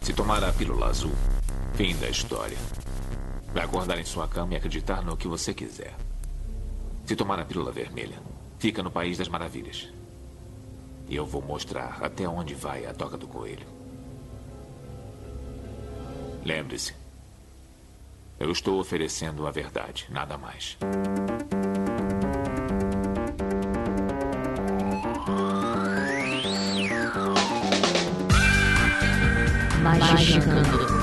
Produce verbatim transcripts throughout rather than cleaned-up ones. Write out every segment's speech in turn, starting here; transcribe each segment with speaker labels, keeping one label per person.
Speaker 1: Se tomar a pílula azul, fim da história. Vai acordar em sua cama e acreditar no que você quiser. Se tomar a pílula vermelha, fica no País das Maravilhas. E eu vou mostrar até onde vai a toca do coelho. Lembre-se, eu estou oferecendo a verdade, nada mais.
Speaker 2: Magicando.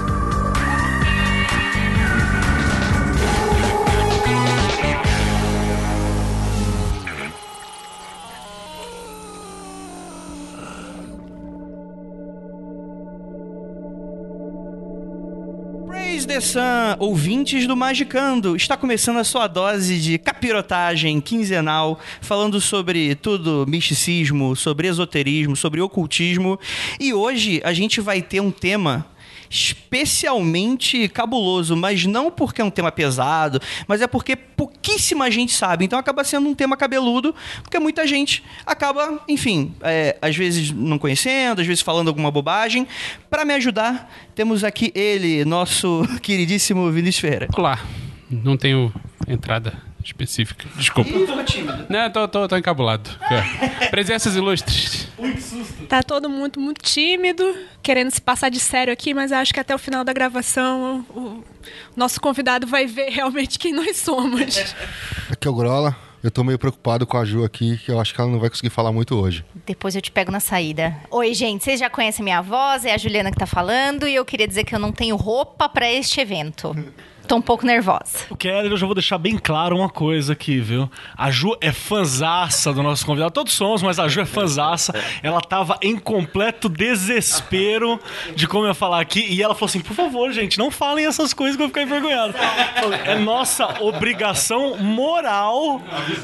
Speaker 3: Praise the Sun, ouvintes do Magicando, está começando a sua dose de capirotagem quinzenal, falando sobre tudo misticismo, sobre esoterismo, sobre ocultismo, e hoje a gente vai ter um tema especialmente cabuloso, mas não porque é um tema pesado, mas é porque pouquíssima gente sabe, então acaba sendo um tema cabeludo, porque muita gente acaba, enfim, é, às vezes não conhecendo, às vezes falando alguma bobagem. Para me ajudar, temos aqui ele, nosso queridíssimo Vinícius Ferreira.
Speaker 4: Olá, não tenho entrada específica, desculpa.
Speaker 3: Ih, tô tímido.
Speaker 4: Não, tô, tô, tô encabulado. É. Presenças ilustres.
Speaker 3: Ui, que susto.
Speaker 5: Tá todo mundo muito tímido, querendo se passar de sério aqui, mas acho que até o final da gravação o, o nosso convidado vai ver realmente quem nós somos.
Speaker 6: Aqui é o Grola. Eu tô meio preocupado com a Ju aqui, que eu acho que ela não vai conseguir falar muito hoje.
Speaker 2: Depois eu te pego na saída. Oi, gente, vocês já conhecem minha voz, é a Juliana que tá falando, e eu queria dizer que eu não tenho roupa pra este evento. Tô um pouco nervosa.
Speaker 7: Eu quero, eu já vou deixar bem claro uma coisa aqui, viu? A Ju é fanzaça do nosso convidado. Todos somos, mas a Ju é fanzaça. Ela tava em completo desespero de como eu ia falar aqui. E ela falou assim, por favor, gente, não falem essas coisas que eu vou ficar envergonhado. É nossa obrigação moral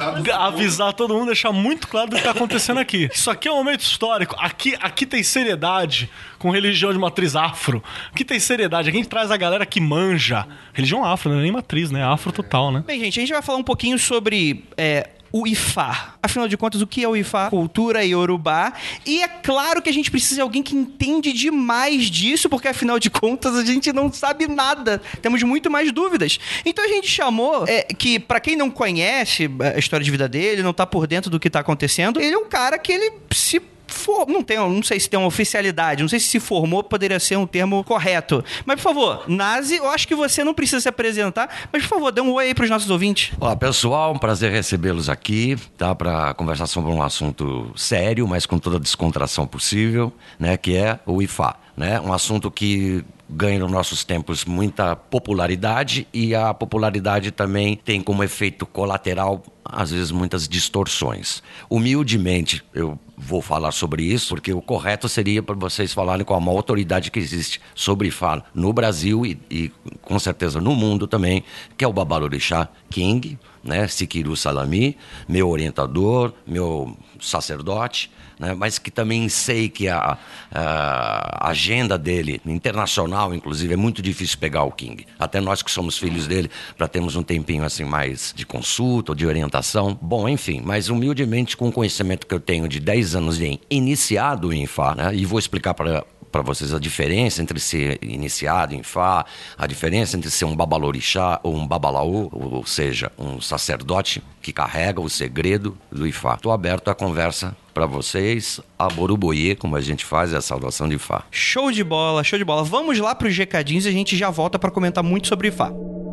Speaker 7: avisar todo mundo, deixar muito claro do que tá acontecendo aqui. Isso aqui é um momento histórico. Aqui, aqui tem seriedade com religião de matriz afro. Aqui tem seriedade. Aqui a gente traz a galera que manja. Religião afro, não é nem matriz, né? Afro total, né?
Speaker 3: Bem, gente, a gente vai falar um pouquinho sobre é, o Ifá. Afinal de contas, o que é o Ifá? Cultura iorubá. E é claro que a gente precisa de alguém que entende demais disso, porque afinal de contas a gente não sabe nada. Temos muito mais dúvidas. Então a gente chamou, é, que pra quem não conhece a história de vida dele, não tá por dentro do que tá acontecendo, ele é um cara que ele se... For, não, tem, não sei se tem uma oficialidade, não sei se se formou, poderia ser um termo correto. Mas, por favor, Nazi, eu acho que você não precisa se apresentar, mas, por favor, dê um oi aí pros nossos ouvintes.
Speaker 8: Olá, pessoal, um prazer recebê-los aqui, tá? Para conversar sobre um assunto sério, mas com toda a descontração possível, né? Que é o Ifá, né? Um assunto que ganha nos nossos tempos muita popularidade e a popularidade também tem como efeito colateral, às vezes, muitas distorções. Humildemente, eu vou falar sobre isso, porque o correto seria para vocês falarem com a maior autoridade que existe sobre Ifá no Brasil e, e com certeza no mundo também, que é o Babalorixá King, né? Sikiru Salami, meu orientador, meu sacerdote, né? Mas que também sei que a, a agenda dele, internacional inclusive, é muito difícil pegar o King. Até nós que somos filhos dele, para termos um tempinho assim mais de consulta ou de orientação. Bom, enfim, mas humildemente com o conhecimento que eu tenho de dez anos de iniciado em Ifá, né? E vou explicar para para vocês a diferença entre ser iniciado em Ifá, a diferença entre ser um babalorixá ou um babalaô, ou seja, um sacerdote que carrega o segredo do Ifá. Estou aberto à conversa para vocês, a boruboie, como a gente faz, é a saudação de Ifá.
Speaker 3: Show de bola, show de bola. Vamos lá pros recadinhos e a gente já volta para comentar muito sobre Ifá.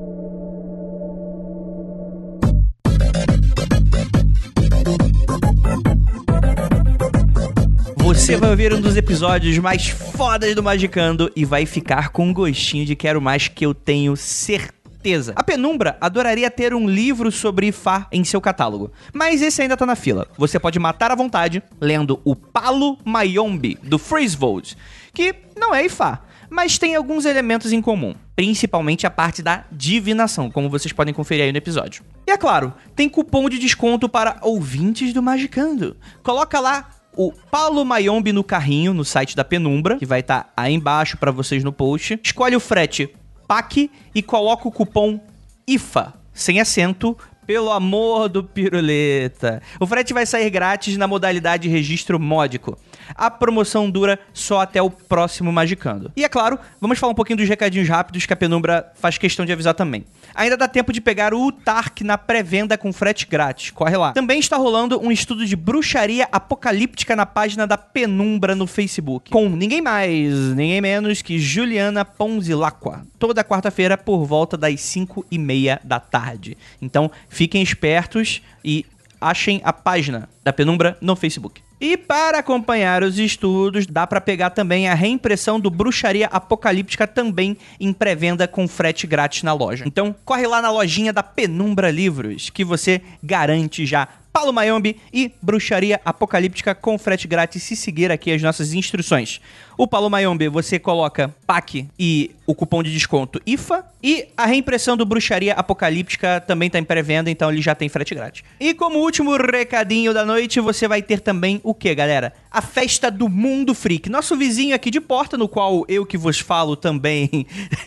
Speaker 3: Você vai ouvir um dos episódios mais fodas do Magicando e vai ficar com um gostinho de quero mais, que eu tenho certeza. A Penumbra adoraria ter um livro sobre Ifá em seu catálogo, mas esse ainda tá na fila. Você pode matar à vontade lendo o Palo Mayombe, do Freezevold, que não é Ifá, mas tem alguns elementos em comum, principalmente a parte da divinação, como vocês podem conferir aí no episódio. E é claro, tem cupom de desconto para ouvintes do Magicando. Coloca lá o Palo Mayombe no carrinho, no site da Penumbra, que vai estar aí embaixo para vocês no post. Escolhe o frete P A C e coloca o cupom I F A, sem acento, pelo amor do piruleta. O frete vai sair grátis na modalidade registro módico. A promoção dura só até o próximo Magicando. E é claro, vamos falar um pouquinho dos recadinhos rápidos que a Penumbra faz questão de avisar também. Ainda dá tempo de pegar o Tark na pré-venda com frete grátis. Corre lá. Também está rolando um estudo de bruxaria apocalíptica na página da Penumbra no Facebook. Com ninguém mais, ninguém menos que Juliana Ponzilacqua. Toda quarta-feira por volta das cinco e meia da tarde. Então, fiquem espertos e achem a página da Penumbra no Facebook. E para acompanhar os estudos, dá para pegar também a reimpressão do Bruxaria Apocalíptica também em pré-venda com frete grátis na loja. Então, corre lá na lojinha da Penumbra Livros, que você garante já Paulo Mayombe e Bruxaria Apocalíptica com frete grátis se seguir aqui as nossas instruções. O Paulo Mayombe, você coloca P A C e o cupom de desconto I F A. E a reimpressão do Bruxaria Apocalíptica também está em pré-venda, então ele já tem frete grátis. E como último recadinho da noite, você vai ter também o que, galera? A festa do Mundo Freak. Nosso vizinho aqui de porta, no qual eu que vos falo também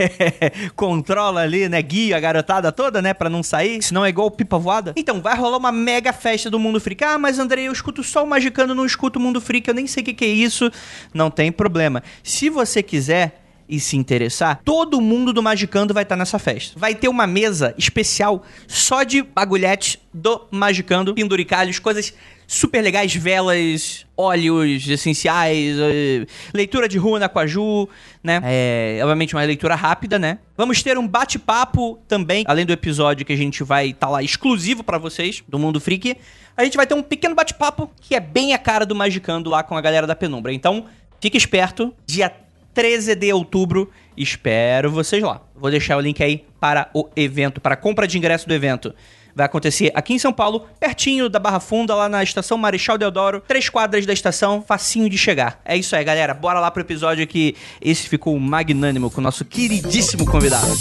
Speaker 3: controla ali, né? Guia a garotada toda, né? Pra não sair, senão é igual pipa voada. Então, vai rolar uma mega festa do Mundo Freak. Ah, mas Andrei, eu escuto só o Magicando, não escuto o Mundo Freak, eu nem sei o que, que é isso. Não tem problema. Se você quiser e se interessar, todo mundo do Magicando vai estar nessa festa. Vai ter uma mesa especial só de bagulhetes do Magicando, penduricalhos, coisas super legais, velas, óleos essenciais, leitura de runa com a Ju, né? É, obviamente uma leitura rápida, né? Vamos ter um bate-papo também, além do episódio que a gente vai estar lá exclusivo pra vocês, do Mundo Freak. A gente vai ter um pequeno bate-papo que é bem a cara do Magicando lá com a galera da Penumbra. Então, fique esperto, dia treze de outubro, espero vocês lá. Vou deixar o link aí para o evento, para a compra de ingresso do evento. Vai acontecer aqui em São Paulo, pertinho da Barra Funda, lá na estação Marechal Deodoro, três quadras da estação, facinho de chegar. É isso aí, galera. Bora lá pro episódio que esse ficou magnânimo com o nosso queridíssimo convidado.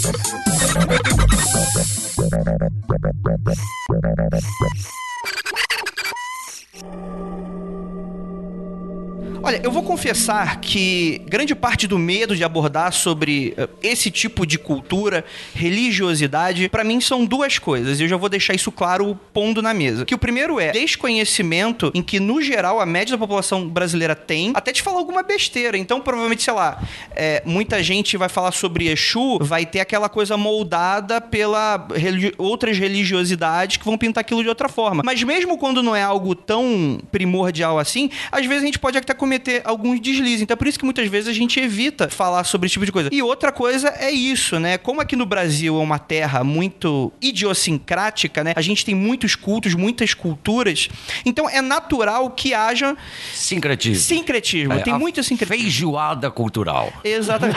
Speaker 3: Olha, eu vou confessar que grande parte do medo de abordar sobre uh, esse tipo de cultura, religiosidade, pra mim são duas coisas. E eu já vou deixar isso claro pondo na mesa. Que o primeiro é desconhecimento em que, no geral, a média da população brasileira tem, até te falar alguma besteira. Então, provavelmente, sei lá, é, muita gente vai falar sobre Exu, vai ter aquela coisa moldada pela religi- outras religiosidades que vão pintar aquilo de outra forma. Mas mesmo quando não é algo tão primordial assim, às vezes a gente pode até cometer alguns deslizes. Então é por isso que muitas vezes a gente evita falar sobre esse tipo de coisa. E outra coisa é isso, né? Como aqui no Brasil é uma terra muito idiosincrática, né? A gente tem muitos cultos, muitas culturas. Então é natural que haja
Speaker 8: sincretismo.
Speaker 3: Sincretismo.
Speaker 8: É,
Speaker 3: tem muito sincretismo.
Speaker 8: Feijoada cultural.
Speaker 3: Exatamente.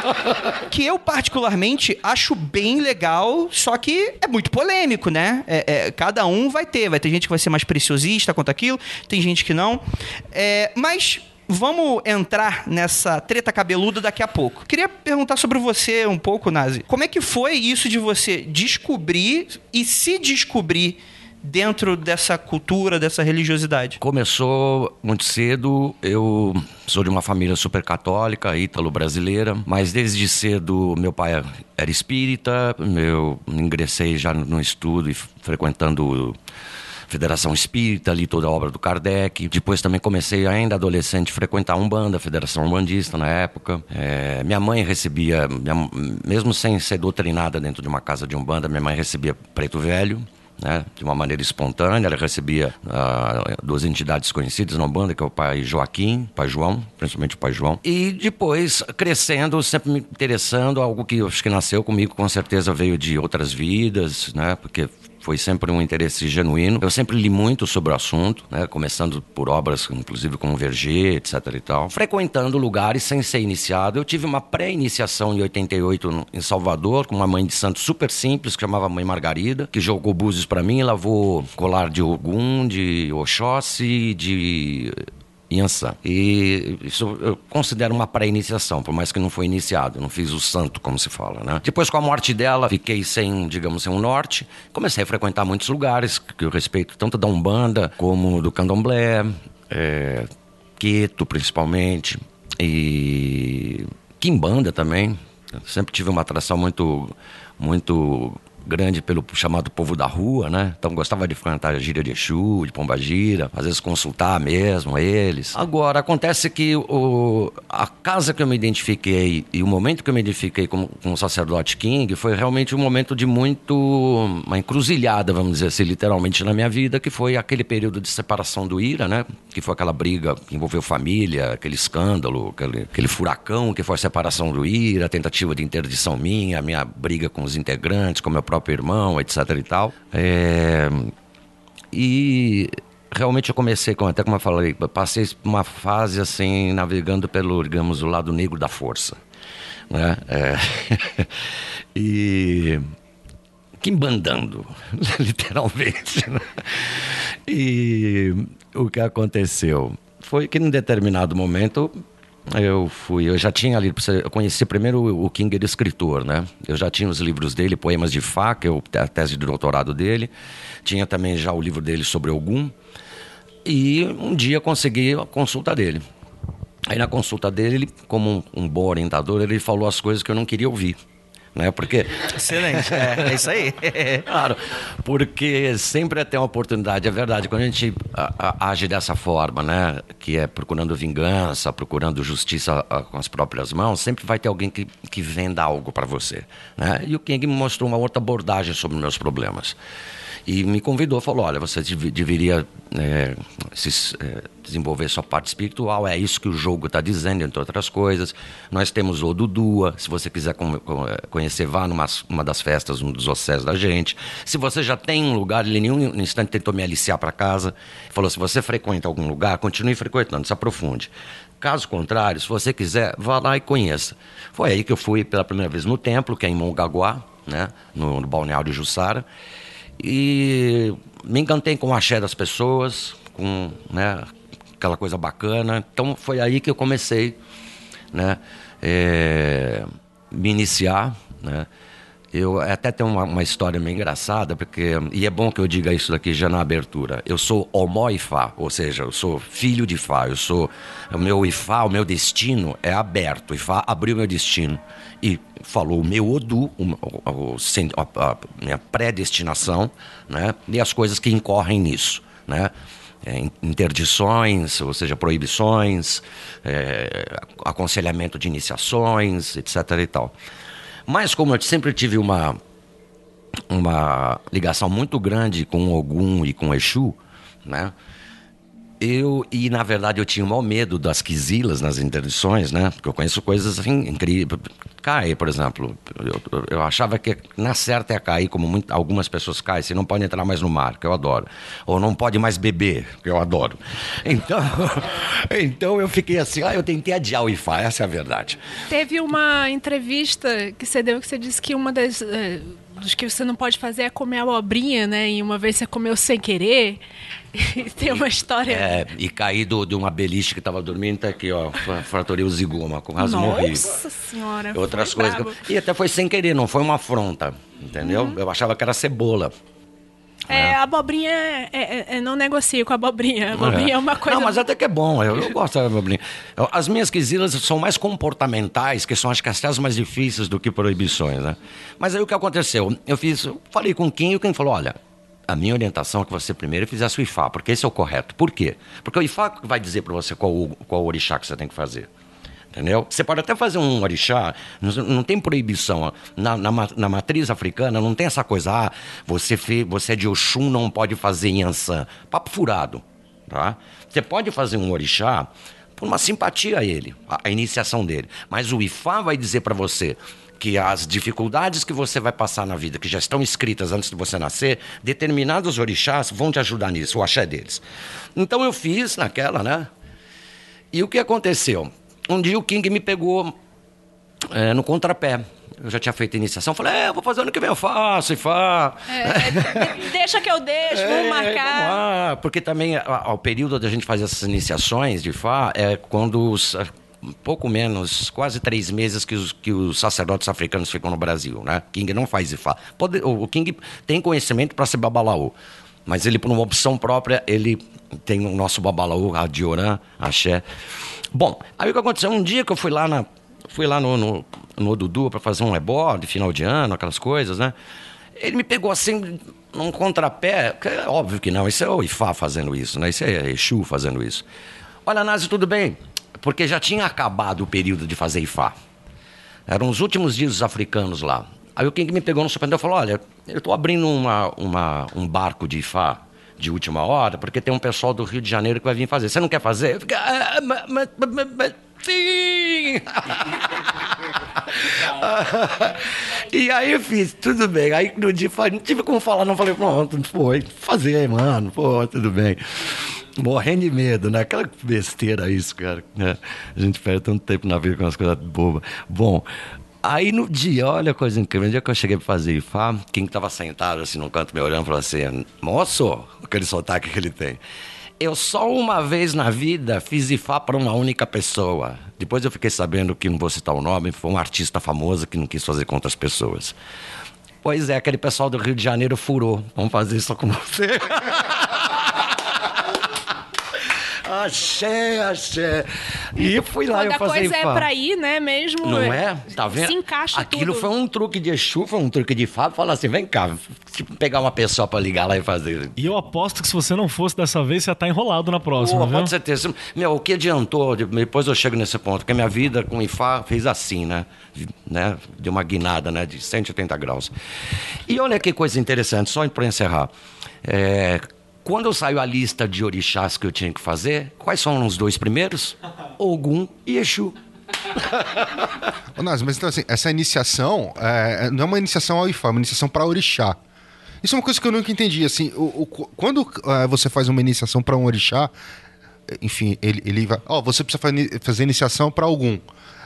Speaker 3: Que eu particularmente acho bem legal, só que é muito polêmico, né? É, é, cada um vai ter. Vai ter gente que vai ser mais preciosista quanto aquilo, tem gente que não. É, mas vamos entrar nessa treta cabeluda daqui a pouco. Queria perguntar sobre você um pouco, Nazi. Como é que foi isso de você descobrir e se descobrir dentro dessa cultura, dessa religiosidade?
Speaker 8: Começou muito cedo. Eu sou de uma família super católica, ítalo-brasileira, mas desde cedo meu pai era espírita. Eu ingressei já no estudo e frequentando Federação Espírita, li toda a obra do Kardec. Depois também comecei, ainda adolescente, a frequentar a Umbanda, a Federação Umbandista na época. É, minha mãe recebia, minha, mesmo sem ser doutrinada dentro de uma casa de Umbanda, minha mãe recebia preto velho, né, de uma maneira espontânea. Ela recebia uh, duas entidades conhecidas na Umbanda, que é o pai Joaquim, pai João, principalmente o pai João. E depois, crescendo, sempre me interessando, algo que acho que nasceu comigo, com certeza veio de outras vidas, né, porque foi sempre um interesse genuíno. Eu sempre li muito sobre o assunto, né? Começando por obras, inclusive como Verger, etc e tal. Frequentando lugares sem ser iniciado. Eu tive uma pré-iniciação em oitenta e oito em Salvador, com uma mãe de santo super simples, que chamava Mãe Margarida, que jogou búzios pra mim, lavou colar de Ogum, de Oxóssi, de Yansan. E isso eu considero uma pré-iniciação, por mais que não foi iniciado, não fiz o santo, como se fala, né? Depois, com a morte dela, fiquei sem, digamos, sem um norte. Comecei a frequentar muitos lugares que eu respeito, tanto da Umbanda como do Candomblé, é, Queto, principalmente, e Quimbanda também. Eu sempre tive uma atração muito, muito grande pelo chamado povo da rua, né? Então gostava de frequentar a gíria de Exu, de Pombagira, às vezes consultar mesmo eles. Agora, acontece que o, a casa que eu me identifiquei e o momento que eu me identifiquei com, com o sacerdote King foi realmente um momento de muito... uma encruzilhada, vamos dizer assim, literalmente na minha vida, que foi aquele período de separação do Ira, né? Que foi aquela briga que envolveu família, aquele escândalo, aquele, aquele furacão que foi a separação do Ira, a tentativa de interdição minha, a minha briga com os integrantes, com meu próprio irmão, etc e tal. É... E realmente eu comecei, até como eu falei, passei uma fase assim, navegando pelo, digamos, o lado negro da força, né? É... e... quimbandando, literalmente, né? E o que aconteceu foi que, em determinado momento, eu fui, eu já tinha ali, eu conheci primeiro o King, ele escritor, né? Eu já tinha os livros dele, Poemas de Fá, que é a tese de doutorado dele, tinha também já o livro dele sobre Ogum, e um dia consegui a consulta dele. Aí na consulta dele, ele, como um, um bom orientador, ele falou as coisas que eu não queria ouvir. Né? Porque...
Speaker 3: Excelente, é, é isso aí.
Speaker 8: Claro, porque sempre tem uma oportunidade, é verdade, quando a gente a, a, age dessa forma, né? Que é procurando vingança, procurando justiça a, com as próprias mãos, sempre vai ter alguém que, que venda algo para você, né? E o King me mostrou uma outra abordagem sobre meus problemas. E me convidou, falou, olha, você dev- deveria é, se, é, desenvolver sua parte espiritual, é isso que o jogo está dizendo, entre outras coisas. Nós temos o Odudua, se você quiser com, com, conhecer, vá numa uma das festas, um dos océs da gente. Se você já tem um lugar, ele em nenhum instante tentou me aliciar para casa, falou, se você frequenta algum lugar, continue frequentando, se aprofunde. Caso contrário, se você quiser, vá lá e conheça. Foi aí que eu fui pela primeira vez no templo, que é em Mongaguá, né, no, no balneário de Jussara. E me encantei com o axé das pessoas, com, né, aquela coisa bacana. Então foi aí que eu comecei, né, é, me iniciar, né. Eu até tenho uma, uma história meio engraçada, porque, e é bom que eu diga isso daqui já na abertura. Eu sou Omó Ifá, ou seja, eu sou filho de Ifá. Eu sou, o meu Ifá, o meu destino é aberto. Ifá abriu meu destino e falou o meu Odu, o, o, o, a, a minha predestinação, né? E as coisas que incorrem nisso, né? É, interdições, ou seja, proibições, é, aconselhamento de iniciações, etc e tal. Mas como eu sempre tive uma, uma ligação muito grande com Ogum e com Exu, né? Eu, e na verdade eu tinha o maior medo das quisilas nas interdições, né? Porque eu conheço coisas assim incríveis. Cair, por exemplo. Eu, eu achava que na certa ia cair, como muito, algumas pessoas caem. Você não pode entrar mais no mar, que eu adoro. Ou não pode mais beber, que eu adoro. Então, então eu fiquei assim, ah, eu tentei adiar o Ifá, essa é a verdade.
Speaker 5: Teve uma entrevista que você deu que você disse que uma das... Eh, dos que você não pode fazer é comer abobrinha, né? E uma vez você comeu sem querer. Tem uma história...
Speaker 8: É, e caí do, de uma beliche que estava dormindo, tá aqui, ó, fraturei o zigoma, quase morri.
Speaker 5: Nossa senhora,
Speaker 8: outras
Speaker 5: foi
Speaker 8: coisas. Que... E até foi sem querer, não foi uma afronta, entendeu? Uhum. Eu achava que era cebola.
Speaker 5: É, a abobrinha é, é, é, não negocio com a abobrinha. A abobrinha é, é uma coisa...
Speaker 8: Não, mas até que é bom, eu, eu gosto da abobrinha. As minhas quisilas são mais comportamentais, que são, acho que, as mais difíceis do que proibições, né? Mas aí o que aconteceu? Eu fiz, eu falei com o Kim, e o Kim falou, olha, a minha orientação é que você primeiro fizesse o Ifá, porque esse é o correto. Por quê? Porque o Ifá vai dizer para você qual, qual orixá que você tem que fazer. Entendeu? Você pode até fazer um orixá, não, não tem proibição. Na, na, na matriz africana não tem essa coisa, ah, você, fe, você é de Oxum, não pode fazer Yansan. Papo furado. Tá? Você pode fazer um orixá por uma simpatia a ele, a, a iniciação dele. Mas o Ifá vai dizer para você que as dificuldades que você vai passar na vida, que já estão escritas antes de você nascer, determinados orixás vão te ajudar nisso, o axé deles. Então eu fiz naquela, né? E o que aconteceu? Um dia o King me pegou é, no contrapé. Eu já tinha feito a iniciação. Falei, é, eu vou fazer ano que vem, eu faço, e faço.
Speaker 5: É, deixa que eu deixo, é, vamos marcar.
Speaker 8: Vamos lá. Porque também, ao período da gente fazer essas iniciações de Fá, é quando os, pouco menos, quase três meses que os, que os sacerdotes africanos ficam no Brasil, né? King não faz Ifá. Pode, o King tem conhecimento para ser babalaô. Mas ele, por uma opção própria, ele tem o nosso babalaô, a Dioran, axé. Bom, aí o que aconteceu? Um dia que eu fui lá, na, fui lá no, no, no Dudu para fazer um ebó de final de ano, aquelas coisas, né? Ele me pegou assim, num contrapé, que é óbvio que não, isso é o Ifá fazendo isso, né? Isso é Exu fazendo isso. Olha, Nazi, tudo bem? Porque já tinha acabado o período de fazer Ifá. Eram os últimos dias dos africanos lá. Aí o King me pegou no surpreendeu e falou, olha, eu estou abrindo uma, uma, um barco de Ifá de última hora, porque tem um pessoal do Rio de Janeiro que vai vir fazer. Você não quer fazer? Eu fiquei, ah, mas, mas, mas, mas, sim! E aí eu fiz, tudo bem. Aí no dia não tive como falar, não falei, pronto, foi, fazer, mano, pô, tudo bem. Morrendo de medo, né? Aquela besteira isso, cara. Né? A gente perde tanto tempo na vida com umas coisas bobas. Bom, aí no dia, olha a coisa incrível, no dia que eu cheguei pra fazer Ifá, quem tava sentado assim num canto me olhando falou assim, moço, aquele sotaque que ele tem. Eu só uma vez na vida fiz Ifá para uma única pessoa. Depois eu fiquei sabendo que, não vou citar o nome, foi um artista famoso que não quis fazer com outras pessoas. Pois é, aquele pessoal do Rio de Janeiro furou. Vamos fazer isso só com você. Axé, axé. E fui lá,
Speaker 5: Quando
Speaker 8: eu fazer
Speaker 5: a coisa
Speaker 8: Ifá.
Speaker 5: É pra ir, né, mesmo?
Speaker 8: Não é? Tá vendo?
Speaker 5: Se encaixa
Speaker 8: Aquilo
Speaker 5: tudo.
Speaker 8: foi um truque de Exu, foi um truque de Fá. Falar assim, vem cá, tipo, pegar uma pessoa pra ligar lá e fazer.
Speaker 7: E eu aposto que se você não fosse dessa vez, você ia estar enrolado na próxima,
Speaker 8: Pô,
Speaker 7: viu?
Speaker 8: pode certeza. Meu, o que adiantou? Depois eu chego nesse ponto, porque a minha vida com Ifá fez assim, né? né? Deu uma guinada, né? De cento e oitenta graus. E olha que coisa interessante, só pra encerrar. É... Quando saiu a lista de orixás que eu tinha que fazer, quais foram os dois primeiros? Ogum e Exu.
Speaker 6: Ô, Nazi, mas então assim, essa iniciação é, não é uma iniciação ao Ifá, é uma iniciação para orixá. Isso é uma coisa que eu nunca entendi, assim, o, o, quando é, você faz uma iniciação para um orixá, enfim, ele, ele vai, ó, você precisa fazer, fazer iniciação para algum.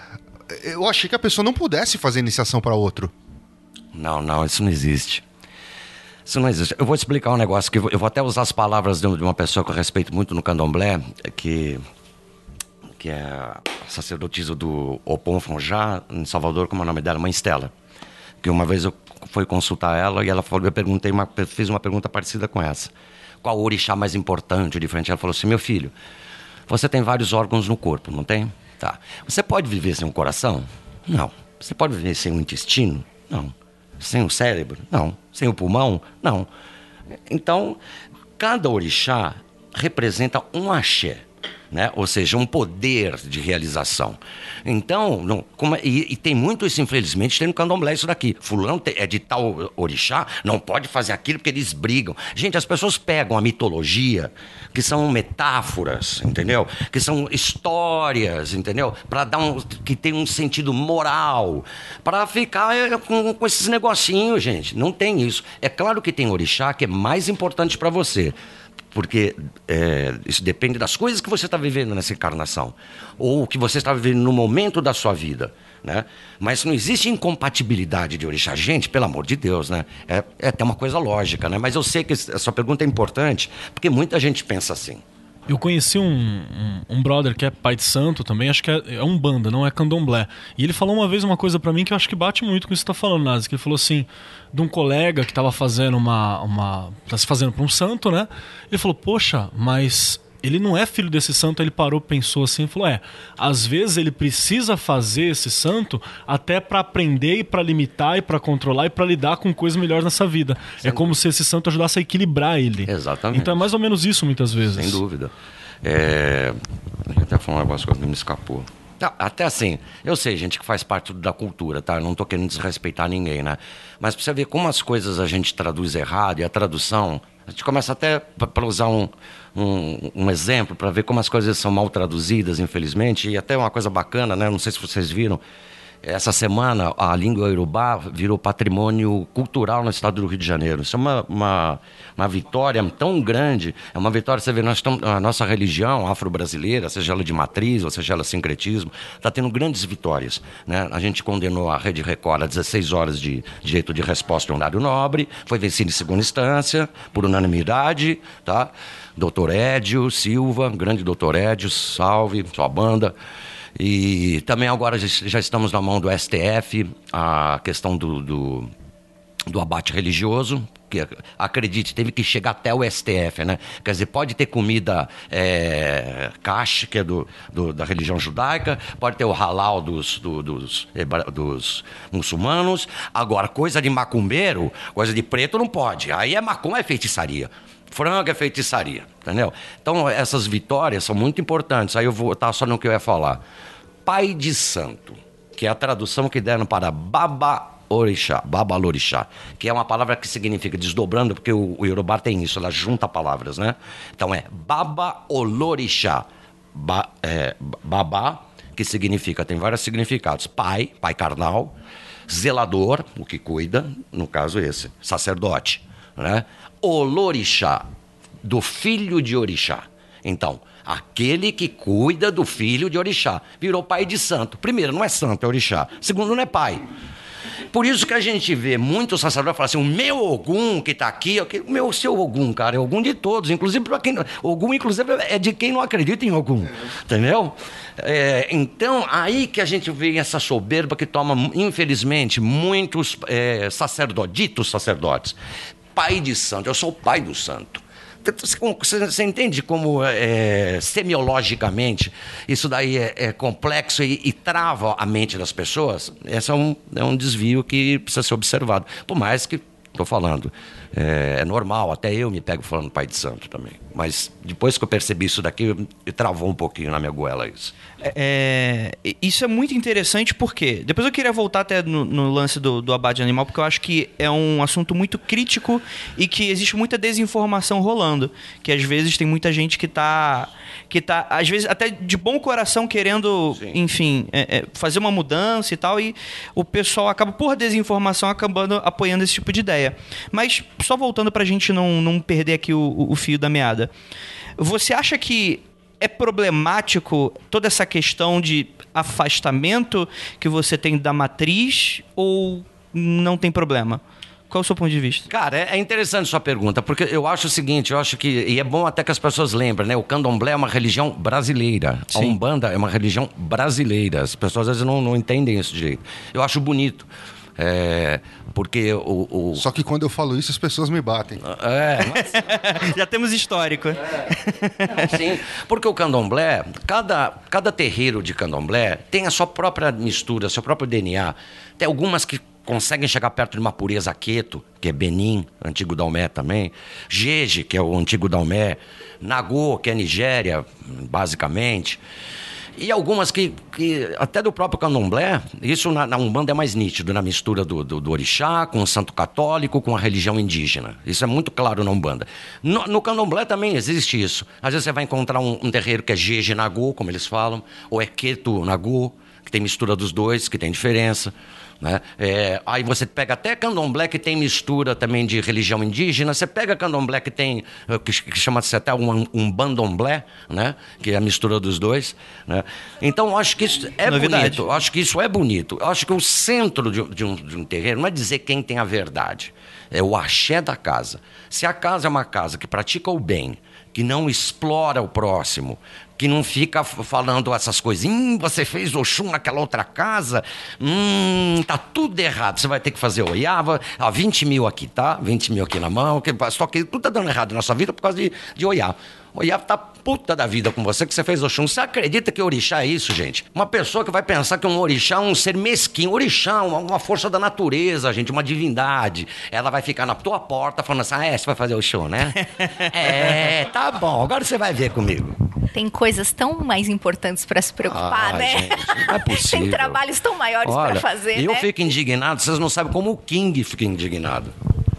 Speaker 6: Eu achei que a pessoa não pudesse fazer iniciação para outro.
Speaker 8: Não, não, isso não existe. Isso não existe. Eu vou explicar um negócio, que eu vou até usar as palavras de uma pessoa que eu respeito muito no candomblé, que, que é a sacerdotisa do Opon Fonjá, em Salvador, como é o nome dela? Mãe Estela. Que uma vez eu fui consultar ela e ela falou, eu perguntei, uma, fiz uma pergunta parecida com essa. Qual o orixá mais importante, diferente? Ela falou assim, meu filho, você tem vários órgãos no corpo, não tem? Tá. Você pode viver sem um coração? Não. Você pode viver sem um intestino? Não. Sem o cérebro? Não. Sem o pulmão? Não. Então, cada orixá representa um axé, né? Ou seja, um poder de realização. Então, não, como, e, e tem muito isso, infelizmente, tem no candomblé isso daqui. Fulano te, é de tal orixá, não pode fazer aquilo porque eles brigam. Gente, as pessoas pegam a mitologia, que são metáforas, entendeu? Que são histórias, entendeu? Para dar um, que tem um sentido moral, para ficar é, com, com esses negocinhos, gente. Não tem isso. É claro que tem orixá que é mais importante para você. Porque é, isso depende das coisas que você está vivendo nessa encarnação. Ou que você está vivendo no momento da sua vida, né? Mas não existe incompatibilidade de orixá. Gente, pelo amor de Deus, né? É, é até uma coisa lógica, né? Mas eu sei que a sua pergunta é importante, porque muita gente pensa assim.
Speaker 7: Eu conheci um, um, um brother que é pai de santo também, acho que é, é Umbanda, não é candomblé. E ele falou uma vez uma coisa pra mim que eu acho que bate muito com isso que você tá falando, Nazi. Que ele falou assim, de um colega que tava fazendo uma... uma tá se fazendo pra um santo, né? Ele falou, poxa, mas ele não é filho desse santo. Ele parou, pensou assim e falou, é, às vezes ele precisa fazer esse santo até pra aprender e pra limitar e pra controlar e pra lidar com coisas melhores nessa vida. Sem é como dúvida. Se esse santo ajudasse a equilibrar ele.
Speaker 8: Exatamente.
Speaker 7: Então é mais ou menos isso muitas vezes.
Speaker 8: Sem dúvida. É... Eu até falar um negócio que me escapou. Até assim, eu sei, gente, que faz parte da cultura, tá? Eu não tô querendo desrespeitar ninguém, né? Mas pra você ver como as coisas a gente traduz errado, e a tradução... A gente começa até para usar um, um, um exemplo, para ver como as coisas são mal traduzidas, infelizmente. E até uma coisa bacana, né? Não sei se vocês viram. Essa semana, a língua iorubá virou patrimônio cultural no estado do Rio de Janeiro. Isso é uma, uma, uma vitória tão grande. É uma vitória, você vê, nós estamos, a nossa religião afro-brasileira, seja ela de matriz ou seja ela sincretismo, está tendo grandes vitórias, né? A gente condenou a Rede Record a dezesseis horas de direito de resposta em horário nobre, foi vencido em segunda instância, por unanimidade, tá? doutor Édio Silva, grande doutor Édio, salve, sua banda. E também agora já estamos na mão do S T F, a questão do, do, do abate religioso, que, acredite, teve que chegar até o S T F, né? Quer dizer, pode ter comida é, kasher, que é do, do, da religião judaica, pode ter o halal dos, do, dos, dos muçulmanos. Agora, coisa de macumbeiro, coisa de preto não pode. Aí é macumba, é feitiçaria. Frango é feitiçaria, entendeu? Então, essas vitórias são muito importantes. Aí eu vou estar só no que eu ia falar. Pai de santo, que é a tradução que deram para Baba Orixá, Babalorixá, que é uma palavra que significa desdobrando, porque o, o Yorubá tem isso, ela junta palavras, né? Então é Baba Olorixá, ba, é, Babá, que significa, tem vários significados, pai, pai carnal, zelador, o que cuida, no caso esse, sacerdote, né? Olorixá, do filho de Orixá. Então, aquele que cuida do filho de Orixá. Virou pai de santo. Primeiro, não é santo, é Orixá. Segundo, não é pai. Por isso que a gente vê muitos sacerdotes falar assim, o meu Ogum que está aqui, o meu o seu Ogum, cara, é Ogum de todos. Inclusive, para quem Ogum, inclusive, é de quem não acredita em Ogum. Entendeu? É, então, aí que a gente vê essa soberba que toma, infelizmente, muitos é, sacerdotes, ditos sacerdotes. Pai de santo, eu sou o pai do santo. Você, você entende como, é, semiologicamente, isso daí é, é complexo e, e trava a mente das pessoas? Esse é um, é um desvio que precisa ser observado. Por mais que, estou falando, é, é normal, até eu me pego falando pai de santo também. Mas depois que eu percebi isso daqui, eu, eu travou um pouquinho na minha goela isso.
Speaker 3: É, isso é muito interessante porque... Depois eu queria voltar até no, no lance do, do abate animal, porque eu acho que é um assunto muito crítico e que existe muita desinformação rolando. Que às vezes tem muita gente que tá... Que tá, às vezes, até de bom coração querendo, Sim. enfim, é, é, fazer uma mudança e tal. E o pessoal acaba, por desinformação, acabando apoiando esse tipo de ideia. Mas, só voltando pra gente não, não perder aqui o, o fio da meada. Você acha que é problemático toda essa questão de afastamento que você tem da matriz ou não tem problema? Qual é o seu ponto de vista?
Speaker 8: Cara, é interessante sua pergunta, porque eu acho o seguinte, eu acho que, e é bom até que as pessoas lembrem, né? O candomblé é uma religião brasileira. Sim. A Umbanda é uma religião brasileira. As pessoas às vezes não, não entendem isso direito. Eu acho bonito. É, porque o, o...
Speaker 6: Só que quando eu falo isso, as pessoas me batem.
Speaker 8: É, mas...
Speaker 3: Já temos histórico.
Speaker 8: É. Sim, porque o candomblé, cada, cada terreiro de candomblé tem a sua própria mistura, seu próprio D N A. Tem algumas que conseguem chegar perto de uma pureza Queto, que é Benin, antigo Dalmé também, Jeje, que é o antigo Dalmé, Nagô, que é Nigéria, basicamente. E algumas que, que até do próprio candomblé, isso na, na Umbanda é mais nítido, na mistura do, do, do orixá com o santo católico, com a religião indígena. Isso é muito claro na Umbanda. No, no candomblé também existe isso. Às vezes você vai encontrar um, um terreiro que é Jeje Nagô, como eles falam, ou é Queto Nagô, que tem mistura dos dois, que tem diferença. Né? É, aí você pega até candomblé que tem mistura também de religião indígena, você pega candomblé que tem, que, que chama-se até um, um bandomblé, né? Que é a mistura dos dois, né? Então eu acho que isso é Novidade. bonito, eu acho que isso é bonito, eu acho que o centro de, de, um, de um terreiro não é dizer quem tem a verdade, é o axé da casa. Se a casa é uma casa que pratica o bem, que não explora o próximo, que não fica falando essas coisas, hum, você fez Oxum naquela outra casa, hum, tá tudo errado, você vai ter que fazer oiava, ah, vinte mil aqui, tá? vinte mil aqui na mão, que, só que tudo tá dando errado na sua vida por causa de, de oiava. Oiava tá puta da vida com você, que você fez Oxum. Você acredita que orixá é isso, gente? Uma pessoa que vai pensar que um orixá é um ser mesquinho. Orixá é uma, uma força da natureza, gente, uma divindade. Ela vai ficar na tua porta falando assim, ah, é, você vai fazer Oxum, né? É, tá bom, agora você vai ver comigo.
Speaker 2: Tem coisas tão mais importantes para se preocupar,
Speaker 8: ah,
Speaker 2: né?
Speaker 8: Gente, não é possível.
Speaker 2: Tem trabalhos tão maiores para fazer,
Speaker 8: eu
Speaker 2: né?
Speaker 8: fico indignado, vocês não sabem como o King fica indignado.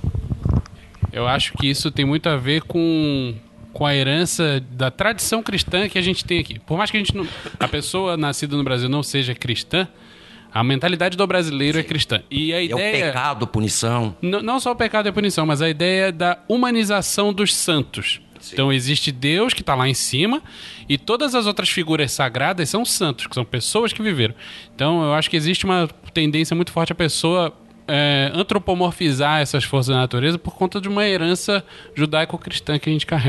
Speaker 4: Eu acho que isso tem muito a ver com... com a herança da tradição cristã que a gente tem aqui. Por mais que a gente não, a pessoa nascida no Brasil não seja cristã, a mentalidade do brasileiro Sim. é cristã. E a ideia,
Speaker 8: é o pecado, punição.
Speaker 4: Não, não só o pecado e a punição, mas a ideia da humanização dos santos. Sim. Então existe Deus que está lá em cima e todas as outras figuras sagradas são santos, que são pessoas que viveram. Então eu acho que existe uma tendência muito forte a pessoa É, antropomorfizar essas forças da natureza por conta de uma herança judaico-cristã que a gente carrega.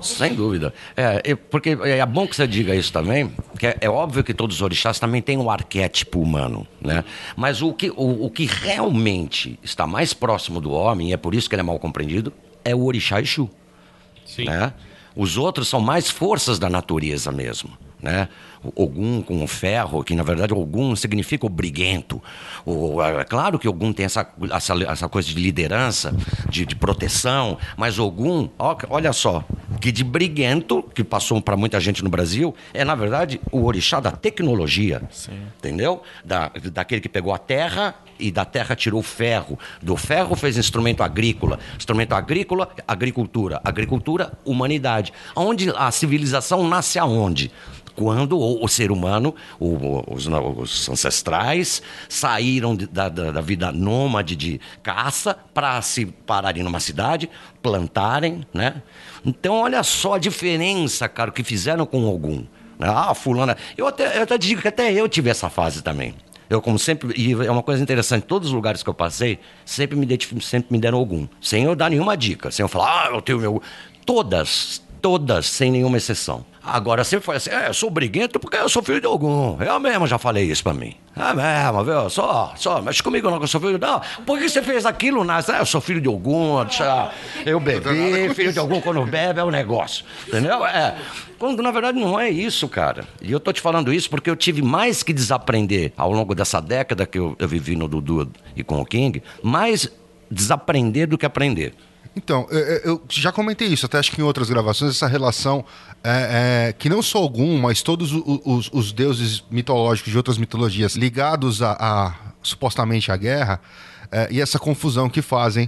Speaker 8: Sem dúvida. É, é, porque é bom que você diga isso também, que é, é óbvio que todos os orixás também têm um arquétipo humano, né? Mas o que, o, o que realmente está mais próximo do homem, e é por isso que ele é mal compreendido, é o orixá Exu.
Speaker 4: Sim.
Speaker 8: Né? Os outros são mais forças da natureza mesmo, né? O Ogum com o ferro, que na verdade Ogum significa o briguento. O, é claro que Ogum tem essa, essa, essa coisa de liderança, de, de proteção, mas Ogum, ó, olha só, que de briguento, que passou para muita gente no Brasil, é na verdade o orixá da tecnologia. Sim. Entendeu? Da, daquele que pegou a terra e da terra tirou o ferro. Do ferro fez instrumento agrícola. Instrumento agrícola, agricultura. Agricultura, humanidade. Onde a civilização nasce aonde? Quando o, o ser humano, o, os, os ancestrais, saíram de, da, da vida nômade de caça para se pararem numa cidade, plantarem, né? Então, olha só a diferença, cara, que fizeram com Ogum. Ah, fulana... Eu até, eu até digo que até eu tive essa fase também. Eu, como sempre... E é uma coisa interessante, todos os lugares que eu passei, sempre me, sempre me deram Ogum. Sem eu dar nenhuma dica. Sem eu falar, ah, eu tenho meu... Todas... Todas, sem nenhuma exceção. Agora, você fala assim, é, eu sou briguento porque eu sou filho de Ogum. Eu mesmo já falei isso pra mim. É mesmo, viu? Só, só, mexe comigo não, que eu sou filho de... Não, por que você fez aquilo, Nas? É, eu sou filho de Ogum, deixa eu bebi, filho de Ogum quando bebe é um negócio. Entendeu? É. Quando, na verdade, não é isso, cara. E eu tô te falando isso porque eu tive mais que desaprender ao longo dessa década que eu, eu vivi no Dudu e com o King, mais desaprender do que aprender.
Speaker 6: Então, eu, eu já comentei isso, até acho que em outras gravações, essa relação é, é, que não só Ogum, mas todos os, os, os deuses mitológicos de outras mitologias ligados a, a supostamente à guerra, é, e essa confusão que fazem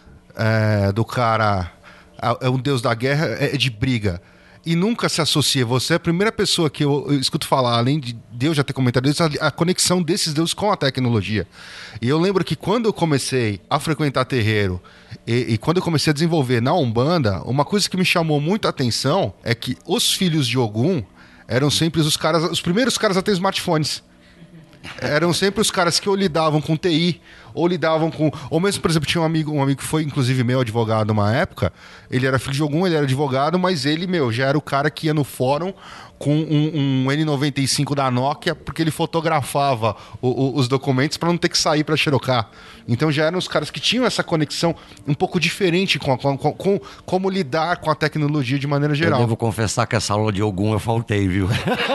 Speaker 6: é, do cara, é um deus da guerra, é de briga. E nunca se associa. Você é a primeira pessoa que eu, eu escuto falar, além de Deus já ter comentado isso, a, a conexão desses deuses com a tecnologia. E eu lembro que quando eu comecei a frequentar terreiro e, e quando eu comecei a desenvolver na Umbanda, uma coisa que me chamou muito a atenção é que os filhos de Ogum eram sempre os caras, os primeiros caras a ter smartphones. Eram sempre os caras que ou lidavam com T I, ou lidavam com... Ou mesmo, por exemplo, tinha um amigo, um amigo que foi, inclusive, meu advogado uma época. Ele era filho de Ogum, ele era advogado, mas ele, meu, já era o cara que ia no fórum com um, um N noventa e cinco da Nokia, porque ele fotografava o, o, os documentos para não ter que sair para xerocar. Então já eram os caras que tinham essa conexão um pouco diferente com, a, com, com, com como lidar com a tecnologia de maneira geral.
Speaker 8: Eu devo confessar que essa aula de Ogum eu faltei, viu?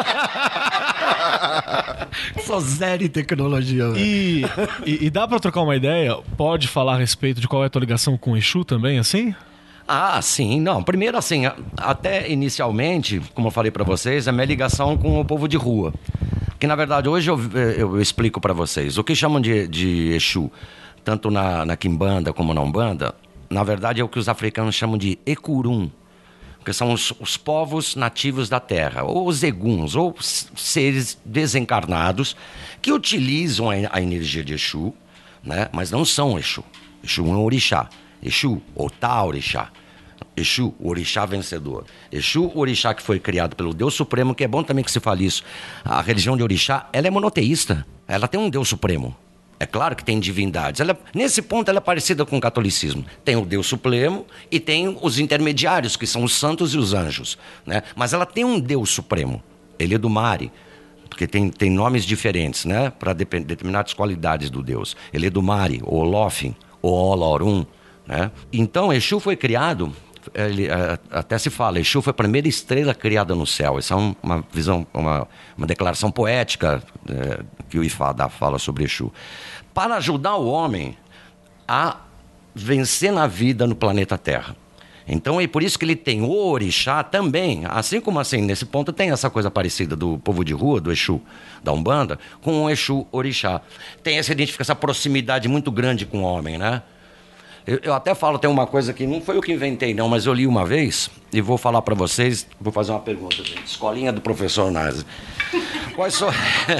Speaker 8: Sou zero em tecnologia.
Speaker 7: E, e, e dá pra trocar uma ideia? Pode falar a respeito de qual é a tua ligação com o Exu também, assim?
Speaker 8: Ah, sim. Não, primeiro assim, até inicialmente, como eu falei pra vocês, a minha ligação com o povo de rua. Que na verdade hoje eu, eu, eu explico pra vocês. O que chamam de, de Exu, tanto na, na Quimbanda como na Umbanda, na verdade é o que os africanos chamam de Ekurum. Que são os, os povos nativos da terra, ou os eguns, ou seres desencarnados que utilizam a, a energia de Exu, né? Mas não são Exu. Exu é um orixá. Exu, Otá-orixá. Exu, o orixá vencedor. Exu, o orixá que foi criado pelo Deus Supremo, que é bom também que se fale isso. A religião de orixá, ela é monoteísta. Ela tem um Deus Supremo. É claro que tem divindades. Ela, nesse ponto, ela é parecida com o catolicismo. Tem o Deus Supremo e tem os intermediários, que são os santos e os anjos, né? Mas ela tem um Deus Supremo. Ele é do Mari, porque tem, tem nomes diferentes, né? Para determinadas qualidades do Deus. Ele é do Mari, o Olofin, o Olorum, né? Então, Exu foi criado... Ele, até se fala, Exu foi a primeira estrela criada no céu. Essa é uma visão, uma, uma declaração poética é, que o Ifá dá, fala sobre Exu. Para ajudar o homem a vencer na vida no planeta Terra. Então é por isso que ele tem o orixá também, assim como assim, nesse ponto tem essa coisa parecida do povo de rua, do Exu, da Umbanda, com o Exu orixá. Tem essa identificação, essa proximidade muito grande com o homem, né? Eu, eu até falo, tem uma coisa que não foi eu que inventei não, mas eu li uma vez e vou falar para vocês, vou fazer uma pergunta, gente. Escolinha do professor Nazi. Quais são,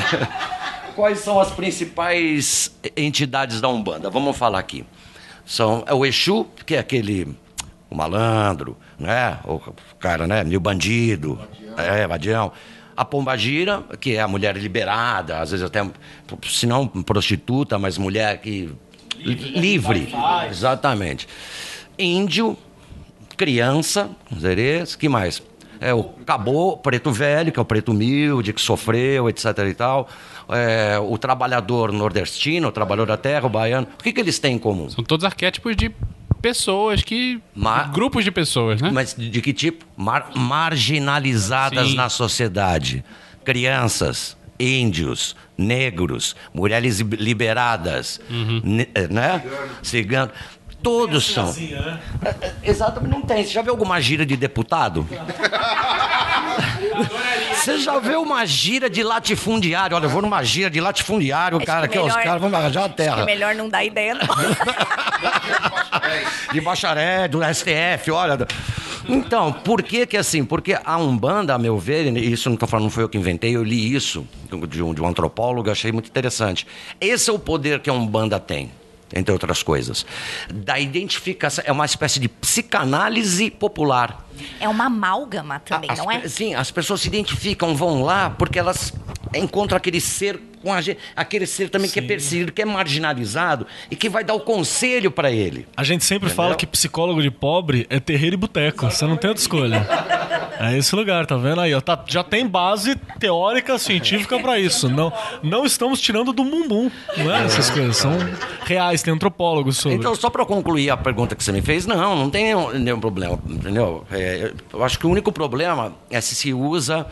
Speaker 8: quais são as principais entidades da Umbanda? Vamos falar aqui. São é o Exu, que é aquele, o malandro, né? O cara, né? Meio bandido, é, vadião. A Pombagira, que é a mulher liberada, às vezes até, se não prostituta, mas mulher que... Livre, exatamente. Índio, criança, zerês, que mais? É o caboclo, preto velho, que é o preto humilde, que sofreu, etc e tal. É, o trabalhador nordestino, o trabalhador da terra, o baiano. O que, que eles têm em comum?
Speaker 4: São todos arquétipos de pessoas que...
Speaker 8: Ma-
Speaker 4: Grupos de pessoas, né?
Speaker 8: Mas de que tipo? Mar- marginalizadas
Speaker 4: Sim.
Speaker 8: na sociedade. Crianças, índios, negros, mulheres liberadas, ne- né? Ciganos. Todos são. Exatamente, não tem. Você já viu alguma gíria de deputado? Você já viu uma gira de latifundiário? Olha, eu vou numa gira de latifundiário,
Speaker 2: Acho
Speaker 8: cara,
Speaker 2: que
Speaker 8: que os
Speaker 2: melhor-
Speaker 8: caras vão arranjar a
Speaker 2: Acho
Speaker 8: terra.
Speaker 2: que é melhor não dar ideia, não.
Speaker 8: De bacharel, do S T F, olha. Então, por que que assim? Porque a Umbanda, a meu ver, e isso não tô falando, não foi eu que inventei, eu li isso de um, de um antropólogo, achei muito interessante. Esse é o poder que a Umbanda tem, entre outras coisas. Da identificação, é uma espécie de psicanálise popular.
Speaker 2: É uma amálgama também,
Speaker 8: As
Speaker 2: não é?
Speaker 8: pe- Sim, as pessoas se identificam, vão lá, porque elas encontram aquele ser com a gente, aquele ser também que é perseguido, que é marginalizado e que vai dar o conselho para ele.
Speaker 7: A gente sempre
Speaker 8: Entendeu?
Speaker 7: fala que psicólogo de pobre é terreiro e boteco. Você não tem outra escolha. É esse lugar, tá vendo aí? Ó, tá- já tem base teórica, científica pra isso. Não, não estamos tirando do bumbum, não é? Essas coisas são reais, tem antropólogos sobre.
Speaker 8: Então, só para concluir a pergunta que você me fez, não, não tem nenhum, nenhum problema, entendeu? É, eu acho que o único problema é se se usa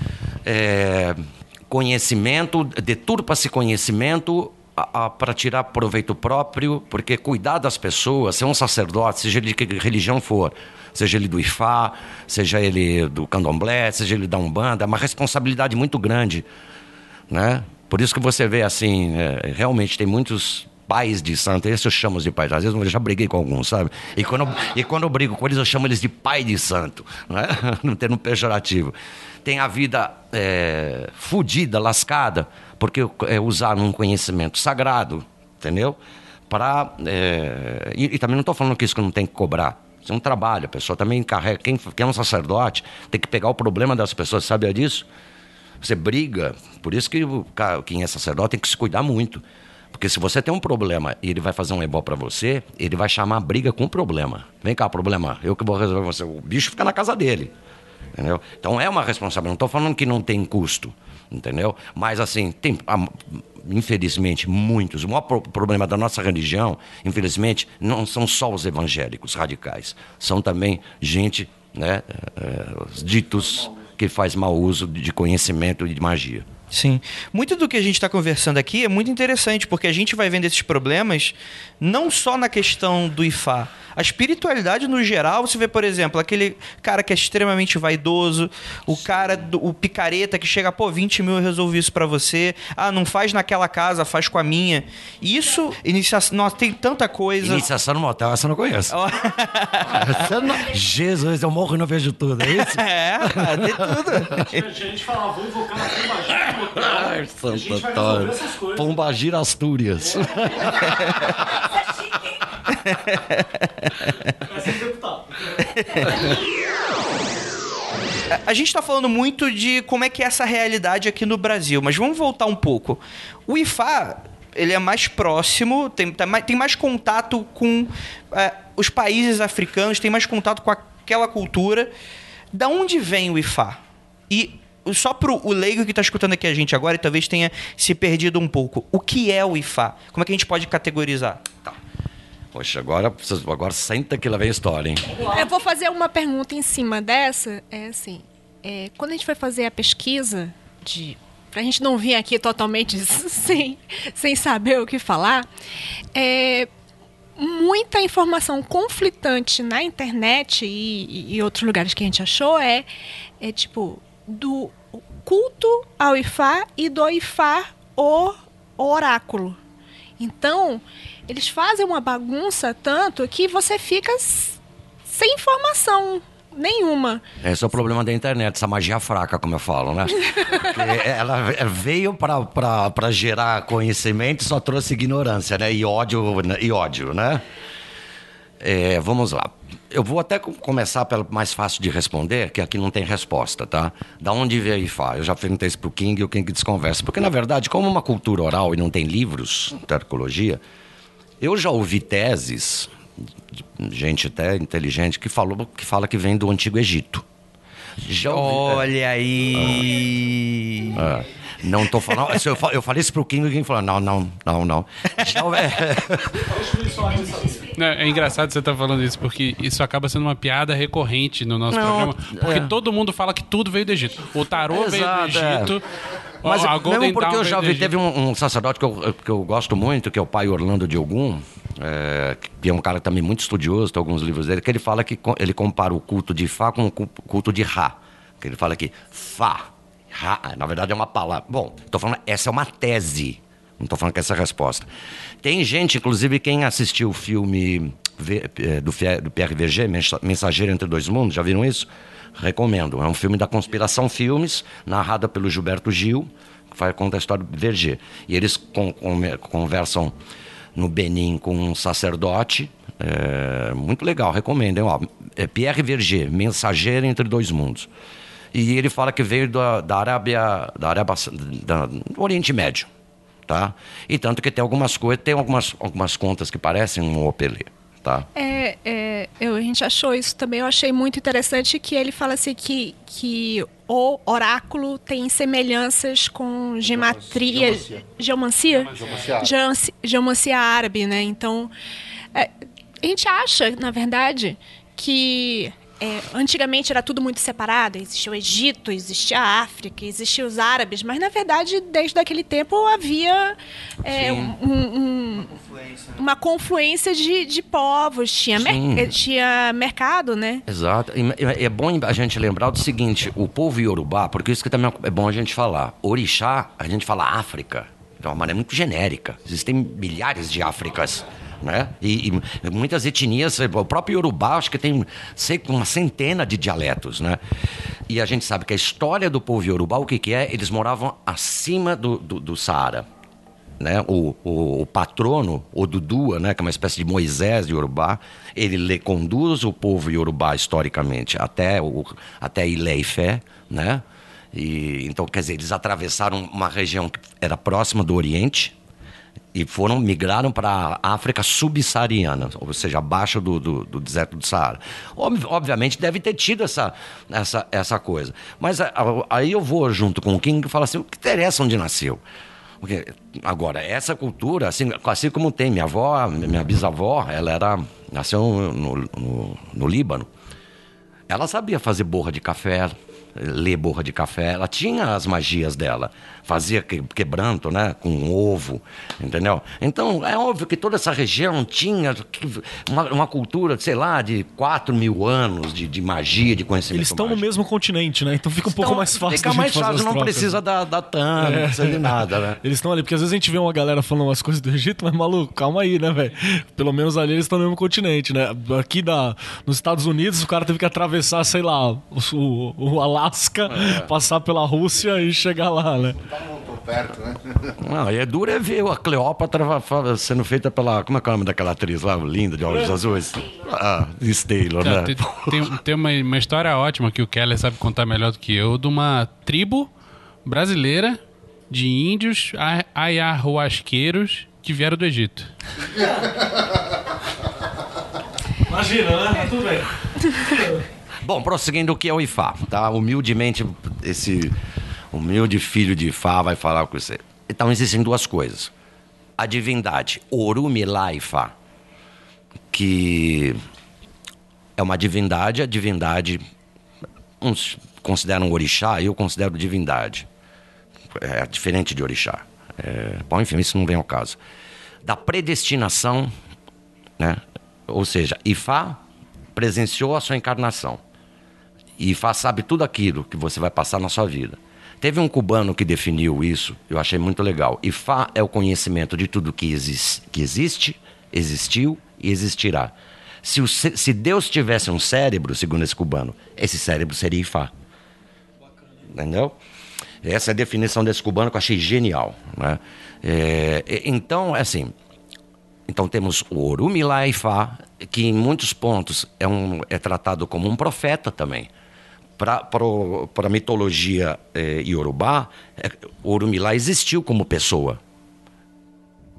Speaker 8: é, conhecimento, deturpa-se conhecimento para tirar proveito próprio, porque cuidar das pessoas, ser um sacerdote, seja ele de que religião for, seja ele do Ifá, seja ele do Candomblé, seja ele da Umbanda, é uma responsabilidade muito grande, né? Por isso que você vê assim, é, realmente tem muitos pais de santo, esses eu chamo de pais, às vezes eu já briguei com alguns, sabe? E quando, eu, e quando eu brigo com eles, eu chamo eles de pai de santo, né? Não termo pejorativo. Tem a vida é, fudida, lascada, porque é usar um conhecimento sagrado, entendeu? Para é, e, e também não estou falando que isso que não tem que cobrar. Isso é um trabalho, a pessoa também carrega. Quem, quem é um sacerdote tem que pegar o problema das pessoas, sabe disso? Você briga, por isso que o, quem é sacerdote tem que se cuidar muito. Porque se você tem um problema e ele vai fazer um ebó pra você, ele vai chamar a briga com o problema. Vem cá, problema, eu que vou resolver você. O bicho fica na casa dele. Entendeu? Então é uma responsabilidade. Não estou falando que não tem custo, entendeu? Mas assim, tem, infelizmente, muitos. O maior pro- problema da nossa religião, infelizmente, não são só os evangélicos radicais. São também gente, né, é, os ditos que faz mau uso de conhecimento e de magia.
Speaker 3: Sim. Muito do que a gente está conversando aqui é muito interessante, porque a gente vai vendo esses problemas não só na questão do Ifá. A espiritualidade, no geral, você vê, por exemplo, aquele cara que é extremamente vaidoso, o cara, do, o picareta que chega, pô, vinte mil eu resolvi isso pra você. Ah, não faz naquela casa, faz com a minha. Isso, iniciação, nossa, tem tanta coisa.
Speaker 8: Iniciação no motel, essa eu não conheço. Essa não... Jesus, eu morro e não vejo tudo, é isso?
Speaker 3: É, tem tudo.
Speaker 7: A gente fala, vou invocar na Pombagira.
Speaker 8: Ai, Santo Antônio. Pombagira Astúrias.
Speaker 3: A gente está falando muito de como é que é essa realidade aqui no Brasil, mas vamos voltar um pouco. O Ifá, ele é mais próximo, tem, tá mais, tem mais contato com é, os países africanos, tem mais contato com aquela cultura. Da onde vem o Ifá? E só pro o leigo que está escutando aqui a gente agora e talvez tenha se perdido um pouco, o que é o Ifá? Como é que a gente pode categorizar?
Speaker 8: Poxa, agora, agora senta que lá vem a história, hein?
Speaker 5: Eu vou fazer uma pergunta em cima dessa. É assim, é, quando a gente foi fazer a pesquisa, de, pra gente não vir aqui totalmente sem, sem saber o que falar, é, muita informação conflitante na internet e, e outros lugares que a gente achou é, é tipo, do culto ao Ifá e do Ifá o oráculo. Então, eles fazem uma bagunça tanto que você fica s- sem informação nenhuma.
Speaker 8: Esse é o problema da internet, essa magia fraca, como eu falo, né? Porque ela veio para gerar conhecimento e só trouxe ignorância, né? E ódio, e ódio, né? É, vamos lá. Eu vou até com- começar pelo mais fácil de responder, que aqui não tem resposta, tá? Da onde veio o Ifá? Eu já perguntei isso pro King e o King desconversa. Porque, na verdade, como é uma cultura oral e não tem livros de arqueologia, eu já ouvi teses gente até inteligente que, falou, que fala que vem do Antigo Egito. Já ouvi,
Speaker 3: Olha
Speaker 8: é,
Speaker 3: aí.
Speaker 8: É, não tô falando. Eu, eu falei isso pro King e o King falou: não, não, não, não. Já, é,
Speaker 4: Não, é engraçado você estar falando isso, porque isso acaba sendo uma piada recorrente no nosso
Speaker 8: Não,
Speaker 4: programa. Porque
Speaker 8: é.
Speaker 4: todo mundo fala que tudo veio do Egito. O tarô veio do
Speaker 8: Exato, é.
Speaker 4: Egito.
Speaker 8: Mas
Speaker 4: a Golden
Speaker 8: mesmo porque
Speaker 4: Dawn
Speaker 8: eu já
Speaker 4: veio do
Speaker 8: vi,
Speaker 4: Egito.
Speaker 8: teve um, um sacerdote que eu, que eu gosto muito, que é o pai Orlando de Ogum, é, que é um cara também muito estudioso, tem alguns livros dele, que ele fala que co- ele compara o culto de Fá com o cu- culto de Ra. Que ele fala que Fá, Ra, na verdade é uma palavra. Bom, tô falando, essa é uma tese, não tô falando que essa é a resposta. Tem gente, inclusive, quem assistiu o filme V- eh, do, Fie- do Pierre Verger, Mensa- Mensageiro Entre Dois Mundos, já viram isso? Recomendo. É um filme da Conspiração Filmes, narrado pelo Gilberto Gil, que faz, conta a história do Verger. E eles con- con- conversam no Benin com um sacerdote. É, muito legal, recomendo. Hein? Ó, é Pierre Verger, Mensageiro Entre Dois Mundos. E ele fala que veio da, da Arábia, da Arábia da, do Oriente Médio. Tá? E tanto que tem algumas coisas, tem algumas, algumas contas que parecem um opelê. Tá?
Speaker 5: É, é, eu, a gente achou isso também, eu achei muito interessante que ele fala assim que, que o oráculo tem semelhanças com gematria, geomancia,
Speaker 6: Geomancia.
Speaker 5: geomancia, geomancia árabe, né? Então, é, a gente acha, na verdade, que é, antigamente era tudo muito separado, existia o Egito, existia a África, existiam os árabes, mas na verdade, desde aquele tempo havia é, um, um, uma confluência de, de povos, tinha, mer- tinha mercado, né?
Speaker 8: Exato. E é bom a gente lembrar do seguinte, o povo iorubá, porque isso que também é bom a gente falar. Orixá, a gente fala África, de uma maneira muito genérica. Existem milhares de Áfricas, né? E, e muitas etnias, o próprio Iorubá, acho que tem sei, uma centena de dialetos, né? E a gente sabe que a história do povo Iorubá, o que, que é? Eles moravam acima do, do, do Saara. Né? O, o, o patrono, o Dudua, né? Que é uma espécie de Moisés de Iorubá, ele lhe conduz o povo Iorubá historicamente até, o, até Ilé Ifé, né? E, então, quer dizer, eles atravessaram uma região que era próxima do Oriente e foram, migraram para a África subsaariana, ou seja, abaixo do, do, do deserto do Saara. Ob- obviamente deve ter tido essa, essa, essa coisa. Mas a, a, aí eu vou junto com o King e falo assim, o que interessa onde nasceu? Porque, agora, essa cultura, assim, assim como tem minha avó, minha bisavó, ela era, nasceu no, no, no Líbano. Ela sabia fazer borra de café, ler borra de café, ela tinha as magias dela, fazia que, quebranto, né, com ovo, entendeu? Então, é óbvio que toda essa região tinha uma, uma cultura, sei lá, de quatro mil anos de, de magia, de conhecimento.
Speaker 7: Eles estão no
Speaker 8: mágico.
Speaker 7: mesmo continente, né? Então fica um pouco
Speaker 8: Então,
Speaker 7: mais fácil
Speaker 8: Fica
Speaker 7: da gente
Speaker 8: mais
Speaker 7: fazer
Speaker 8: fácil,
Speaker 7: as
Speaker 8: não
Speaker 7: trocas.
Speaker 8: precisa da, da TAM, não precisa de nada, né?
Speaker 7: Eles estão ali, porque às vezes a gente vê uma galera falando umas coisas do Egito, mas maluco, calma aí, né, velho? Pelo menos ali eles estão no mesmo continente, né? Aqui da, nos Estados Unidos, o cara teve que atravessar, sei lá, o, o, o Alasca,
Speaker 8: É.
Speaker 7: passar pela Rússia e chegar lá, né?
Speaker 6: Perto, né?
Speaker 8: Não, e é duro é ver a Cleópatra fa- sendo feita pela... Como é que é o nome daquela atriz lá, linda, de olhos azuis? Ah, Liz Taylor,
Speaker 4: Cara,
Speaker 8: né?
Speaker 4: tem tem, tem uma, uma história ótima que o Keller sabe contar melhor do que eu, de uma tribo brasileira de índios a- ayahuasqueiros que vieram do Egito.
Speaker 7: Imagina, né? Tudo bem.
Speaker 8: Bom, prosseguindo o que é o Ifá, tá? Humildemente, esse humilde filho de Ifá vai falar com você. Então, existem duas coisas. A divindade, Orumilá Ifá, que é uma divindade, a divindade, uns consideram orixá, eu considero divindade. É diferente de orixá. É, bom, enfim, isso não vem ao caso. Da predestinação, né? Ou seja, Ifá presenciou a sua encarnação. Ifá sabe tudo aquilo que você vai passar na sua vida. Teve um cubano que definiu isso, eu achei muito legal. Ifá é o conhecimento de tudo que, exis- que existe, existiu e existirá. Se, o cé- se Deus tivesse um cérebro, segundo esse cubano, esse cérebro seria Ifá. Entendeu? Essa é a definição desse cubano que eu achei genial, né? É, e- então, assim, então temos o Orumilá Ifá, que em muitos pontos é, um, é tratado como um profeta também. Para a mitologia eh, iorubá, eh, Orumilá existiu como pessoa.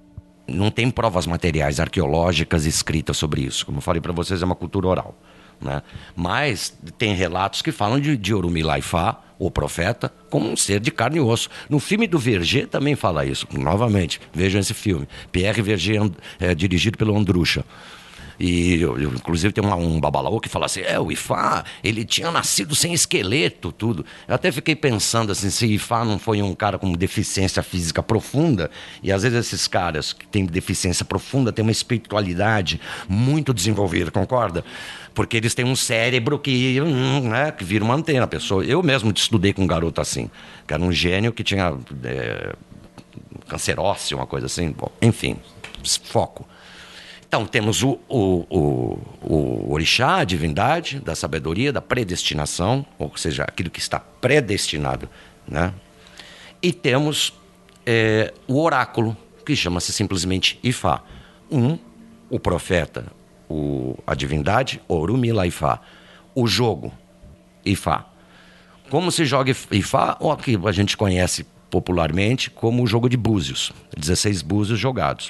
Speaker 8: não tem provas materiais arqueológicas escritas sobre isso. Como eu falei para vocês, é uma cultura oral. Né? Mas tem relatos que falam de, de Orumilá Ifá, o profeta, como um ser de carne e osso. No filme do Verger também fala isso. Novamente, vejam esse filme. Pierre Verger, é, dirigido pelo Andrucha. E, eu, eu, inclusive, tem uma, um babalaô que fala assim, é, o Ifá, ele tinha nascido sem esqueleto, tudo. Eu até fiquei pensando assim, se Ifá não foi um cara com deficiência física profunda, e às vezes esses caras que têm deficiência profunda têm uma espiritualidade muito desenvolvida, concorda? Porque eles têm um cérebro que, hum, né, que vira uma antena. A pessoa, eu mesmo estudei com um garoto assim, que era um gênio que tinha é, câncer ósseo, uma coisa assim. Bom, enfim, foco. Então, temos o, o, o, o orixá, a divindade da sabedoria, da predestinação, ou seja, aquilo que está predestinado, né? E temos é, o oráculo, que chama-se simplesmente Ifá. Um, o profeta, o, a divindade, Orumilá Ifá. O jogo, Ifá. Como se joga Ifá, ou que a gente conhece popularmente como o jogo de búzios, dezesseis búzios jogados.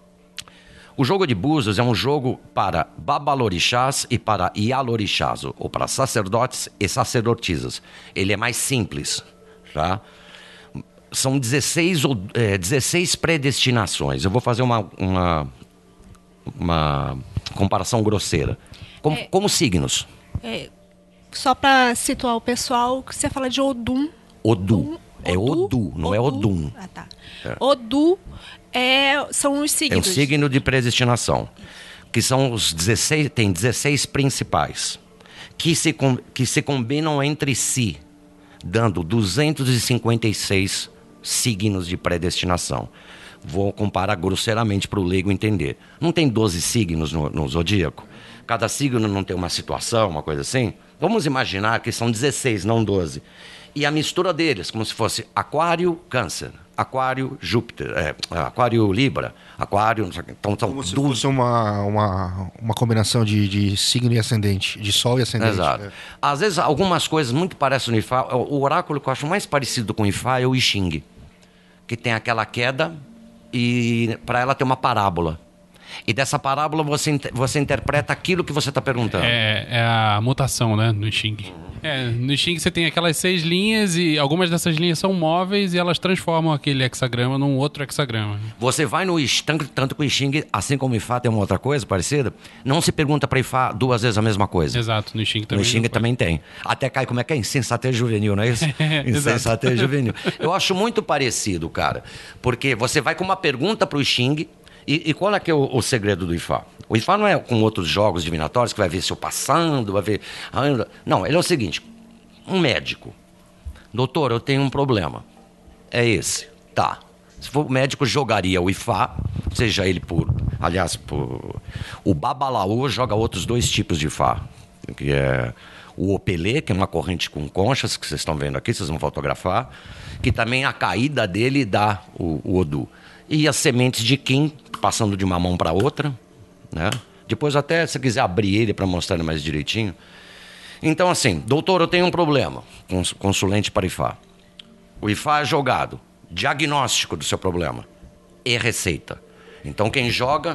Speaker 8: O jogo de búzios é um jogo para babalorixás e para ialorixás, ou para sacerdotes e sacerdotisas. Ele é mais simples, tá? São dezesseis, é, dezesseis predestinações. Eu vou fazer uma, uma, uma comparação grosseira. Como,
Speaker 5: É.
Speaker 8: como signos.
Speaker 5: É, só para situar o pessoal, que você fala de Odum.
Speaker 8: Odu. É Odu, não é Odum.
Speaker 5: Ah, tá.
Speaker 8: É.
Speaker 5: Odu é, são os
Speaker 8: É
Speaker 5: signos.
Speaker 8: um signo de predestinação, que são os dezesseis, tem dezesseis principais, que se, com- que se combinam entre si, dando duzentos e cinquenta e seis signos de predestinação. Vou comparar grosseiramente para o leigo entender. Não tem doze signos no, no zodíaco? Cada signo não tem uma situação, uma coisa assim? Vamos imaginar que são dezesseis, não doze. E a mistura deles, como se fosse Aquário, Câncer, Aquário, Júpiter, é, Aquário, Libra, Aquário, não sei o quê. Então são
Speaker 6: Como se
Speaker 8: duas.
Speaker 6: fosse uma, uma, uma combinação de, de signo e ascendente, de sol e ascendente.
Speaker 8: Exato.
Speaker 6: É.
Speaker 8: Às vezes algumas coisas muito parecem no Ifá. O o oráculo que eu acho mais parecido com o Ifá é o I Ching, que tem aquela queda e para ela tem uma parábola. E dessa parábola você, inter- você interpreta aquilo que você está perguntando.
Speaker 4: É, é a mutação, né, no Xing. É, no Xing você tem aquelas seis linhas e algumas dessas linhas são móveis e elas transformam aquele hexagrama num outro hexagrama.
Speaker 8: Você vai no I Ching, tanto, tanto que o I Ching, assim como o Ifá tem uma outra coisa parecida, não se pergunta para Ifá duas vezes a mesma coisa.
Speaker 4: Exato, no Xing
Speaker 8: No
Speaker 4: também.
Speaker 8: I Ching também tem. Até cai, como é que é? Insensatez juvenil, não é isso?
Speaker 4: Exato.
Speaker 8: Insensatez juvenil. Eu acho muito parecido, cara. Porque você vai com uma pergunta pro I Ching. E, e qual é que é o, o segredo do Ifá? O Ifá não é com outros jogos divinatórios que vai ver seu passando, vai ver... Não, ele é o seguinte. Um médico. Doutor, eu tenho um problema. É esse. Tá. Se for o médico, jogaria o Ifá, seja ele por... Aliás, por... o Babalaô joga outros dois tipos de Ifá. Que é o Opelê, que é uma corrente com conchas, que vocês estão vendo aqui, vocês vão fotografar. Que também a caída dele dá o, o Odu. E as sementes de Kim, passando de uma mão para outra, né? Depois até, se quiser abrir ele para mostrar ele mais direitinho. Então, assim, doutor, eu tenho um problema. Cons- Consulente para Ifá. O Ifá é jogado. Diagnóstico do seu problema. E receita. Então, quem joga,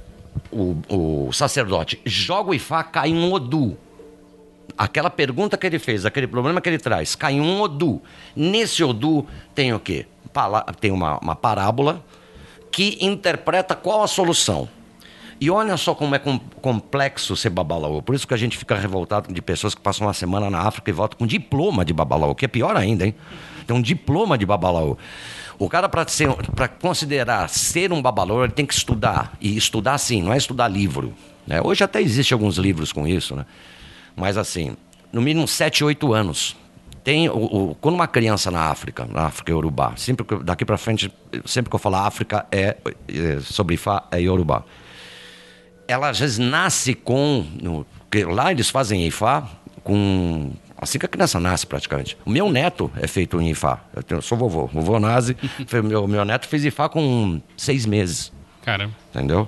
Speaker 8: o, o sacerdote, joga o Ifá, cai um Odu. Aquela pergunta que ele fez, aquele problema que ele traz, cai um Odu. Nesse Odu tem o quê? Pala- tem uma, uma parábola que interpreta qual a solução. E olha só como é com, complexo ser babalaô. Por isso que a gente fica revoltado de pessoas que passam uma semana na África e voltam com diploma de babalaô, que é pior ainda, hein? Tem um diploma de babalaô. O cara, para considerar ser um babalaô, ele tem que estudar. E estudar, sim, não é estudar livro, né? Hoje até existem alguns livros com isso, né? Mas assim, no mínimo sete, oito anos. Tem o, o- quando uma criança na África, na África Yorubá, sempre que, eu- daqui para frente, sempre que eu falar África é, é sobre Ifá, é Yorubá. Ela às vezes nasce com, no, porque lá eles fazem Ifá com assim que a criança nasce praticamente. O meu neto é feito em Ifá. Eu, tenho, eu sou vovô, vovô Nazi. Foi- meu meu neto fez Ifá com seis meses.
Speaker 4: Caramba.
Speaker 8: Entendeu?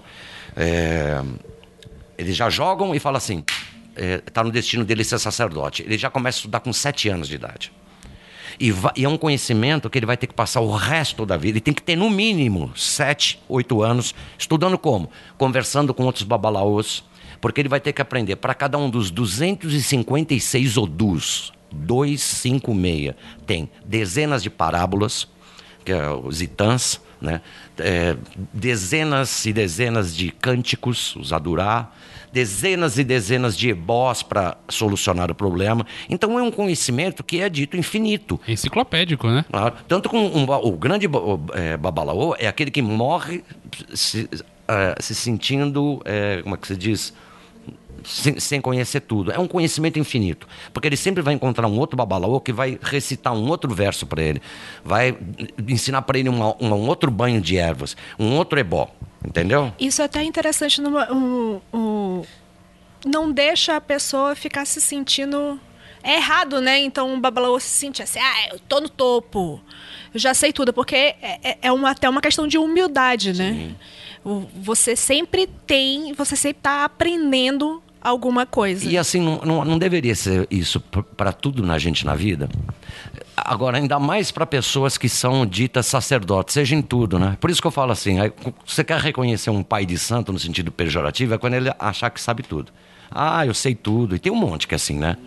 Speaker 8: É, eles já jogam e falam assim, está no destino dele ser sacerdote. Ele já começa a estudar com sete anos de idade. E, va- e é um conhecimento que ele vai ter que passar o resto da vida. E tem que ter, no mínimo, sete, oito anos, estudando como? Conversando com outros babalaôs, porque ele vai ter que aprender, para cada um dos duzentos e cinquenta e seis odus, duzentos e cinquenta e seis, tem dezenas de parábolas, que é os itãs, né? É, dezenas e dezenas de cânticos, os adurá, dezenas e dezenas de ebós para solucionar o problema. Então é um conhecimento que é dito infinito.
Speaker 4: Enciclopédico, né?
Speaker 8: Ah, tanto com um, ba- o grande ba- o, é, babalaô é aquele que morre se, eh, se sentindo, eh, como é que se diz? Sem, sem conhecer tudo. É um conhecimento infinito. Porque ele sempre vai encontrar um outro babalaô que vai recitar um outro verso para ele. Vai ensinar para ele uma, um, um outro banho de ervas. Um outro ebó. Entendeu?
Speaker 5: Isso é até interessante. Numa, um, um, não deixa a pessoa ficar se sentindo... É errado, né? Então o babalaô se sente assim, ah, eu tô no topo. Eu já sei tudo. Porque é, é- é uma, até uma questão de humildade, né? O- Você sempre tem... Você sempre está aprendendo alguma coisa.
Speaker 8: E assim, não, não, não deveria ser isso para tudo na gente na vida? Agora, ainda mais para pessoas que são ditas sacerdotes, seja em tudo, né? Por isso que eu falo assim, aí, você quer reconhecer um pai de santo no sentido pejorativo, é quando ele achar que sabe tudo. Ah, eu sei tudo. E tem um monte que é assim, né?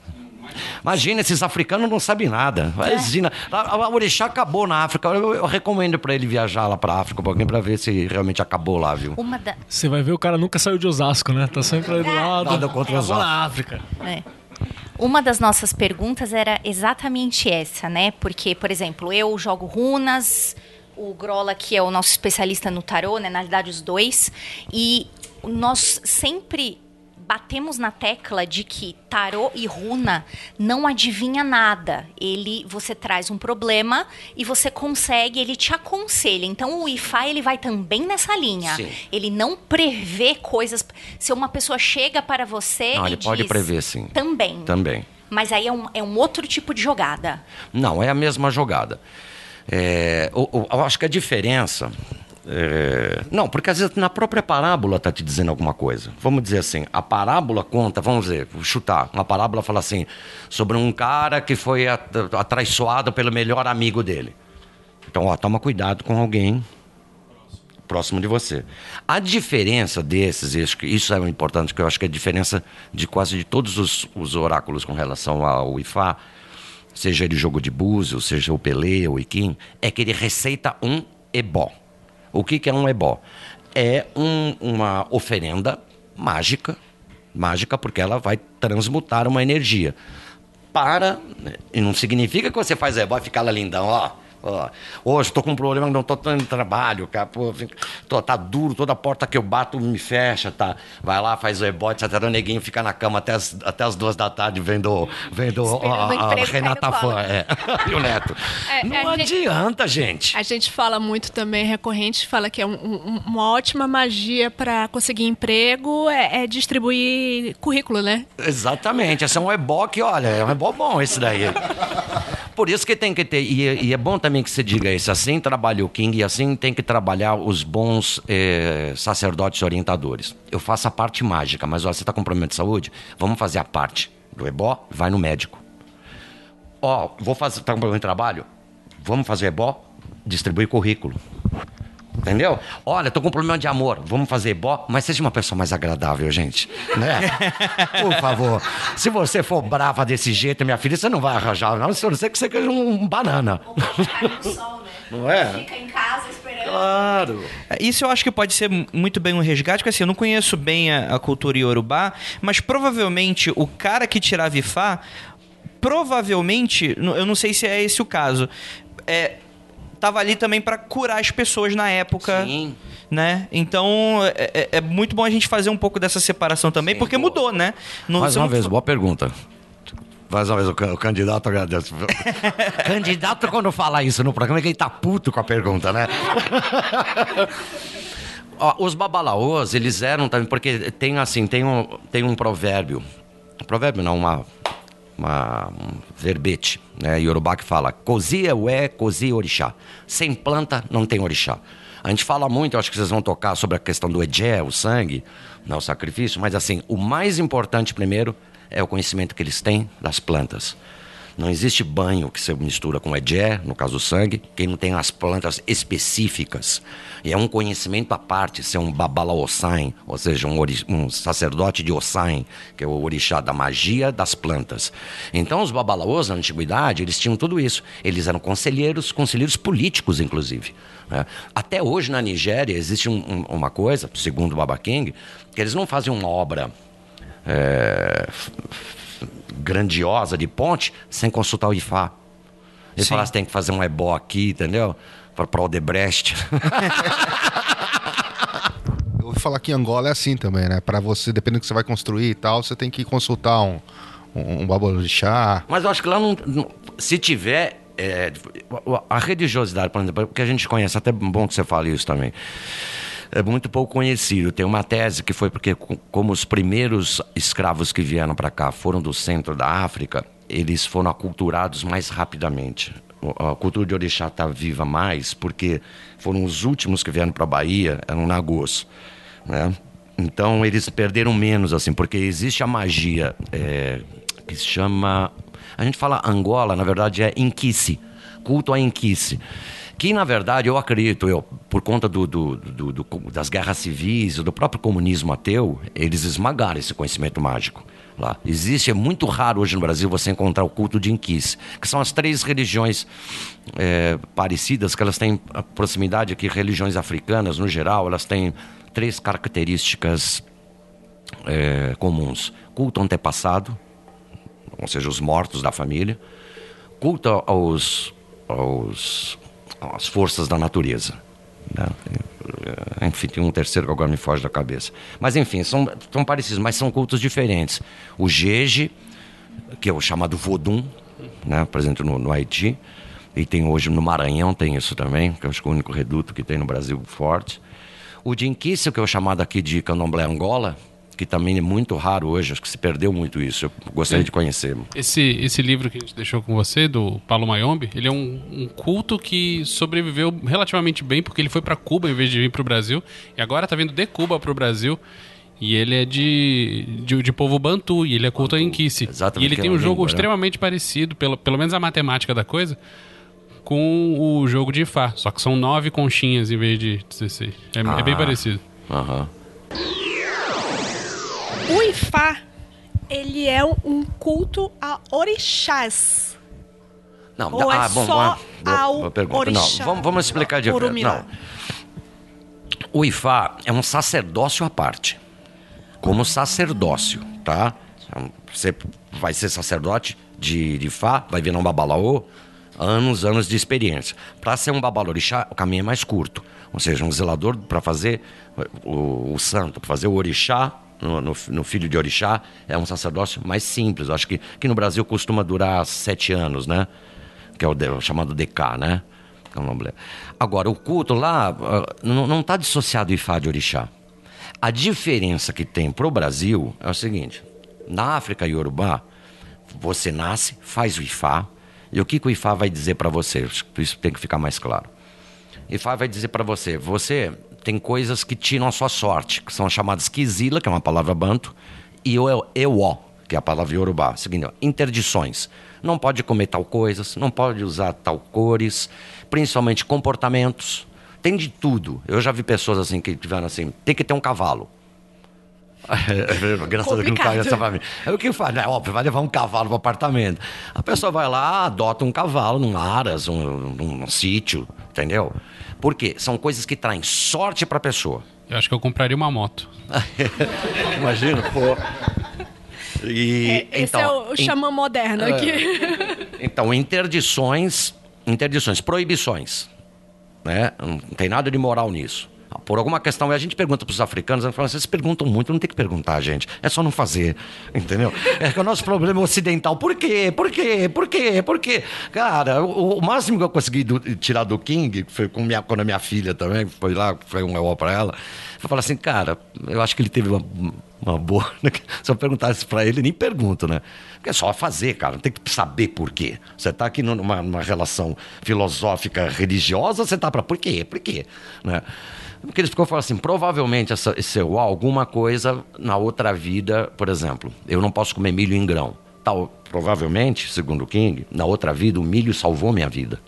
Speaker 8: Imagina, esses africanos não sabem nada. Imagina, a, a Orixá acabou na África. Eu, eu recomendo para ele viajar lá para África um pouquinho para ver se realmente acabou lá, viu?
Speaker 2: Uma da...
Speaker 7: Você vai ver, o cara nunca saiu de Osasco, né? Tá sempre ali do lado.
Speaker 8: Nada contra
Speaker 7: É,
Speaker 8: Osasco.
Speaker 7: vou na África.
Speaker 2: É. Uma das nossas perguntas era exatamente essa, né? Porque, por exemplo, eu jogo runas, o Grola, que é o nosso especialista no tarô, né? Na realidade, os dois. E nós sempre batemos na tecla de que tarô e runa não adivinha nada. Ele, você traz um problema e você consegue, ele te aconselha. Então, o Ifá, ele vai também nessa linha.
Speaker 8: Sim.
Speaker 2: Ele não prevê coisas. Se uma pessoa chega para você
Speaker 8: Não,
Speaker 2: e
Speaker 8: ele pode
Speaker 2: diz,
Speaker 8: prever, sim.
Speaker 2: Também.
Speaker 8: Também.
Speaker 2: Mas aí é um, é um outro tipo de jogada.
Speaker 8: Não, é a mesma jogada. É, o- o- eu acho que a diferença... é, não, porque às vezes na própria parábola está te dizendo alguma coisa. Vamos dizer assim, a parábola conta, vamos dizer, vou chutar, uma parábola fala assim, sobre um cara que foi at- atraiçoado pelo melhor amigo dele. Então, ó, toma cuidado com alguém próximo de você. A diferença desses, isso, isso é o importante, que eu acho que é a diferença de quase de todos os, os oráculos com relação ao Ifá, seja ele jogo de búzio, seja o Pelé ou o Iquim, é que ele receita um ebó. O que, que é um ebó? É um- uma oferenda mágica, mágica porque ela vai transmutar uma energia. Para, e não significa que você faz ebó e fica lá lindão, ó. Ó, hoje estou com um problema, não estou tendo trabalho, cara, pô, fica- tô- tá duro, toda porta que eu bato me fecha, tá? Vai lá, faz o ebó, etcétera. O neguinho fica na cama até as, até as duas da tarde vendo, vendo
Speaker 2: Esperando
Speaker 8: a,
Speaker 2: o
Speaker 8: a
Speaker 2: emprego cair
Speaker 8: Renata
Speaker 2: no colo.
Speaker 8: Fã, é. E o Neto.
Speaker 5: É,
Speaker 8: não
Speaker 5: a gente-
Speaker 8: adianta, gente.
Speaker 5: A gente fala muito também, recorrente, fala que é um- um- uma ótima magia para conseguir emprego é, é distribuir currículo, né?
Speaker 8: Exatamente, esse é um ebó que, olha, é um ebó bom esse daí. Por isso que tem que ter, e, é- e é bom também que se diga isso, assim trabalha o King e assim tem que trabalhar os bons eh, sacerdotes orientadores. Eu faço a parte mágica, mas ó, você está com problema de saúde? Vamos fazer a parte do ebó, vai no médico. Ó, vou fazer, tá com problema de trabalho? Vamos fazer ebó, distribui currículo. Entendeu? Olha, tô com um problema de amor. Vamos fazer ebó, mas seja uma pessoa mais agradável, gente. Né? Por favor. Se você for brava desse jeito, minha filha, você não vai arranjar, não. Se não ser que você seja um banana. Não é?
Speaker 2: Fica em casa esperando.
Speaker 8: Claro.
Speaker 3: Isso eu acho que pode ser muito bem um resgate, porque assim, eu não conheço bem a, a cultura iorubá, mas provavelmente o cara que tirava Ifá, provavelmente, n- eu não sei se é esse o caso, é, tava ali também para curar as pessoas na época.
Speaker 8: Sim.
Speaker 3: Né? Então é, é- é muito bom a gente fazer um pouco dessa separação também,
Speaker 8: Sim,
Speaker 3: porque
Speaker 8: boa.
Speaker 3: mudou, né? Não,
Speaker 8: Mais
Speaker 3: você
Speaker 8: uma
Speaker 3: não-
Speaker 8: vez, boa pergunta. Mais uma vez, o, can- o candidato agradece. Candidato, quando fala isso no programa, é que ele tá puto com a pergunta, né? Ó, os babalaôs, eles eram também, porque tem assim, tem um, tem um provérbio. Provérbio não, uma, uma, um verbete, né? Yorubá que fala, cozia ué, cozia orixá. Sem planta, não tem orixá. A gente fala muito, eu acho que vocês vão tocar sobre a questão do edé, o sangue, né, o sacrifício, mas assim, o mais importante primeiro é o conhecimento que eles têm das plantas. Não existe banho que você mistura com edé, no caso do sangue, que não tem as plantas específicas. E é um conhecimento à parte, ser um babala Ossain, ou seja, um, ori- um sacerdote de Ossain, que é o orixá da magia das plantas. Então os babalaôs, na antiguidade, eles tinham tudo isso. Eles eram conselheiros, conselheiros políticos, inclusive. Né? Até hoje, na Nigéria, existe um, um, uma coisa, segundo o Baba King, que eles não fazem uma obra é, f- f- grandiosa de ponte sem consultar o Ifá. Eles
Speaker 3: Sim.
Speaker 8: falam assim, tem que fazer um ebó aqui, entendeu? Para o Odebrecht.
Speaker 6: Eu ouvi falar que Angola é assim também, né? Pra você, dependendo do que você vai construir e tal, você tem que consultar um, um, um babalorixá.
Speaker 8: Mas eu acho que lá não. não- se tiver. é, a religiosidade, por exemplo, que a gente conhece, até bom que você fale isso também. É muito pouco conhecido. Tem uma tese que foi porque, co- como os primeiros escravos que vieram para cá foram do centro da África, eles foram aculturados mais rapidamente. O- A cultura de orixá está viva mais porque foram os últimos que vieram para a Bahia, eram nagôs, né? Então eles perderam menos, assim, porque existe a magia é, que se chama... A gente fala Angola, na verdade é Inquice, culto a Inquice. Que, na verdade, eu acredito, eu, por conta do, do, do, do- das guerras civis, do próprio comunismo ateu, eles esmagaram esse conhecimento mágico lá. Existe, é muito raro hoje no Brasil você encontrar o culto de Inquice, que são as três religiões é, parecidas, que elas têm a proximidade aqui, religiões africanas, no geral, elas têm três características é, comuns. Culto ao antepassado, ou seja, os mortos da família. Culto aos... aos as forças da natureza, né? Enfim, tem um terceiro que agora me foge da cabeça. Mas enfim, são, são parecidos, mas são cultos diferentes. O Jeje, que é o chamado Vodum, né? Presente no, no Haiti, e tem hoje no Maranhão, tem isso também, que eu acho que é o único reduto que tem no Brasil forte. O Dinquice, que é o chamado aqui de Candomblé Angola, que também é muito raro hoje, acho que se perdeu muito isso, eu gostaria de conhecer.
Speaker 4: Esse, esse livro que a gente deixou com você, do Paulo Mayombe, ele é um, um culto que sobreviveu relativamente bem, porque ele foi para Cuba em vez de vir para o Brasil, e agora está vindo de Cuba para o Brasil, e ele é de, de, de povo Bantu, e ele é culto a Inquice.
Speaker 8: Exatamente,
Speaker 4: E ele
Speaker 8: que
Speaker 4: tem
Speaker 8: é
Speaker 4: um
Speaker 8: uma
Speaker 4: jogo
Speaker 8: língua, né?
Speaker 4: extremamente parecido, pelo, pelo menos a matemática da coisa, com o jogo de Ifá, só que são nove conchinhas em vez de dezesseis. É, é bem
Speaker 8: Ah.
Speaker 4: parecido.
Speaker 8: Aham.
Speaker 5: O Ifá, ele é um- um culto a orixás.
Speaker 8: Não,
Speaker 5: Ou é
Speaker 8: ah, bom,
Speaker 5: só
Speaker 8: boa, boa,
Speaker 5: ao
Speaker 8: boa pergunta.
Speaker 5: orixá?
Speaker 8: Não, vamos, vamos explicar de
Speaker 5: Orumilá.
Speaker 8: Não. O Ifá é um sacerdócio à parte. Como sacerdócio, tá? Você vai ser sacerdote de, de Ifá, vai virar um babalaô, anos, anos de experiência. Para ser um babalorixá, o caminho é mais curto. Ou seja, um zelador para fazer o, o santo, para fazer o orixá, no, no, no filho de orixá, é um sacerdócio mais simples. Eu acho que, que no Brasil costuma durar sete anos, né? Que é o, de, o chamado D K, né? Candomblé. Agora, o culto lá ah, não está dissociado do Ifá de orixá. A diferença que tem pro Brasil é o seguinte: na África Iorubá, você nasce, faz o Ifá, e o que, que o Ifá vai dizer para você? Isso tem que ficar mais claro. Ifá vai dizer para você, você tem coisas que tiram a sua sorte, que são chamadas Kizila, que é uma palavra banto, e o Ewó, que é a palavra Yorubá. Seguinte, ó, interdições. Não pode comer tal coisas, não pode usar tal cores, principalmente comportamentos. Tem de tudo. Eu já vi pessoas assim que tiveram assim, tem que ter um cavalo. Graças a Deus que não caiu essa família. Aí o que faz? É óbvio, vai levar um cavalo para o apartamento. A pessoa vai lá, adota um cavalo num aras, um, um, um sítio, entendeu? Por quê? São coisas que traem sorte para a pessoa.
Speaker 4: Eu acho que eu compraria uma moto.
Speaker 8: Imagina, pô. E,
Speaker 5: É, esse é o
Speaker 8: em-
Speaker 5: xamã moderno
Speaker 8: É.
Speaker 5: aqui.
Speaker 8: Então, interdições, interdições, proibições, né? Não tem nada de moral nisso. Por alguma questão, a gente pergunta para os africanos, eles falam, vocês perguntam muito, não tem que perguntar, gente. É só não fazer, entendeu? É que o nosso problema é ocidental. Por quê? Por quê? Por quê? Por quê? Cara, o, o máximo que eu consegui do- tirar do King, que foi com minha, quando a minha filha também, foi lá, foi um real para ela, eu falei assim, cara, eu acho que ele teve uma, uma boa... Se eu perguntasse para ele, nem pergunto, né? Porque é só fazer, cara, não tem que saber por quê. Você está aqui numa, numa relação filosófica religiosa, você está para por quê? Por quê? Né? Porque eles ficam falando assim, provavelmente essa, esse alguma coisa na outra vida, por exemplo, eu não posso comer milho em grão. Tal, provavelmente, segundo o King, na outra vida, o milho salvou minha vida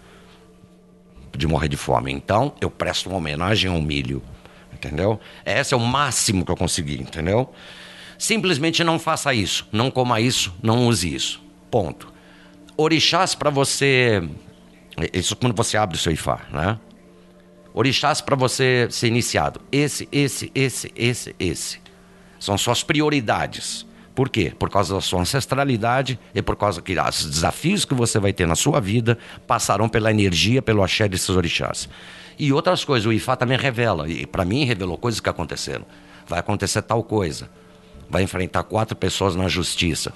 Speaker 8: de morrer de fome. Então, eu presto uma homenagem ao milho, entendeu? Esse é o máximo que eu consegui, entendeu? Simplesmente não faça isso, não coma isso, não use isso. Ponto. Orixás para você... Isso quando você abre o seu Ifá, né? Orixás para você ser iniciado. Esse, esse, esse, esse, esse. São suas prioridades. Por quê? Por causa da sua ancestralidade e por causa que os desafios que você vai ter na sua vida passarão pela energia, pelo axé desses orixás. E outras coisas, o Ifá também revela. E para mim revelou coisas que aconteceram. Vai acontecer tal coisa. Vai enfrentar quatro pessoas na justiça.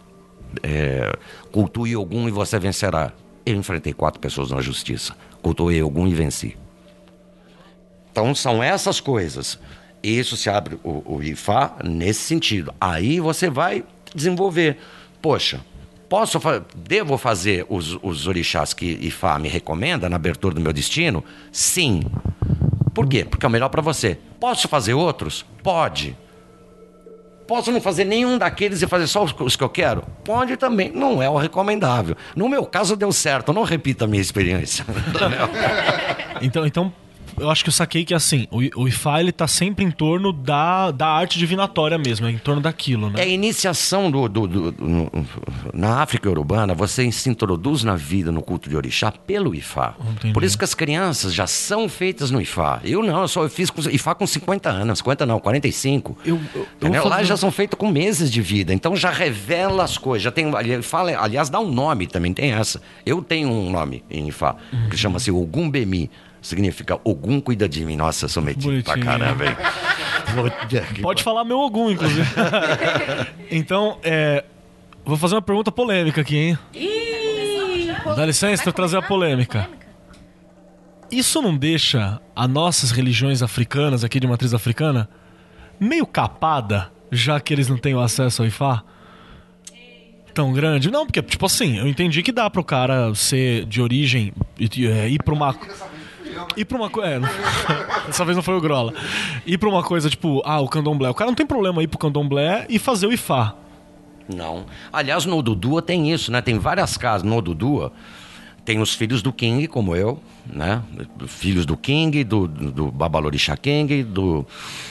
Speaker 8: É, cultue Ogum e você vencerá. Eu enfrentei quatro pessoas na justiça. Cultuei Ogum e venci. Então são essas coisas. Isso se abre o, o Ifá nesse sentido. Aí você vai desenvolver. Poxa, posso fa- devo fazer os, os orixás que Ifá me recomenda na abertura do meu destino? Sim. Por quê? Porque é o melhor para você. Posso fazer outros? Pode. Posso não fazer nenhum daqueles e fazer só os, os que eu quero? Pode também. Não é o recomendável. No meu caso deu certo. Não repita a minha experiência.
Speaker 7: Então, então, eu acho que eu saquei que assim, o, o Ifá ele tá sempre em torno da, da arte divinatória mesmo, é em torno daquilo, né?
Speaker 8: É a iniciação do, do, do, do no, na África urbana, você se introduz na vida, no culto de orixá, pelo Ifá.
Speaker 7: Entendi.
Speaker 8: Por isso que as crianças já são feitas no Ifá. Eu não, eu, só, eu fiz com, Ifá com cinquenta anos, cinquenta não, quarenta e cinco.
Speaker 7: Eu, eu, eu
Speaker 8: Entendeu?
Speaker 7: vou
Speaker 8: Lá
Speaker 7: fazer
Speaker 8: já
Speaker 7: um-
Speaker 8: são feitos com meses de vida, então já revela as coisas. Já tem, ali- fala, aliás, dá um nome também, tem essa. Eu tenho um nome em Ifá,
Speaker 7: Uhum.
Speaker 8: que chama-se Ogum Bemi. Significa Ogum cuida de mim. Nossa, eu sou metido pra
Speaker 7: Bonitinho.
Speaker 8: caramba, hein?
Speaker 7: Pode falar meu Ogum, inclusive. Então, é, vou fazer uma pergunta polêmica aqui, hein? Dá licença, eu trazer a polêmica. Isso não deixa as nossas religiões africanas, aqui de matriz africana, meio capada, já que eles não têm o acesso ao Ifá? Tão grande? Não, porque, tipo assim, eu entendi que dá pro cara ser de origem, e- é, ir pra uma... Ir pra uma coisa. É, não- dessa vez não foi o Grola. Ir pra uma coisa tipo, ah, o candomblé. O cara não tem problema ir pro candomblé e fazer o Ifá.
Speaker 8: Não. Aliás, no Odudua tem isso, né? Tem várias casas. No Odudua tem os filhos do King, como eu, né? Filhos do King, do, do Babalorixá King, do,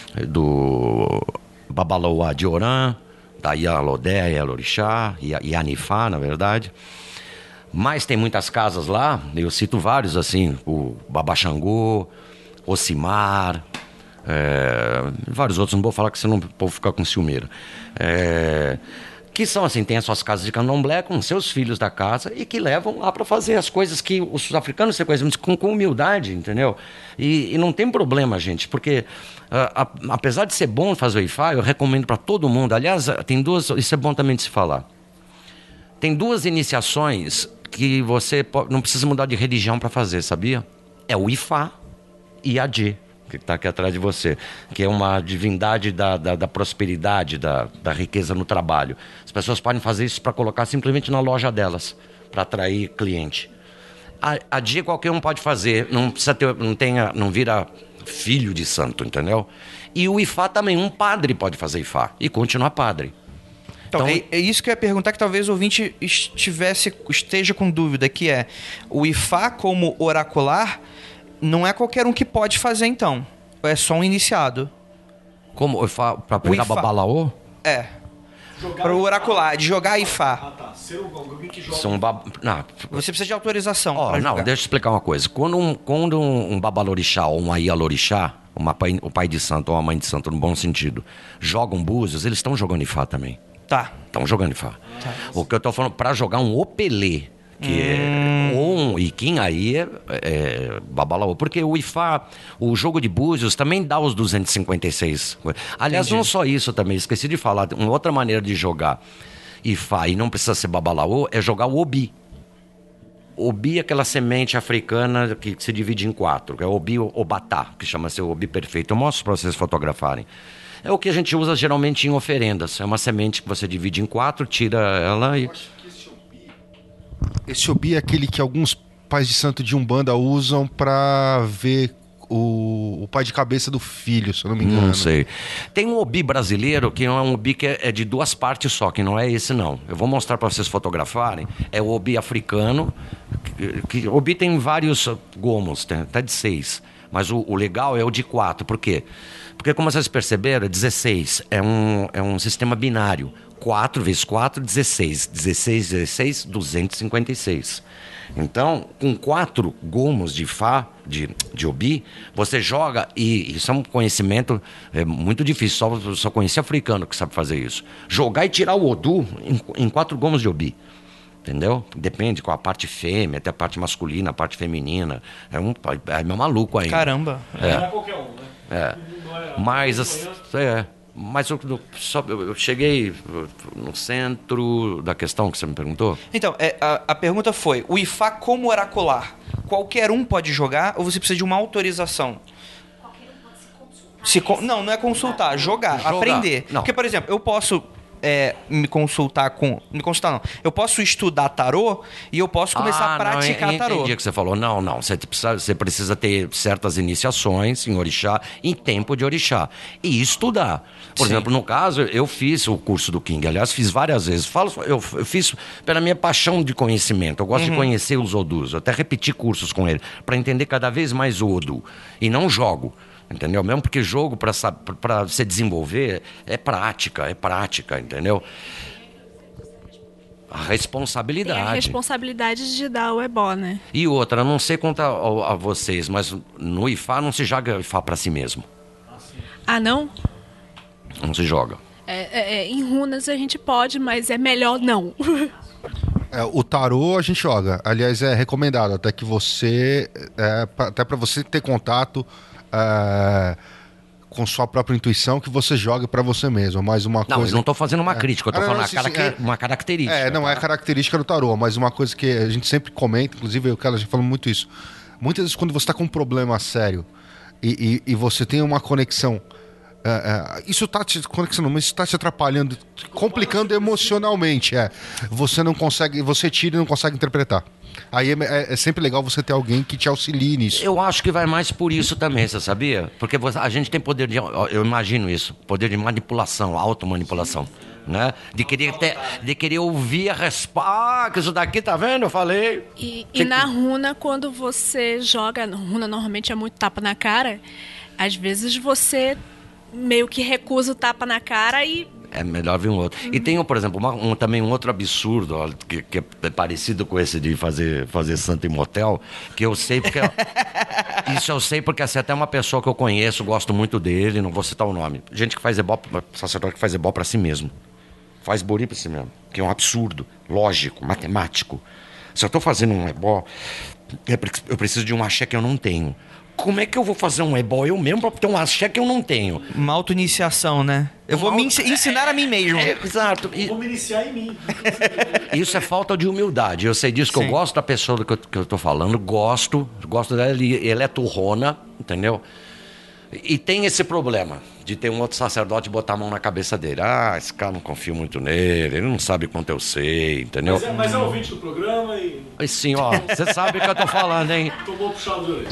Speaker 8: do Babaloá de Orã, da Ialodé, Ialorixá, Ianifá, na verdade. Mas tem muitas casas lá, eu cito vários, assim, o Babaxangô, Ocimar, é, vários outros, não vou falar que senão o povo fica com ciúmeira. É, que são assim, tem as suas casas de candomblé com seus filhos da casa e que levam lá para fazer as coisas que os africanos se conhecem com, com humildade, entendeu? E, e não tem problema, gente, porque a, a, apesar de ser bom fazer o Ifá, eu recomendo para todo mundo. Aliás, tem duas, isso é bom também de se falar. Tem duas iniciações que você pode, não precisa mudar de religião para fazer, sabia? É o Ifá e a Dje, que está aqui atrás de você, que é uma divindade da, da, da prosperidade, da, da riqueza no trabalho. As pessoas podem fazer isso para colocar simplesmente na loja delas, para atrair cliente. A, a Dje qualquer um pode fazer, não precisa ter, não tenha, não vira filho de santo, entendeu? E o Ifá também, um padre pode fazer Ifá e continuar padre.
Speaker 3: Então,
Speaker 8: Então-
Speaker 3: é, é isso que eu ia perguntar, que talvez o ouvinte estivesse, esteja com dúvida, que é o Ifá como oracular não é qualquer um que pode fazer, então. É só um iniciado.
Speaker 8: Como o Ifá, para pegar
Speaker 3: Ifá.
Speaker 8: babalaô?
Speaker 3: É. Para o oracular, de jogar Ifá.
Speaker 7: tá. Ser alguém que joga.
Speaker 8: São bab... não,
Speaker 3: Você precisa de autorização.
Speaker 8: ó,
Speaker 3: pra
Speaker 8: não,
Speaker 3: jogar.
Speaker 8: deixa eu explicar uma coisa. Quando um, quando um, um babalorixá ou um aialorixá, uma pai, o pai de santo ou a mãe de santo, no bom sentido, jogam búzios, eles estão jogando Ifá também.
Speaker 3: Tá.
Speaker 8: Estão jogando Ifá. O que eu tô falando, para jogar um opelê, que é, ou um Iquim, aí é, é babalaô. Porque o Ifá, o jogo de búzios também dá os duzentos e cinquenta e seis. Aliás,
Speaker 3: Entendi.
Speaker 8: não só isso também, esqueci de falar. Uma outra maneira de jogar Ifá, e não precisa ser babalaô, é jogar o Obi. Obi é aquela semente africana que se divide em quatro, que é o Obi Obatá, que chama-se o Obi perfeito. Eu mostro para vocês fotografarem. É o que a gente usa geralmente em oferendas. É uma semente que você divide em quatro, tira ela e...
Speaker 6: Esse obi é aquele que alguns pais de santo de Umbanda usam pra ver o, o pai de cabeça do filho, se eu não me engano.
Speaker 8: Não sei. Tem um obi brasileiro que é um obi que é é de duas partes só, que não é esse não. Eu vou mostrar para vocês fotografarem. É o obi africano. Que, que, obi tem vários gomos, tem até de seis. Mas o, o legal é o de quatro. Por quê? Porque, como vocês perceberam, dezesseis é um, é um sistema binário. quatro vezes quatro, dezesseis. dezesseis, dezesseis, duzentos e cinquenta e seis. Então, com quatro gomos de Fá, de, de Obi, você joga, e isso é um conhecimento é, muito difícil, só, só conhece africano que sabe fazer isso. Jogar e tirar o Odu em, em quatro gomos de Obi. Entendeu? Depende com a parte fêmea, até a parte masculina, a parte feminina. É um é meio maluco aí.
Speaker 3: Caramba.
Speaker 7: É. Não é qualquer um, né?
Speaker 8: É. Mas, as, é, mas eu, só, eu cheguei no centro da questão que você me perguntou.
Speaker 3: Então, é, a, a pergunta foi, o I F A como oracular, qualquer um pode jogar ou você precisa de uma autorização? Se, não, não é consultar, jogar,
Speaker 8: jogar.
Speaker 3: aprender.
Speaker 8: Não.
Speaker 3: Porque, por exemplo, eu posso... É, me consultar com... Me consultar não. Eu posso estudar tarô e eu posso começar
Speaker 8: ah,
Speaker 3: a praticar
Speaker 8: não, eu, eu
Speaker 3: tarô.
Speaker 8: entendi o que você falou. Não, não. Você precisa, você precisa ter certas iniciações em orixá, em tempo de orixá. E estudar. Por
Speaker 3: Sim.
Speaker 8: exemplo, no caso, eu fiz o curso do King. Aliás, fiz várias vezes. Falo, eu, eu fiz pela minha paixão de conhecimento. Eu gosto uhum. de conhecer os Odus. Eu até repeti cursos com ele para entender cada vez mais o Odu. E não jogo. Entendeu? Mesmo porque jogo, para se desenvolver, é prática, é prática, entendeu? A responsabilidade.
Speaker 5: Tem a responsabilidade de dar o ebó, né?
Speaker 8: E outra, não sei quanto a, a vocês, mas no I F A não se joga I F A para si mesmo.
Speaker 5: Ah, não?
Speaker 8: Não se joga.
Speaker 5: É, é, é, em runas a gente pode, mas é melhor não.
Speaker 6: É, o tarô a gente joga. Aliás, é recomendado até que você... É, pra, até para você ter contato... É, com sua própria intuição, que você jogue para você mesmo. Mas uma
Speaker 8: não,
Speaker 6: coisa...
Speaker 8: eu não tô fazendo uma é. crítica, eu tô
Speaker 6: ah,
Speaker 8: falando
Speaker 6: não,
Speaker 8: uma,
Speaker 6: sim,
Speaker 8: carac...
Speaker 6: sim, é.
Speaker 8: uma característica.
Speaker 6: É, não
Speaker 8: tá?
Speaker 6: é característica do tarô, mas uma coisa que a gente sempre comenta, inclusive eu e o Carlos, a gente fala muito isso. Muitas vezes quando você está com um problema sério e, e, e você tem uma conexão... É, é, isso está te conexão, mas isso tá te atrapalhando, complicando emocionalmente. É. Você não consegue, você tira e não consegue interpretar. Aí é, é, é sempre legal você ter alguém que te auxilie nisso.
Speaker 8: Eu acho que vai mais por isso também, você sabia? Porque você, a gente tem poder de... Eu imagino isso. Poder de manipulação, automanipulação. Né? De querer, ter, de querer ouvir a resposta. Ah, que isso daqui, tá vendo? Eu falei.
Speaker 5: E, e na runa, quando você joga... Runa normalmente é muito tapa na cara. Às vezes você meio que recusa o tapa na cara e...
Speaker 8: É melhor vir um outro. Uhum. E tem, por exemplo, uma, um, também um outro absurdo, ó, que, que é parecido com esse de fazer, fazer santo em motel, que eu sei porque... isso eu sei porque assim, até uma pessoa que eu conheço, gosto muito dele, não vou citar o nome. Gente que faz ebó, sacerdote que faz ebó pra si mesmo. Faz bori pra si mesmo. Que é um absurdo, lógico, matemático. Se eu tô fazendo um ebó, eu preciso de um axé que eu não tenho. Como é que eu vou fazer um ebó eu mesmo pra ter um axé que eu não tenho?
Speaker 3: Uma auto-iniciação, né? Eu vou me ensinar a mim mesmo.
Speaker 8: É, exato. E...
Speaker 7: Vou me iniciar em mim.
Speaker 8: Isso é falta de humildade. Eu sei disso, que
Speaker 3: Sim.
Speaker 8: eu gosto da pessoa que eu, que eu tô falando, gosto, gosto dela, ele, ele é turrona, entendeu? E tem esse problema de ter um outro sacerdote botar a mão na cabeça dele. Ah, esse cara não confio muito nele, ele não sabe quanto eu sei, entendeu?
Speaker 7: Mas é, mas é ouvinte do programa e...
Speaker 8: E sim, ó, você sabe o que eu tô falando, hein?
Speaker 7: Tomou puxado de orelha.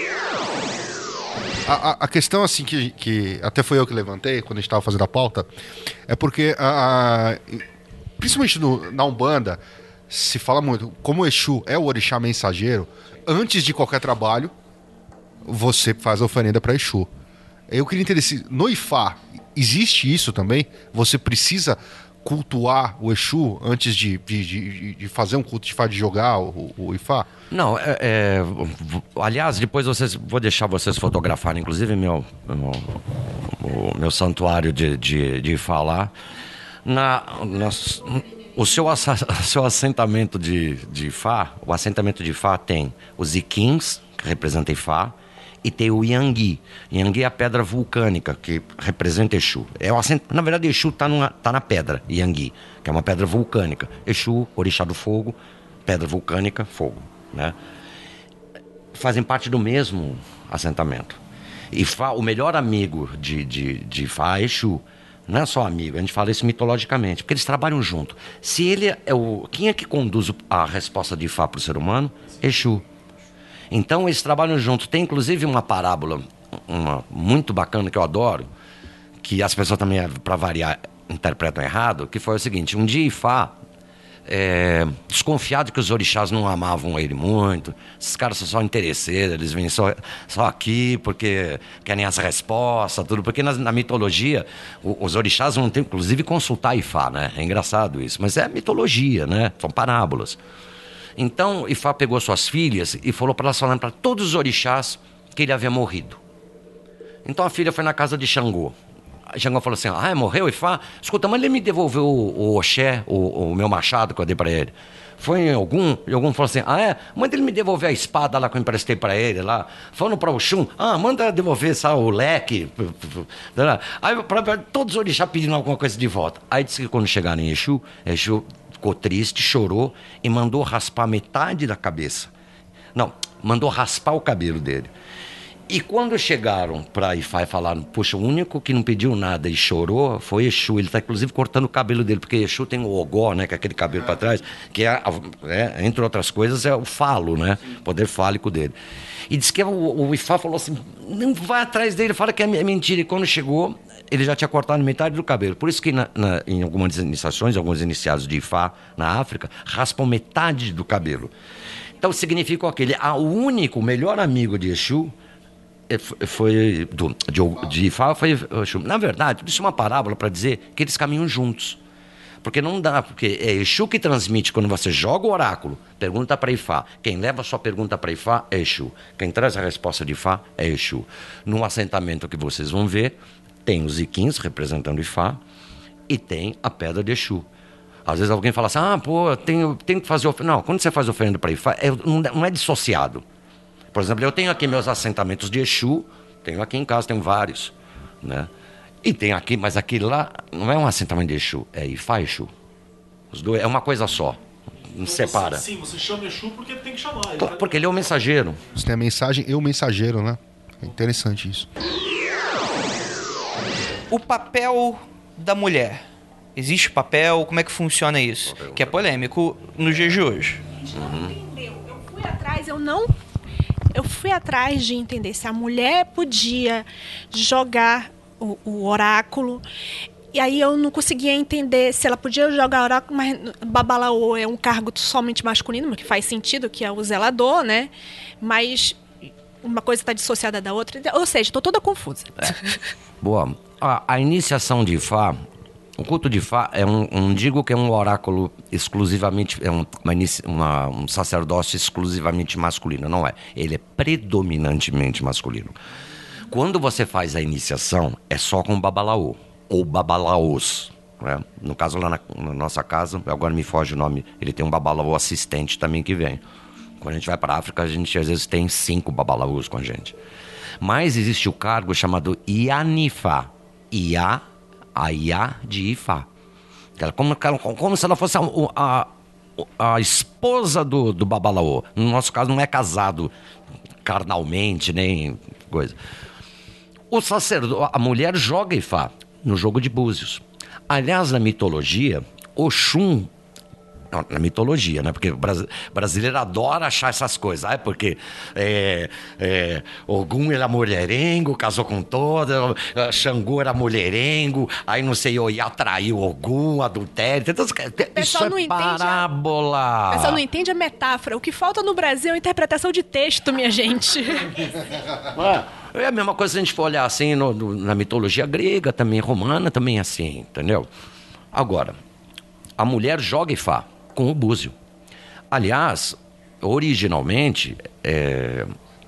Speaker 6: A, a, a questão, assim, que, que até foi eu que levantei quando a gente estava fazendo a pauta, é porque, a, a, principalmente no, na Umbanda, se fala muito, como o Exu é o orixá mensageiro, antes de qualquer trabalho, você faz a oferenda para Exu. Eu queria entender se no I F A existe isso também? Você precisa cultuar o Exu antes de, de, de, de fazer um culto, de, de jogar o, o I F A?
Speaker 8: Não, é, é, aliás, depois vocês, vou deixar vocês fotografarem, inclusive meu, meu, o meu santuário de, de, de falar. Na, na, o seu, seu assentamento de, de Ifá, o assentamento de Ifá tem os Iquins, que representam Ifá, e tem o Yangui. Yangui é a pedra vulcânica, que representa Exu. É o assent... Na verdade, Exu está tá na pedra, Yangui, que é uma pedra vulcânica. Exu, orixá do fogo, pedra vulcânica, fogo. Né? Fazem parte do mesmo assentamento. Ifá, o melhor amigo de, de, de Ifá é Exu. Não é só amigo, a gente fala isso mitologicamente, porque eles trabalham junto. Se ele é o... Quem é que conduz a resposta de Ifá para o ser humano? Exu. Então eles trabalham junto. Tem inclusive uma parábola uma, muito bacana que eu adoro, que as pessoas também, para variar, interpretam errado, que foi o seguinte: um dia Ifá, é, desconfiado que os orixás não amavam ele muito, esses caras são só interesseiros, eles vêm só, só aqui porque querem as respostas, tudo, porque na, na mitologia o, os orixás vão ter, inclusive, consultar Ifá, né? É engraçado isso, mas é mitologia, né? São parábolas. Então Ifá pegou suas filhas e falou para elas falarem para todos os orixás que ele havia morrido. Então a filha foi na casa de Xangô. Xangô falou assim: ah, morreu Ifá? Escuta, mas ele me devolveu o, o Oxé, o, o meu machado que eu dei pra ele. Foi em algum, e algum falou assim: ah, é? Manda ele me devolver a espada lá que eu emprestei pra ele lá. Falando pra Oxum: ah, manda devolver, sabe, o leque. Aí pra, pra, todos os orixás pedindo alguma coisa de volta. Aí disse que quando chegaram em Exu, Exu ficou triste, chorou e mandou raspar metade da cabeça. Não, mandou raspar o cabelo dele. E quando chegaram para Ifá e falaram: poxa, o único que não pediu nada e chorou foi Exu. Ele está inclusive cortando o cabelo dele, porque Exu tem o ogó, né, que é aquele cabelo para trás, que é, é, entre outras coisas, é o falo, né, o poder fálico dele. E disse que o, o Ifá falou assim: não vai atrás dele, fala que é mentira. E quando chegou, ele já tinha cortado metade do cabelo. Por isso que na, na, em algumas iniciações, alguns iniciados de Ifá na África raspam metade do cabelo. Então significa que ele, o único, o melhor amigo de Exu foi do, de, de Ifá foi Exu. Na verdade, isso é uma parábola para dizer que eles caminham juntos. Porque não dá, porque é Exu que transmite. Quando você joga o oráculo, pergunta para Ifá. Quem leva a sua pergunta para Ifá é Exu. Quem traz a resposta de Ifá é Exu. No assentamento que vocês vão ver, tem os Iquins representando Ifá e tem a pedra de Exu. Às vezes alguém fala assim: ah, pô, tenho, tenho que fazer oferenda. Não, quando você faz oferenda para Ifá, é, não é dissociado. Por exemplo, eu tenho aqui meus assentamentos de Exu, tenho aqui em casa, tenho vários, né? E tem aqui, mas aquele lá não é um assentamento de Exu, é Ifá Exu. Os dois, é uma coisa só, não se separa.
Speaker 7: Sim, você chama Exu porque tem que chamar.
Speaker 8: Ele porque ele é o mensageiro.
Speaker 6: Você tem a mensagem e o mensageiro, né? É interessante isso.
Speaker 3: O papel da mulher. Existe papel? Como é que funciona isso?
Speaker 8: Papel.
Speaker 3: Que é polêmico nos dias de hoje.
Speaker 5: Uhum. Eu fui atrás, eu não... Eu fui atrás de entender se a mulher podia jogar o, o oráculo. E aí eu não conseguia entender se ela podia jogar oráculo, mas Babalaô é um cargo somente masculino, que faz sentido, que é o zelador, né? Mas uma coisa está dissociada da outra. Ou seja, estou toda confusa.
Speaker 8: É. Boa. A, a iniciação de Ifá, o culto de Ifá, é um, um digo que é um oráculo exclusivamente, é um, uma, uma, um sacerdócio exclusivamente masculino. Não é. Ele é predominantemente masculino. Quando você faz a iniciação, é só com Babalaô, ou Babalaôs. Né? No caso, lá na, na nossa casa, agora me foge o nome, ele tem um Babalaô assistente também que vem. Quando a gente vai para a África, a gente às vezes tem cinco Babalaôs com a gente. Mas existe o cargo chamado Ianifá. Iá, a Iá de Ifá. Como, como se ela fosse a, a, a esposa do, do Babalaô. No nosso caso, não é casado carnalmente, nem coisa. O sacerdote, a mulher joga Ifá no jogo de búzios. Aliás, na mitologia, Oxum, não, na mitologia, né? Porque o brasileiro adora achar essas coisas. Ah, é porque é, é, Ogum era mulherengo, casou com toda, Xangô era mulherengo, aí não sei, Oiá traiu Ogum, adultério. Então, isso é parábola.
Speaker 5: O pessoal não entende a metáfora. O que falta no Brasil é a interpretação de texto, minha gente.
Speaker 8: É a mesma coisa se a gente for olhar assim no, no, na mitologia grega, também romana, também é assim, entendeu? Agora, a mulher joga Ifá com o búzio. Aliás, originalmente, é,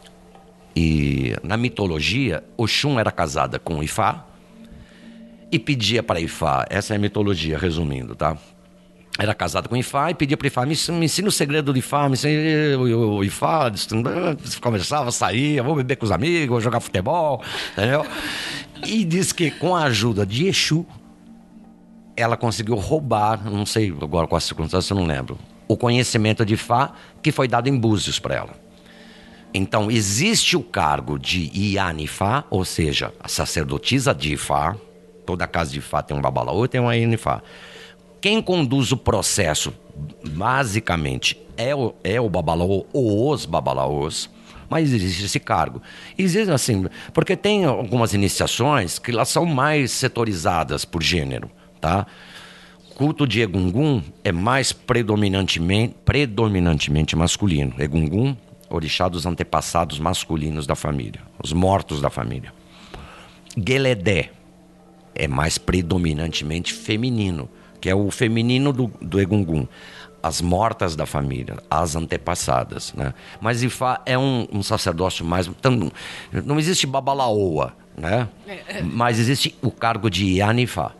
Speaker 8: e na mitologia, Oxum era casada com Ifá e pedia para Ifá, essa é a mitologia, resumindo, tá? Era casada com Ifá e pedia para Ifá: me, me ensina o segredo do Ifá, me ensina o, o Ifá, conversava, saía, vou beber com os amigos, vou jogar futebol, entendeu? E diz que com a ajuda de Exu, ela conseguiu roubar, não sei agora qual a circunstância, eu não lembro, o conhecimento de Ifá que foi dado em búzios para ela. Então, existe o cargo de Ianifá, ou seja, a sacerdotisa de Ifá. Toda casa de Ifá tem um Babalaô e tem uma Ianifá. Quem conduz o processo, basicamente, é o, é o Babalaô ou os Babalaôs. mas existe esse cargo. Existe assim, porque tem algumas iniciações que elas são mais setorizadas por gênero, tá? Culto de Egungun é mais predominantemente, predominantemente masculino. Egungun, orixá dos antepassados masculinos da família, os mortos da família. Geledé é mais predominantemente feminino, que é o feminino do, do Egungun. As mortas da família, as antepassadas, né? Mas Ifá é um, um sacerdócio mais... Tam, não existe Babalaoa, né? Mas existe o cargo de Yanifá.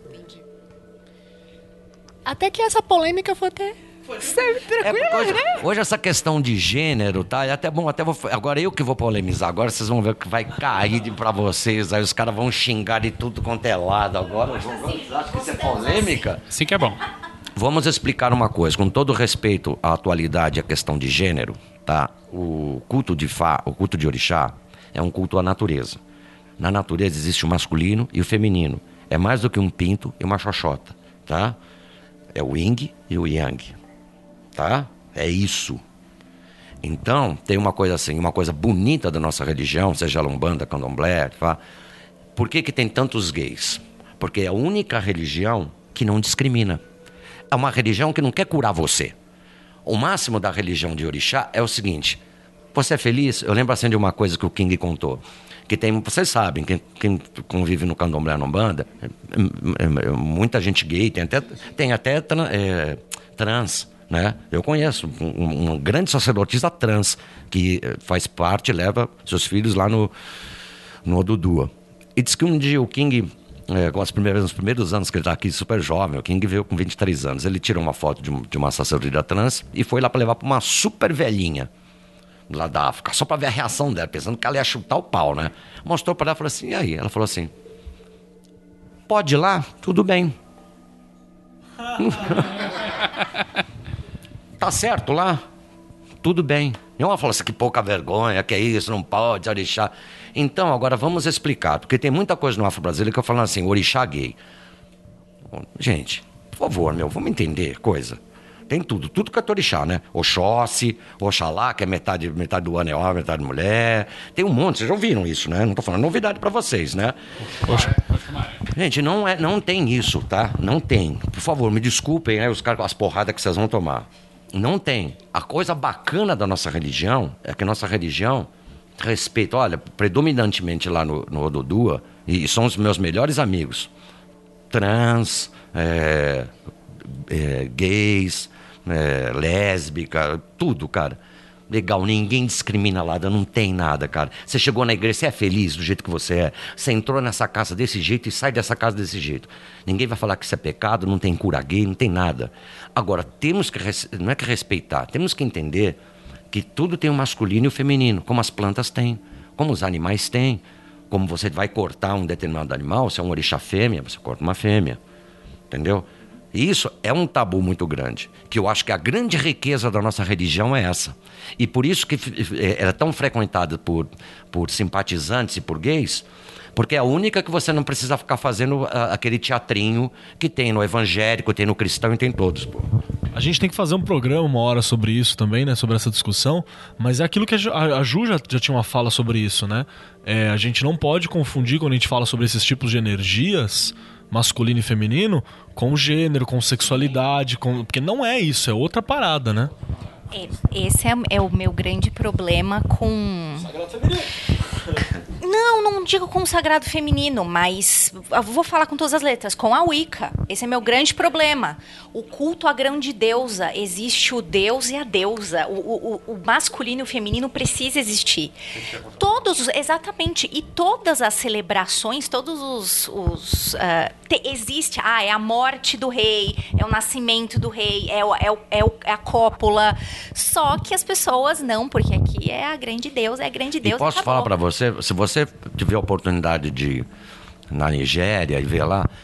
Speaker 5: Até que essa polêmica foi até...
Speaker 8: É, hoje, hoje essa questão de gênero, tá? É até bom, até vou, agora eu que vou polemizar. Agora vocês vão ver que vai cair de, pra vocês. Aí os caras vão xingar de tudo quanto é lado. Agora vocês acham que isso é polêmica?
Speaker 4: Sim que é bom.
Speaker 8: Vamos explicar uma coisa, com todo respeito à atualidade, à questão de gênero, tá? O culto de Fá, o culto de Orixá, é um culto à natureza. Na natureza existe o masculino e o feminino. É mais do que um pinto e uma xoxota, tá? É o yin e o yang. Tá? É isso. Então, tem uma coisa assim, uma coisa bonita da nossa religião, seja a Umbanda, Candomblé, tá? Por que que tem tantos gays? Porque é a única religião que não discrimina. É uma religião que não quer curar você. O máximo da religião de Orixá é o seguinte: você é feliz? Eu lembro assim de uma coisa que o King contou. Que tem, vocês sabem, quem, quem convive no Candomblé, na Umbanda, é, é, é, muita gente gay, tem até, tem até é, trans. Né? Eu conheço um, um grande sacerdotisa trans que faz parte, leva seus filhos lá no, no Odudua. E diz que um dia o King, é, com as primeiras, nos primeiros anos que ele está aqui, super jovem, o King veio com vinte e três anos. Ele tirou uma foto de, um, de uma sacerdotisa trans e foi lá para levar para uma super velhinha lá da África, só para ver a reação dela, pensando que ela ia chutar o pau, né? Mostrou para ela e falou assim, e aí? Ela falou assim, pode ir lá? Tudo bem. Tá certo lá? Tudo bem. E uma falou assim, que pouca vergonha, que é isso, não pode, orixá. Então, agora vamos explicar, porque tem muita coisa no Afro-Brasileiro que eu falo assim, orixá gay. Gente, por favor, meu, vamos entender coisa. Tem tudo, tudo que é orixá, né? Oxóssi, Oxalá, que é metade, metade do ano é homem, metade mulher. Tem um monte, vocês já ouviram isso, né? Não tô falando novidade pra vocês, né? Oxa. Gente, não, é, não tem isso, tá? Não tem. Por favor, me desculpem, né? Os caras com as porradas que vocês vão tomar. Não tem. A coisa bacana da nossa religião é que a nossa religião respeita, olha, predominantemente lá no, no Odudua, e são os meus melhores amigos, trans, é, é, gays, é, lésbica, tudo, cara. Legal, ninguém discrimina lá, não tem nada, cara. Você chegou na igreja, você é feliz do jeito que você é. Você entrou nessa casa desse jeito e sai dessa casa desse jeito. Ninguém vai falar que isso é pecado, não tem cura gay, não tem nada. Agora, temos que, não é que respeitar, temos que entender que tudo tem o masculino e o feminino, como as plantas têm, como os animais têm. Como você vai cortar um determinado animal, se é um orixá fêmea, você corta uma fêmea. Entendeu? E isso é um tabu muito grande, que eu acho que a grande riqueza da nossa religião é essa. E por isso que ela é tão frequentada por, por simpatizantes e por gays, porque é a única que você não precisa ficar fazendo a, aquele teatrinho que tem no evangélico, tem no cristão e tem todos, pô.
Speaker 7: A gente tem que fazer um programa uma hora sobre isso também, né? Sobre essa discussão. Mas é aquilo que a Ju, a Ju já, já tinha uma fala sobre isso, né? É, a gente não pode confundir quando a gente fala sobre esses tipos de energias, masculino e feminino, com gênero, com sexualidade, com... porque não é isso, é outra parada, né?
Speaker 2: É, esse é, é o meu grande problema com... Sagrado feminino. Não, não digo com o sagrado feminino, mas eu vou falar com todas as letras, com a Wicca. Esse é meu grande problema. O culto à grande deusa. Existe o deus e a deusa. O, o, o masculino e o feminino precisa existir. Todos, exatamente. E todas as celebrações, todos os... os uh, te, existe, ah, é a morte do rei, é o nascimento do rei, é, o, é, o, é, o, é a cópula. Só que as pessoas não, porque aqui é a grande deusa, é a grande deusa.
Speaker 8: E posso
Speaker 2: acabou.
Speaker 8: falar para você, se você tiver a oportunidade de ir na Nigéria e ver lá,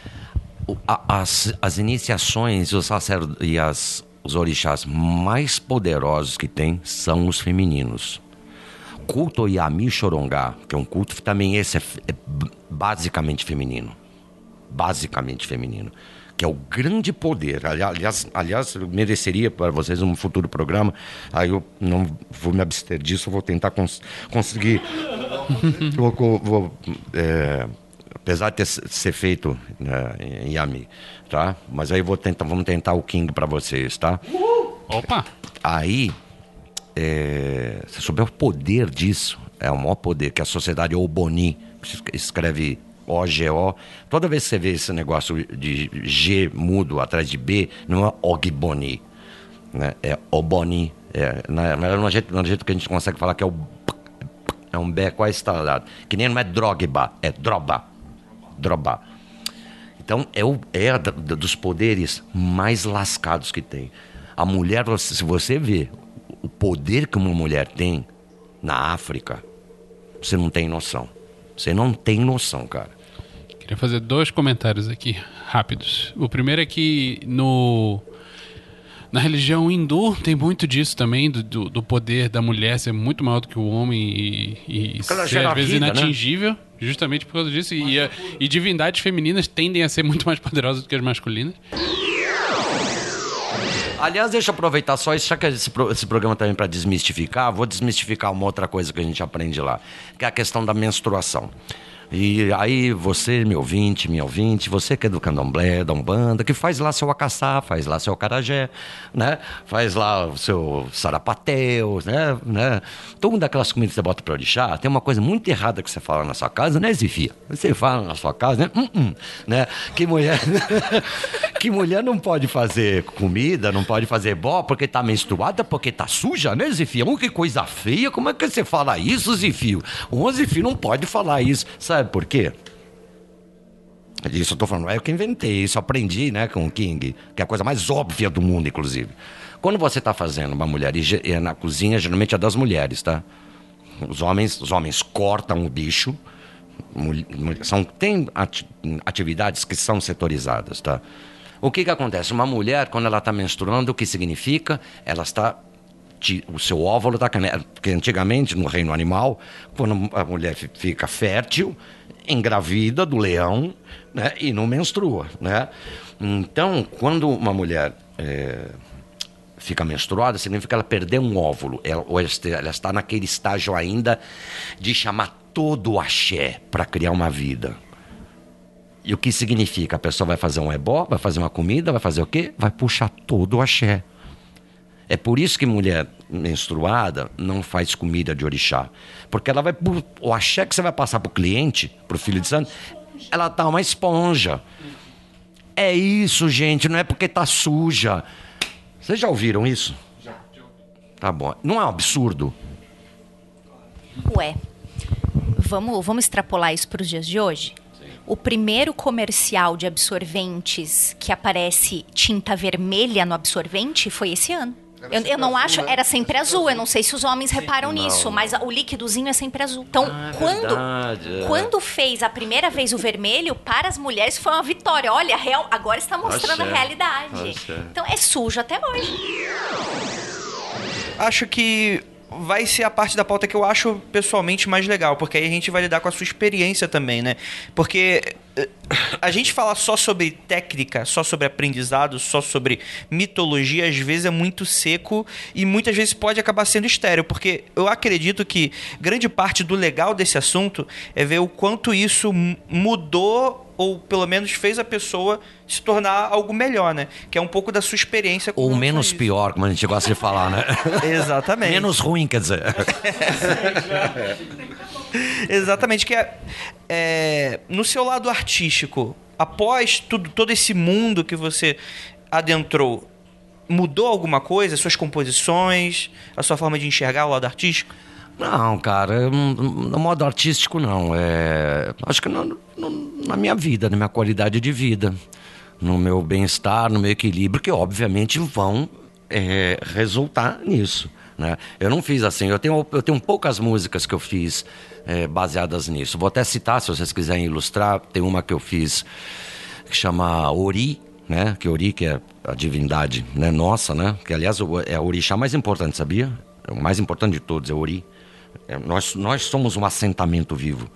Speaker 8: as, as iniciações os sacerdotes, e as, os orixás mais poderosos que tem são os femininos. Culto Yami Xorongá, que é um culto que também esse é, é basicamente feminino. Basicamente feminino. que é o grande poder. Aliás, aliás eu mereceria para vocês um futuro programa. Aí eu não vou me abster disso, eu vou tentar cons- conseguir. vou, vou, é, apesar de ter ser feito, né, em Yami, tá? Mas aí eu vou tentar, vamos tentar o King para vocês, tá?
Speaker 4: Opa!
Speaker 8: Aí, é, se souber o poder disso, é o maior poder que a sociedade Oboni escreve. O G O. Toda vez que você vê esse negócio de G mudo atrás de B, não é Ogboni, né? É Oboni. É, na, na, no, jeito, no jeito que a gente consegue falar que é o é um B quase instalado. Que nem não é Drogba, é Droba. Droba. Então é, o, é a, dos poderes mais lascados que tem. A mulher, se você vê o poder que uma mulher tem na África, você não tem noção. Você não tem noção, cara.
Speaker 4: Queria fazer dois comentários aqui, rápidos. O primeiro é que no, na religião hindu tem muito disso também, do, do, do poder da mulher ser muito maior do que o homem e, e ser às vezes vida, inatingível, né? Justamente por causa disso. E, e, e divindades femininas tendem a ser muito mais poderosas do que as masculinas.
Speaker 8: Aliás, deixa eu aproveitar só isso, já que esse, pro, esse programa também para desmistificar, vou desmistificar uma outra coisa que a gente aprende lá, que é a questão da menstruação. E aí você, meu ouvinte, minha ouvinte, você que é do candomblé, da umbanda, que faz lá seu acaçá, faz lá seu acarajé, né? Faz lá o seu sarapatel, né? né? Toda daquelas comidas que você bota para orixá, tem uma coisa muito errada que você fala na sua casa, né, Zifia? Você fala na sua casa, né? Hum, hum, né? Que mulher... que mulher não pode fazer comida, não pode fazer bó porque tá menstruada, porque tá suja, né, Zifia? Oh, que coisa feia, como é que você fala isso, Zifio? O Zifio não pode falar isso, sabe? Sabe por quê? Isso eu tô falando, é eu que inventei, isso eu aprendi, né, com o King, que é a coisa mais óbvia do mundo, inclusive. Quando você tá fazendo uma mulher, e na cozinha geralmente é das mulheres, tá? Os homens, os homens cortam o bicho, são, tem atividades que são setorizadas, tá? O que que acontece? Uma mulher, quando ela tá menstruando, o que significa? Ela está... o seu óvulo está... Porque antigamente, no reino animal, quando a mulher fica fértil, engravida do leão, né, e não menstrua, né? Então, quando uma mulher é, fica menstruada, significa que ela perdeu um óvulo. Ela, ou ela está naquele estágio ainda de chamar todo o axé para criar uma vida. E o que significa? A pessoa vai fazer um ebó, vai fazer uma comida, vai fazer o quê? Vai puxar todo o axé. É por isso que mulher menstruada não faz comida de orixá. Porque ela vai... O axé que você vai passar pro cliente, pro filho de santo, ela tá uma esponja. É isso, gente, não é porque tá suja. Vocês já ouviram isso? Já. Tá bom. Não é um absurdo?
Speaker 2: Ué, vamos, vamos extrapolar isso para os dias de hoje? O primeiro comercial de absorventes que aparece tinta vermelha no absorvente foi esse ano. Eu, eu não acho, era sempre azul. Eu não sei se os homens reparam não, nisso, mas o líquidozinho é sempre azul. Então, ah, quando, verdade, é. quando fez a primeira vez o vermelho, para as mulheres foi uma vitória. Olha, real, agora está mostrando Oxê. a realidade. Oxê. Então, é sujo até hoje.
Speaker 3: Acho que vai ser a parte da pauta que eu acho pessoalmente mais legal, porque aí a gente vai lidar com a sua experiência também, né? Porque a gente falar só sobre técnica, só sobre aprendizado, só sobre mitologia, às vezes é muito seco e muitas vezes pode acabar sendo estéril, porque eu acredito que grande parte do legal desse assunto é ver o quanto isso mudou ou pelo menos fez a pessoa se tornar algo melhor, né? Que é um pouco da sua experiência.
Speaker 8: Ou menos pior, como a gente gosta de falar, né?
Speaker 3: Exatamente.
Speaker 8: Menos ruim, quer dizer.
Speaker 3: Exatamente, que é, é no seu lado artístico, após tudo, todo esse mundo que você adentrou, mudou alguma coisa? Suas composições, a sua forma de enxergar o lado artístico?
Speaker 8: Não, cara, no modo artístico não. É, acho que no, no, na minha vida, na minha qualidade de vida, no meu bem-estar, no meu equilíbrio, que obviamente vão é, resultar nisso. Né? Eu não fiz assim, eu tenho, eu tenho poucas músicas que eu fiz é, baseadas nisso. Vou até citar, se vocês quiserem ilustrar, tem uma que eu fiz que chama Ori, né? Que Ori, que é a divindade, né? Nossa, né? Que aliás é o orixá mais importante, sabia? O mais importante de todos é Ori. É, nós, nós somos um assentamento vivo,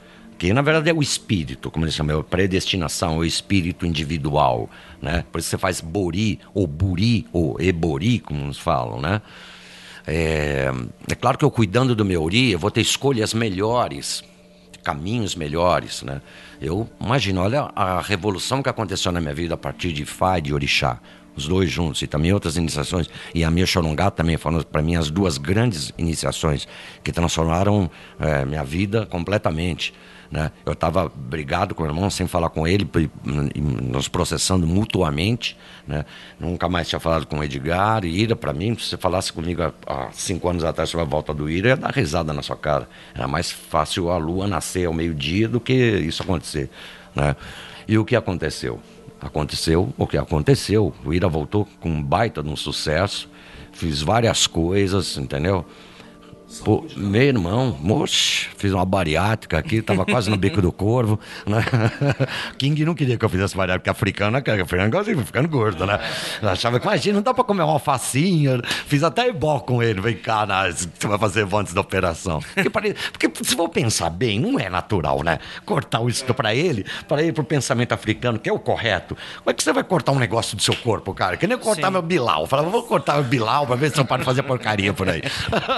Speaker 8: Que na verdade é o espírito, como eles chamam, a predestinação, o espírito individual, né? Por isso você faz bori, ou buri, ou ebori, como nos falam, né? É, é claro que eu cuidando do meu ori, eu vou ter escolhas melhores, caminhos melhores, né? Eu imagino, olha a revolução que aconteceu na minha vida a partir de Ifá e de Orixá, os dois juntos, e também outras iniciações, e a minha Xorongá também foram para mim as duas grandes iniciações que transformaram é, minha vida completamente, né? Eu estava brigado com o irmão, sem falar com ele, nos processando mutuamente, né? Nunca mais tinha falado com o Edgar. E Ira, para mim, se você falasse comigo há, há cinco anos atrás sobre a volta do Ira, eu ia dar risada na sua cara. Era mais fácil a lua nascer ao meio-dia do que isso acontecer, né? E o que aconteceu? Aconteceu o que aconteceu. O Ira voltou com um baita de um sucesso, fiz várias coisas, entendeu? Pô, meu irmão, moxe, fiz uma bariátrica aqui, tava quase no bico do corvo, né? King não queria que eu fizesse bariátrica, africana, que africano gosta de ficando gordo, né? Eu achava que, imagina, não dá pra comer uma alfacinha. Fiz até ebó com ele, vem cá, né? Você vai fazer antes da operação. Porque, pare... Porque se for pensar bem, não é natural, né? Cortar isso pra ele, para ele pro pensamento africano, que é o correto. Como é que você vai cortar um negócio do seu corpo, cara? Que nem cortar Sim. meu Bilal. Eu falava, vou cortar meu Bilal pra ver se eu paro de fazer porcaria por aí.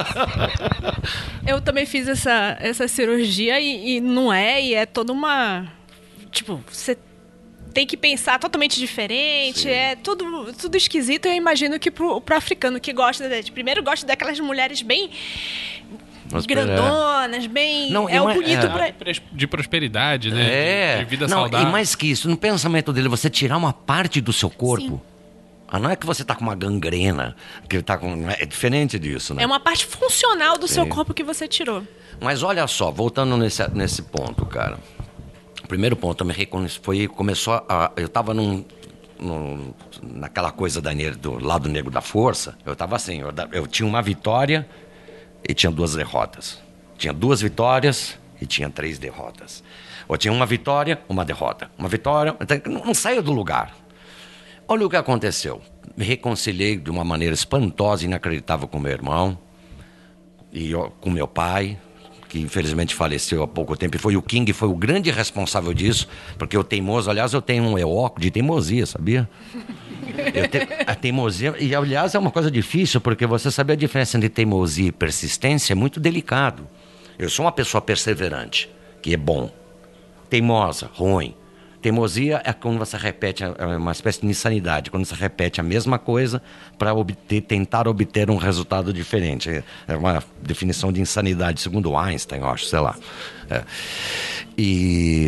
Speaker 5: Eu também fiz essa, essa cirurgia e, e não é, e é toda uma... Tipo, você tem que pensar totalmente diferente, Sim. é tudo, tudo esquisito. Eu imagino que pro, pro africano que gosta, de, primeiro gosta daquelas mulheres bem... Mas, grandonas, bem...
Speaker 8: Não,
Speaker 5: é o
Speaker 8: é,
Speaker 5: bonito
Speaker 4: é,
Speaker 5: pra...
Speaker 4: De prosperidade, né?
Speaker 8: É.
Speaker 4: De, de vida
Speaker 8: não,
Speaker 4: saudável.
Speaker 8: E mais que isso, no pensamento dele, você tirar uma parte do seu corpo... Sim. Ah, não é que você tá com uma gangrena, que tá com... É diferente disso, né?
Speaker 5: É uma parte funcional do Sim. seu corpo que você tirou.
Speaker 8: Mas olha só, voltando nesse, nesse ponto, cara. O primeiro ponto, eu me reconheci, foi... Começou a... Eu tava num... num naquela coisa da, do lado negro da força. Eu tava assim, eu, eu tinha uma vitória e tinha duas derrotas. Tinha duas vitórias e tinha três derrotas. Ou tinha uma vitória, uma derrota. Uma vitória... Não, não saía do lugar. Olha o que aconteceu. Me reconciliei de uma maneira espantosa, inacreditável com meu irmão e eu, com meu pai, que infelizmente faleceu há pouco tempo. E foi o King, foi o grande responsável disso, porque o teimoso, aliás, eu tenho um eóculo de teimosia, sabia? Eu te, a teimosia, e aliás é uma coisa difícil, porque você saber a diferença entre teimosia e persistência é muito delicado. Eu sou uma pessoa perseverante, que é bom. Teimosa, ruim. Teimosia é quando você repete, é uma espécie de insanidade, quando você repete a mesma coisa para obter, tentar obter um resultado diferente. É uma definição de insanidade, segundo Einstein, eu acho, sei lá. É. E...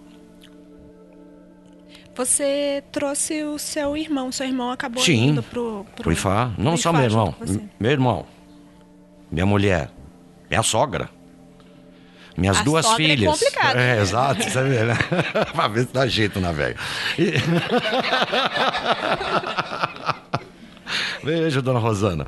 Speaker 5: Você trouxe o seu irmão, seu irmão acabou
Speaker 8: Sim,
Speaker 5: indo pro...
Speaker 8: pro Ifá. Não só meu irmão, meu irmão, minha mulher, minha sogra. Minhas
Speaker 5: a
Speaker 8: duas
Speaker 5: sogra
Speaker 8: filhas.
Speaker 5: É complicado.
Speaker 8: É, exato, você vê, né? Pra ver se dá jeito na velha. E... Beijo, dona Rosana.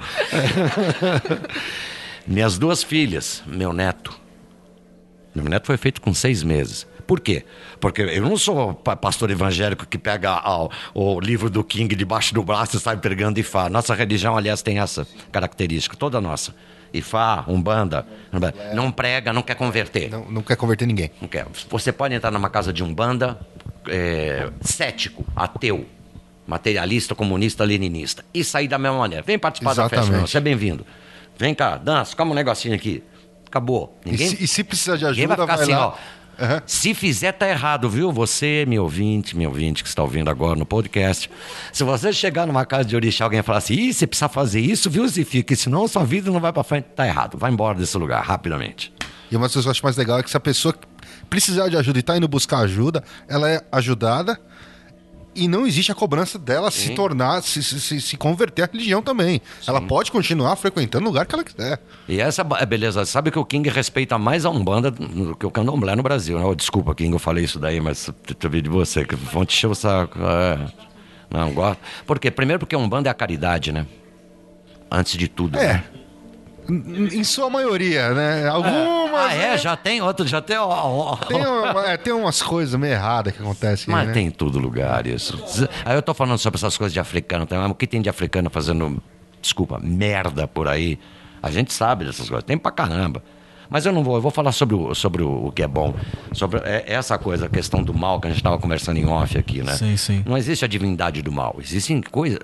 Speaker 8: Minhas duas filhas, meu neto. Meu neto foi feito com seis meses. Por quê? Porque eu não sou pastor evangélico que pega o, o livro do King debaixo do braço e sai pregando Ifá. Nossa religião, aliás, tem essa característica, toda nossa. Ifá, Umbanda, não prega, não quer converter.
Speaker 6: Não, não quer converter ninguém.
Speaker 8: Não quer. Você pode entrar numa casa de Umbanda, é, cético, ateu, materialista, comunista, leninista, e sair da mesma maneira. Vem participar Exatamente. da festa, você é bem-vindo. Vem cá, dança, come um negocinho aqui. Acabou. Ninguém,
Speaker 6: e, se, e se precisar de ajuda,
Speaker 8: vai, ficar
Speaker 6: vai
Speaker 8: assim,
Speaker 6: lá.
Speaker 8: Ó, uhum. Se fizer, tá errado, viu? Você, meu ouvinte, meu ouvinte que está ouvindo agora no podcast. Se você chegar numa casa de orixá, alguém falar assim, ih, você precisa fazer isso, viu, Zifi? Que senão sua vida não vai pra frente. Tá errado. Vai embora desse lugar, rapidamente.
Speaker 6: E uma das coisas que eu acho mais legal é que se a pessoa precisar de ajuda e tá indo buscar ajuda, ela é ajudada e não existe a cobrança dela Sim. se tornar, se, se, se converter à religião também. Sim. Ela pode continuar frequentando o lugar que ela quiser.
Speaker 8: E essa é beleza. Sabe que o King respeita mais a Umbanda do que o Candomblé no Brasil, né? Oh, desculpa, King, eu falei isso daí, mas eu vi de você, que vão te encher o saco. É. Não, gosto. Por quê? Primeiro porque a Umbanda é a caridade, né? Antes de tudo.
Speaker 6: É.
Speaker 8: Né?
Speaker 6: Em sua maioria, né? Algumas...
Speaker 8: Ah, é? Né? Já tem outro, já tem... Ó, ó.
Speaker 6: Tem, uma, é, tem umas coisas meio erradas que acontecem
Speaker 8: Mas
Speaker 6: aí, né?
Speaker 8: tem em todo lugar isso. Aí eu tô falando sobre essas coisas de africano também. Mas o que tem de africano fazendo, desculpa, merda por aí? A gente sabe dessas coisas. Tem pra caramba. Mas eu não vou, eu vou falar sobre o, sobre o, o que é bom. Sobre é, essa coisa, a questão do mal que a gente estava conversando em off aqui, né?
Speaker 7: Sim, sim.
Speaker 8: Não existe a divindade do mal. Existem coisas,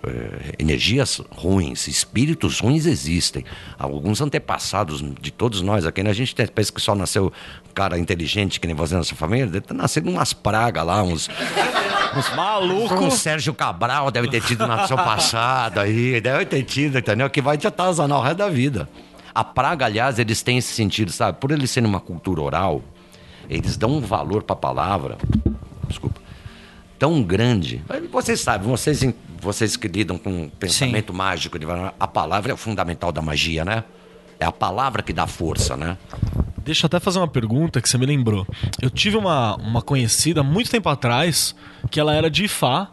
Speaker 8: é, energias ruins, espíritos ruins existem. Alguns antepassados de todos nós aqui, né? A gente pensa que só nasceu cara inteligente, que nem você na sua família, deve ter nascido umas pragas lá, uns... uns
Speaker 7: Maluco.
Speaker 8: Um Sérgio Cabral deve ter tido na seu passado aí, deve ter tido, entendeu? Que vai te atazanar o resto da vida. A praga, aliás, eles têm esse sentido, sabe? Por eles serem uma cultura oral, eles dão um valor para a palavra, desculpa, tão grande. Vocês sabem, vocês, vocês que lidam com pensamento Sim. mágico, a palavra é o fundamental da magia, né? É a palavra que dá força, né?
Speaker 7: Deixa eu até fazer uma pergunta que você me lembrou. Eu tive uma, uma conhecida muito tempo atrás, que ela era de Ifá,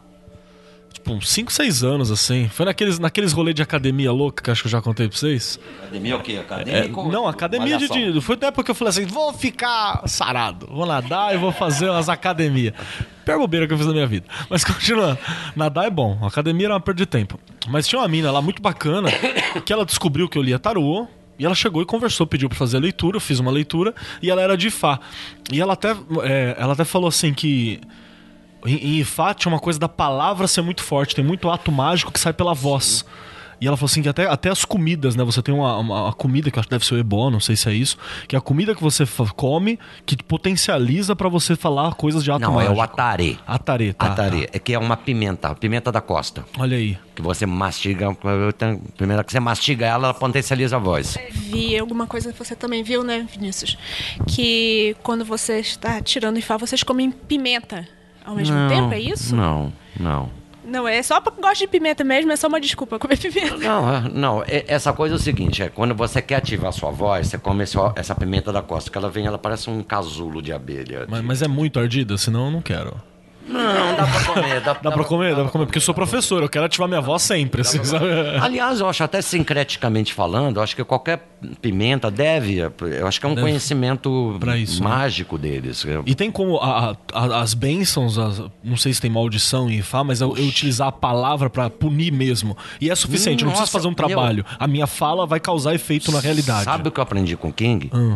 Speaker 7: tipo, uns cinco, seis anos, assim. Foi naqueles, naqueles rolês de academia louca que acho que eu já contei pra vocês.
Speaker 8: Academia o quê? Academia?
Speaker 7: É, não, academia de, de... Foi na época que eu falei assim, vou ficar sarado, vou nadar e vou fazer umas academias. Pior bobeira que eu fiz na minha vida. Mas continuando, nadar é bom, a academia era uma perda de tempo. Mas tinha uma mina lá muito bacana, que ela descobriu que eu lia tarô, e ela chegou e conversou, pediu pra fazer a leitura, eu fiz uma leitura, e ela era de Ifá. E ela até, é, ela até falou assim que... Em Ifá tinha uma coisa da palavra ser muito forte, tem muito ato mágico que sai pela voz. E ela falou assim que até, até as comidas, né? Você tem uma, uma, uma comida que eu acho que deve ser o ebó, não sei se é isso, que é a comida que você come que potencializa pra você falar coisas de ato
Speaker 8: não,
Speaker 7: mágico.
Speaker 8: Não, é o atarê.
Speaker 7: Atarê, tá.
Speaker 8: Atarê,
Speaker 7: tá.
Speaker 8: é que é uma pimenta, a pimenta da costa.
Speaker 7: Olha aí.
Speaker 8: Que você mastiga, primeiro que você mastiga ela, ela potencializa a voz.
Speaker 5: Vi alguma coisa que você também viu, né, Vinícius? Que quando você está tirando Ifá, vocês comem pimenta ao mesmo
Speaker 8: não,
Speaker 5: tempo, é isso?
Speaker 8: Não, não.
Speaker 5: Não, é só porque gosto de pimenta mesmo, é só uma desculpa comer pimenta.
Speaker 8: Não, não, essa coisa é o seguinte, é quando você quer ativar a sua voz, você come essa pimenta da costa, que ela vem, ela parece um casulo de abelha.
Speaker 7: Mas,
Speaker 8: de...
Speaker 7: mas é muito ardida, senão eu não quero.
Speaker 8: Não, dá pra comer. Dá,
Speaker 7: dá, dá pra comer, dá pra comer, porque eu sou professor, eu quero ativar minha voz sempre. Assim, sabe?
Speaker 8: Aliás, eu acho, até sincreticamente falando, eu acho que qualquer pimenta deve, eu acho que é um deve. conhecimento isso, mágico né? deles.
Speaker 7: E tem como a, a, as bênçãos, as, não sei se tem maldição em Ifá, mas eu, eu utilizar a palavra pra punir mesmo. E é suficiente, hum, eu não preciso fazer um trabalho. Meu... A minha fala vai causar efeito na realidade.
Speaker 8: Sabe o que eu aprendi com o King?
Speaker 7: Hum.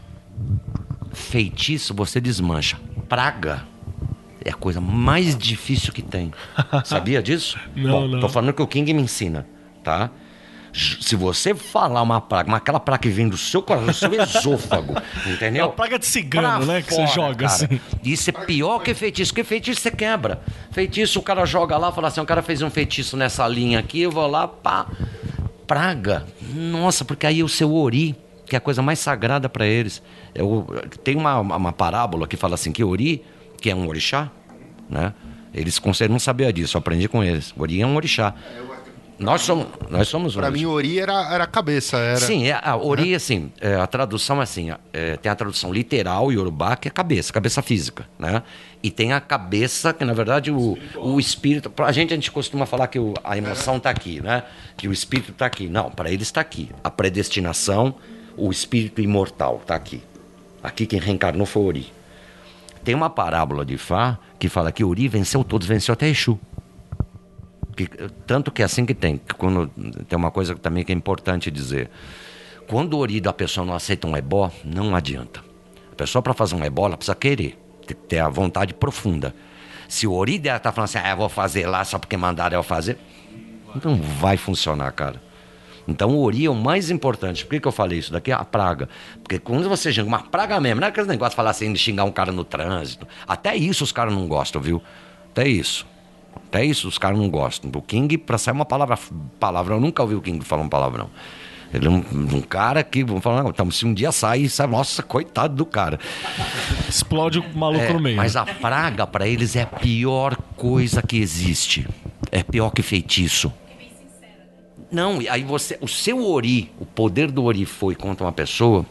Speaker 8: Feitiço você desmancha. Praga é a coisa mais difícil que tem. Sabia disso?
Speaker 7: Não,
Speaker 8: Bom,
Speaker 7: não.
Speaker 8: Tô falando que o King me ensina, tá? Se você falar uma praga, mas aquela praga que vem do seu coração, do seu esôfago, entendeu?
Speaker 7: É uma praga de cigano,
Speaker 8: pra
Speaker 7: né? Que
Speaker 8: fora,
Speaker 7: você joga
Speaker 8: cara.
Speaker 7: assim.
Speaker 8: Isso é pior que feitiço, porque feitiço você quebra. Feitiço o cara joga lá, fala assim, o cara fez um feitiço nessa linha aqui, eu vou lá, pá. Praga, nossa, porque aí o seu ori, que é a coisa mais sagrada para eles. Eu, tem uma, uma parábola que fala assim, que ori, que é um orixá, né? Eles consideram, não sabia disso, eu aprendi com eles. Ori é um orixá. Nós somos, nós somos
Speaker 6: Pra mim, ori era, era a cabeça. Era...
Speaker 8: Sim, é, a ori, assim, é, a tradução é assim, é, tem a tradução literal, Yorubá, que é cabeça, cabeça física, né? E tem a cabeça, que na verdade o, o espírito... A gente, a gente costuma falar que o, a emoção está aqui, né? Que o espírito está aqui. Não, para eles está aqui. A predestinação, o espírito imortal está aqui. Aqui quem reencarnou foi Ori. Tem uma parábola de Ifá que fala que Ori venceu todos, venceu até Exu. Que, tanto que é assim que tem. Que quando, tem uma coisa também que é importante dizer. Quando o Ori da pessoa não aceita um ebó, não adianta. A pessoa, para fazer um ebó, ela precisa querer. Ter a vontade profunda. Se o Ori dela tá falando assim, ah, eu vou fazer lá só porque mandaram eu fazer, não vai funcionar, cara. Então o Ori é o mais importante. Por que, que eu falei isso? Daqui é a praga. Porque quando você xinga uma praga mesmo, não é aquele negócio de falar assim, de xingar um cara no trânsito. Até isso os caras não gostam, viu? Até isso. Até isso os caras não gostam. O King, pra sair uma palavra, palavra, eu nunca ouvi o King falar uma palavrão. Ele é um, um cara que, vamos falar, não, então, se um dia sair, sabe, nossa, coitado do cara.
Speaker 7: Explode o maluco
Speaker 8: é,
Speaker 7: no meio.
Speaker 8: Mas a praga, pra eles, é a pior coisa que existe. É pior que feitiço. Não, aí você, o seu Ori, o poder do Ori foi contra uma pessoa.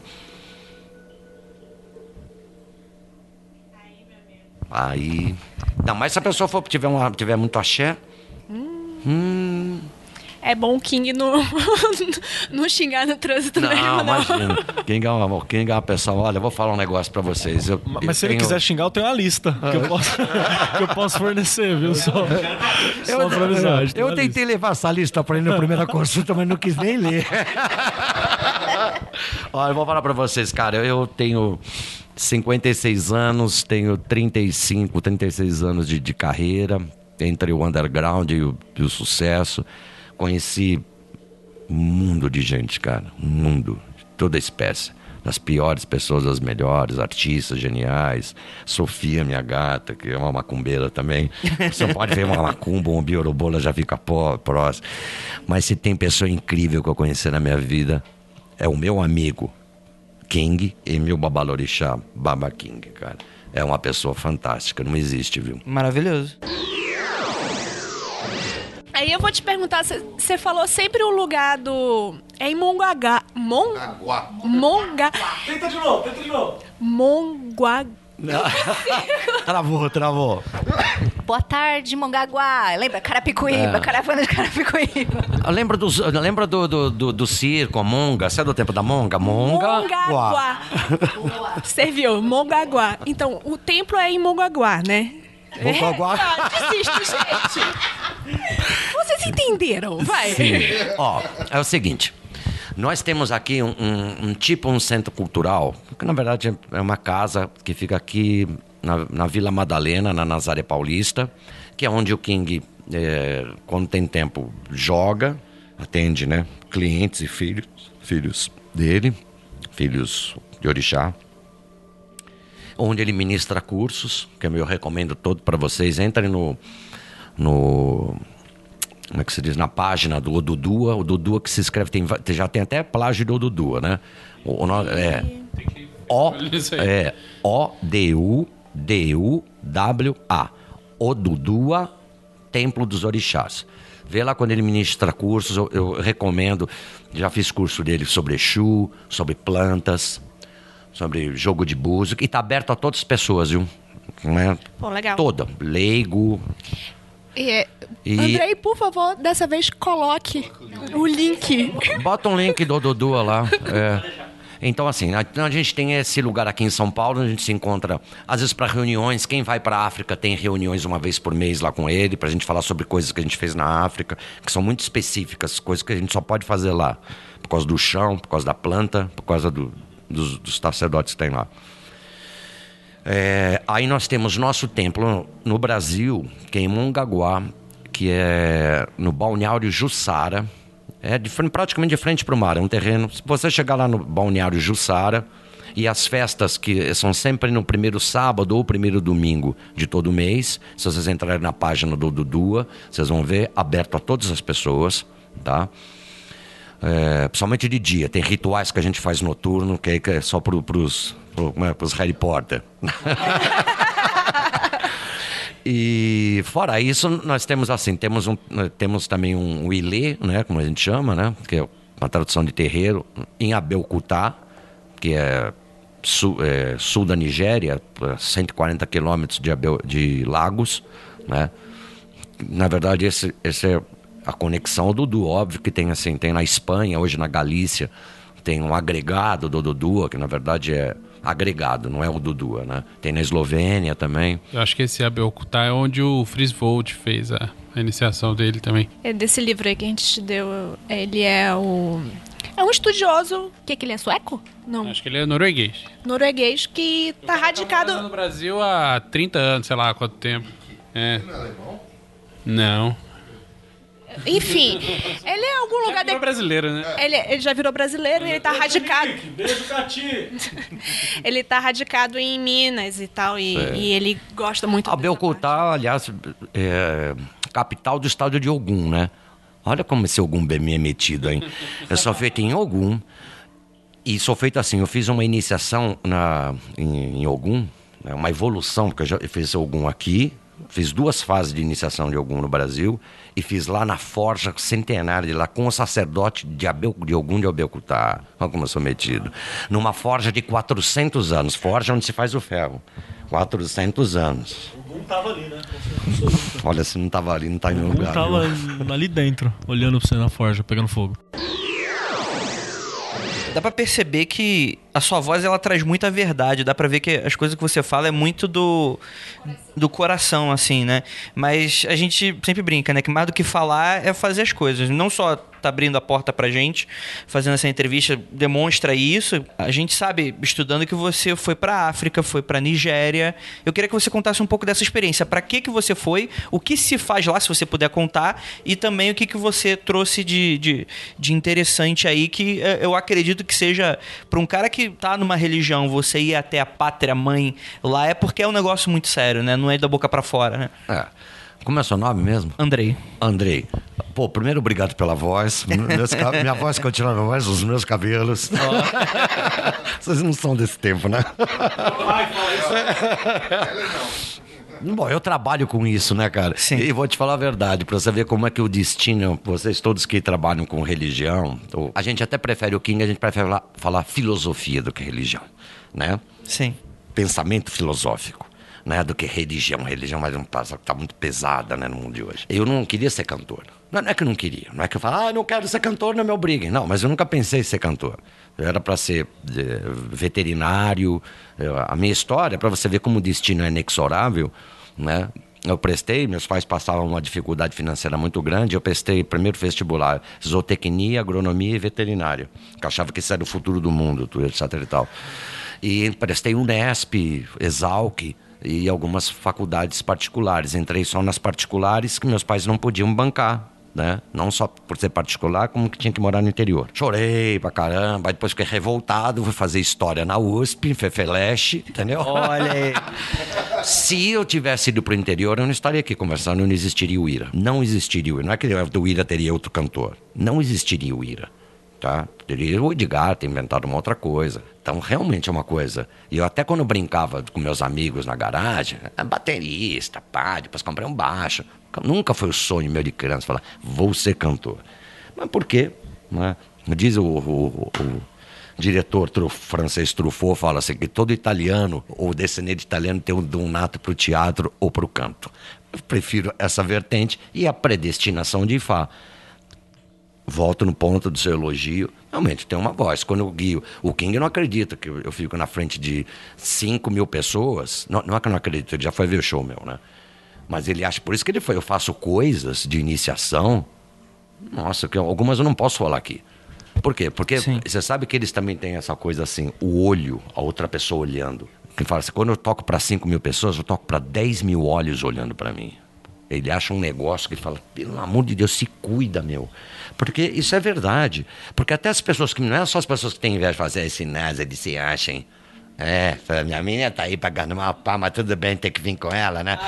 Speaker 8: Aí. Ainda mais se a pessoa for, tiver, uma, tiver muito axé. Hum. hum.
Speaker 5: É bom o King não, não xingar no trânsito
Speaker 8: não,
Speaker 5: mesmo, não.
Speaker 8: Imagina. King é uma, King é uma pessoa, olha, eu vou falar um negócio pra vocês. Eu,
Speaker 7: mas
Speaker 8: eu
Speaker 7: se
Speaker 8: tenho...
Speaker 7: ele quiser xingar, eu tenho uma lista que, eu posso, que eu posso fornecer, viu? Só, só
Speaker 8: eu,
Speaker 7: pra avisar.
Speaker 8: Eu, eu tentei levar essa lista pra ele na primeira consulta, mas não quis nem ler. Olha, eu vou falar pra vocês, cara. Eu tenho cinquenta e seis anos, tenho trinta e cinco, trinta e seis anos de, de carreira, entre o underground e o, e o sucesso. Conheci um mundo de gente, cara. Um mundo de toda espécie. Das piores pessoas, das melhores, artistas geniais. Sofia, minha gata, que é uma macumbeira também. Você não pode ver uma macumba, um biorobola, já fica pó, próximo. Mas se tem pessoa incrível que eu conheci na minha vida, é o meu amigo King e meu babalorixá, Baba King, cara. É uma pessoa fantástica, não existe, viu?
Speaker 3: Maravilhoso.
Speaker 5: Aí eu vou te perguntar, você falou sempre o lugar do... É em Mongaguá. Mon...
Speaker 6: Mongaguá.
Speaker 5: Monga...
Speaker 7: Tenta de novo, tenta de novo.
Speaker 5: Mongaguá.
Speaker 8: Travou, travou.
Speaker 2: Boa tarde, Mongaguá. Lembra? Carapicuíba,
Speaker 8: É.
Speaker 2: caravana de Carapicuíba.
Speaker 8: Eu lembro, dos, eu lembro do, do, do, do circo, a Monga. Você é do tempo da Monga? Monga.
Speaker 5: Mongaguá. Serviu, Mongaguá. Então, o templo é em Mongaguá, né?
Speaker 8: Mongaguá.
Speaker 5: É, ah, desisto, gente. Vocês entenderam, vai.
Speaker 8: Sim. Ó, é o seguinte. Nós temos aqui um, um, um tipo um centro cultural, que na verdade é uma casa que fica aqui na, na Vila Madalena, na Nazaré Paulista, que é onde o King, é, quando tem tempo, joga, atende, né, clientes e filhos, filhos dele, filhos de orixá, onde ele ministra cursos, que eu recomendo todo para vocês. Entrem no... no como é que se diz? Na página do Odudua. O Odudua que se escreve, tem, já tem até plágio do Odudua, né? O, o, é, o, é O D U D U W A. Odudua, Templo dos Orixás. Vê lá quando ele ministra cursos, eu, eu recomendo. Já fiz curso dele sobre Exu, sobre plantas, sobre jogo de búzio, e tá aberto a todas as pessoas, viu? Né?
Speaker 5: Pô, legal.
Speaker 8: Toda. Leigo.
Speaker 5: E,
Speaker 8: E-
Speaker 5: Andrei, por favor, dessa vez coloque o link.
Speaker 8: Bota um link do Dodua lá. É. Então, assim, a, a gente tem esse lugar aqui em São Paulo, a gente se encontra, às vezes, para reuniões. Quem vai para a África tem reuniões uma vez por mês lá com ele, para a gente falar sobre coisas que a gente fez na África, que são muito específicas, coisas que a gente só pode fazer lá, por causa do chão, por causa da planta, por causa do, dos, dos sacerdotes que tem lá. É, aí nós temos nosso templo no Brasil, que é em Mongaguá, que é no balneário Jussara. É de frente, praticamente de frente para o mar, é um terreno. Se você chegar lá no balneário Jussara, e as festas que são sempre no primeiro sábado ou primeiro domingo de todo mês, se vocês entrarem na página do Dudua, vocês vão ver, aberto a todas as pessoas, tá? É, principalmente de dia, tem rituais que a gente faz noturno, que é, que é só para os pro, Harry Potter. E fora isso, nós temos assim, temos, um, temos também um Uilê, né, como a gente chama, né, que é uma tradução de terreiro, em Abeokuta, que é sul, é, sul da Nigéria, cento e quarenta quilômetros de, Abel, de Lagos, né. Na verdade, esse, esse é a conexão ao Dudu, óbvio que tem assim, tem na Espanha, hoje na Galícia, tem um agregado do Dudua, que na verdade é agregado, não é o Dudua, né? Tem na Eslovênia também.
Speaker 4: Eu acho que esse Abeokuta é onde o Frisvold fez a, a iniciação dele também.
Speaker 5: É desse livro aí que a gente te deu, ele é o... É um estudioso... O que que ele é, sueco? Não,
Speaker 4: Acho que ele é norueguês.
Speaker 5: norueguês, que tá
Speaker 4: Tá
Speaker 5: radicado...
Speaker 4: morando no Brasil há trinta anos, sei lá quanto tempo. É. Não.
Speaker 5: Enfim, ele é algum lugar...
Speaker 4: É
Speaker 5: De...
Speaker 4: brasileiro, né?
Speaker 5: Ele, ele já virou brasileiro e ele tá radicado...
Speaker 7: Beijo, Cati!
Speaker 5: Ele tá radicado em Minas e tal, e, e ele gosta muito...
Speaker 8: Abeokuta, aliás, é capital do estado de Ogum, né? Olha como esse Ogum bem é metido, hein? Eu sou feito em Ogum. E sou feito assim, eu fiz uma iniciação na, em, em Ogum, né, uma evolução, porque eu já fiz Ogum aqui, fiz duas fases de iniciação de Ogum no Brasil, e fiz lá na forja centenária de lá, com o sacerdote de, Abel, de Ogum de Abeokuta. Olha como eu sou metido. Numa forja de quatrocentos anos, forja onde se faz o ferro. quatrocentos anos.
Speaker 7: O Gum tava ali, né?
Speaker 8: Olha, se não tava ali, não tá em nenhum
Speaker 7: O Gum
Speaker 8: lugar.
Speaker 7: tava
Speaker 8: viu?
Speaker 7: ali dentro, olhando pra você na forja, pegando fogo.
Speaker 3: Dá pra perceber que a sua voz, ela traz muita verdade. Dá pra ver que as coisas que você fala é muito do... do coração, assim, né? Mas a gente sempre brinca, né? Que mais do que falar é fazer as coisas. Não só tá abrindo a porta pra gente, fazendo essa entrevista, demonstra isso. A gente sabe, estudando, que você foi pra África, foi pra Nigéria. Eu queria que você contasse um pouco dessa experiência. Pra que que você foi? O que se faz lá, se você puder contar? E também o que que você trouxe de, de, de interessante aí, que eu acredito que seja... Pra um cara que tá numa religião, você ir até a pátria mãe lá, é porque é um negócio muito sério, né? Não é da boca pra fora, né?
Speaker 8: É. Como é seu nome mesmo?
Speaker 3: Andrei.
Speaker 8: Andrei. Pô, primeiro, obrigado pela voz. Meus, minha voz continua a voz, os meus cabelos. Oh. Vocês não são desse tempo, né? Bom, eu trabalho com isso, né, cara?
Speaker 3: Sim.
Speaker 8: E vou te falar a verdade, pra você ver como é que o destino, vocês todos que trabalham com religião, ou, a gente até prefere o King, a gente prefere falar, falar filosofia do que religião, né?
Speaker 3: Sim.
Speaker 8: Pensamento filosófico, né, do que religião. Religião mas tá, tá muito pesada, né, no mundo de hoje. Eu não queria ser cantor. Não, não é que eu não queria. Não é que eu falo, ah, não quero ser cantor, não me obriguem. Não, mas eu nunca pensei em ser cantor. Eu era para ser é, veterinário. Eu, a minha história, para você ver como o destino é inexorável, né? Eu prestei, meus pais passavam uma dificuldade financeira muito grande, eu prestei primeiro vestibular, zootecnia, agronomia e veterinária. Eu achava que isso era o futuro do mundo, tudo, etc e tal. E prestei Unesp, Exalc e algumas faculdades particulares. Entrei só nas particulares que meus pais não podiam bancar, né? Não só por ser particular, como que tinha que morar no interior. Chorei pra caramba, depois fiquei revoltado, fui fazer história na U S P, em Fefeleche, entendeu?
Speaker 3: Olha aí.
Speaker 8: Se eu tivesse ido pro interior, eu não estaria aqui conversando, não existiria o Ira. Não existiria o Ira. Não é que o Ira teria outro cantor. Não existiria o Ira. Tá? Teria o Edgar ter inventado uma outra coisa. Então, realmente é uma coisa. E eu até quando brincava com meus amigos na garagem, baterista, pá, depois comprei um baixo. Nunca foi o sonho meu de criança falar, vou ser cantor. Mas por quê? Né? Diz o, o, o, o diretor truf, francês Truffaut, fala assim, que todo italiano ou descendente de italiano tem um dom nato para o teatro ou para o canto. Eu prefiro essa vertente e a predestinação de Ifá. Volto no ponto do seu elogio. Realmente, tem uma voz. Quando eu guio... O King não acredita que eu fico na frente de cinco mil pessoas. Não, não é que eu não acredito, ele já foi ver o show meu, né? Mas ele acha... Por isso que ele foi. Eu faço coisas de iniciação. Nossa, que algumas eu não posso falar aqui. Por quê? Porque Sim. Você sabe que eles também têm essa coisa assim, o olho, a outra pessoa olhando. Ele fala assim, quando eu toco para cinco mil pessoas, eu toco para dez mil olhos olhando para mim. Ele acha um negócio que ele fala, pelo amor de Deus, se cuida, meu. Porque isso é verdade. Porque até as pessoas que... Não é só as pessoas que têm inveja de fazer esse nasa, eles se acham. É, minha menina tá aí pagando uma pá, mas tudo bem, tem que vir com ela, né?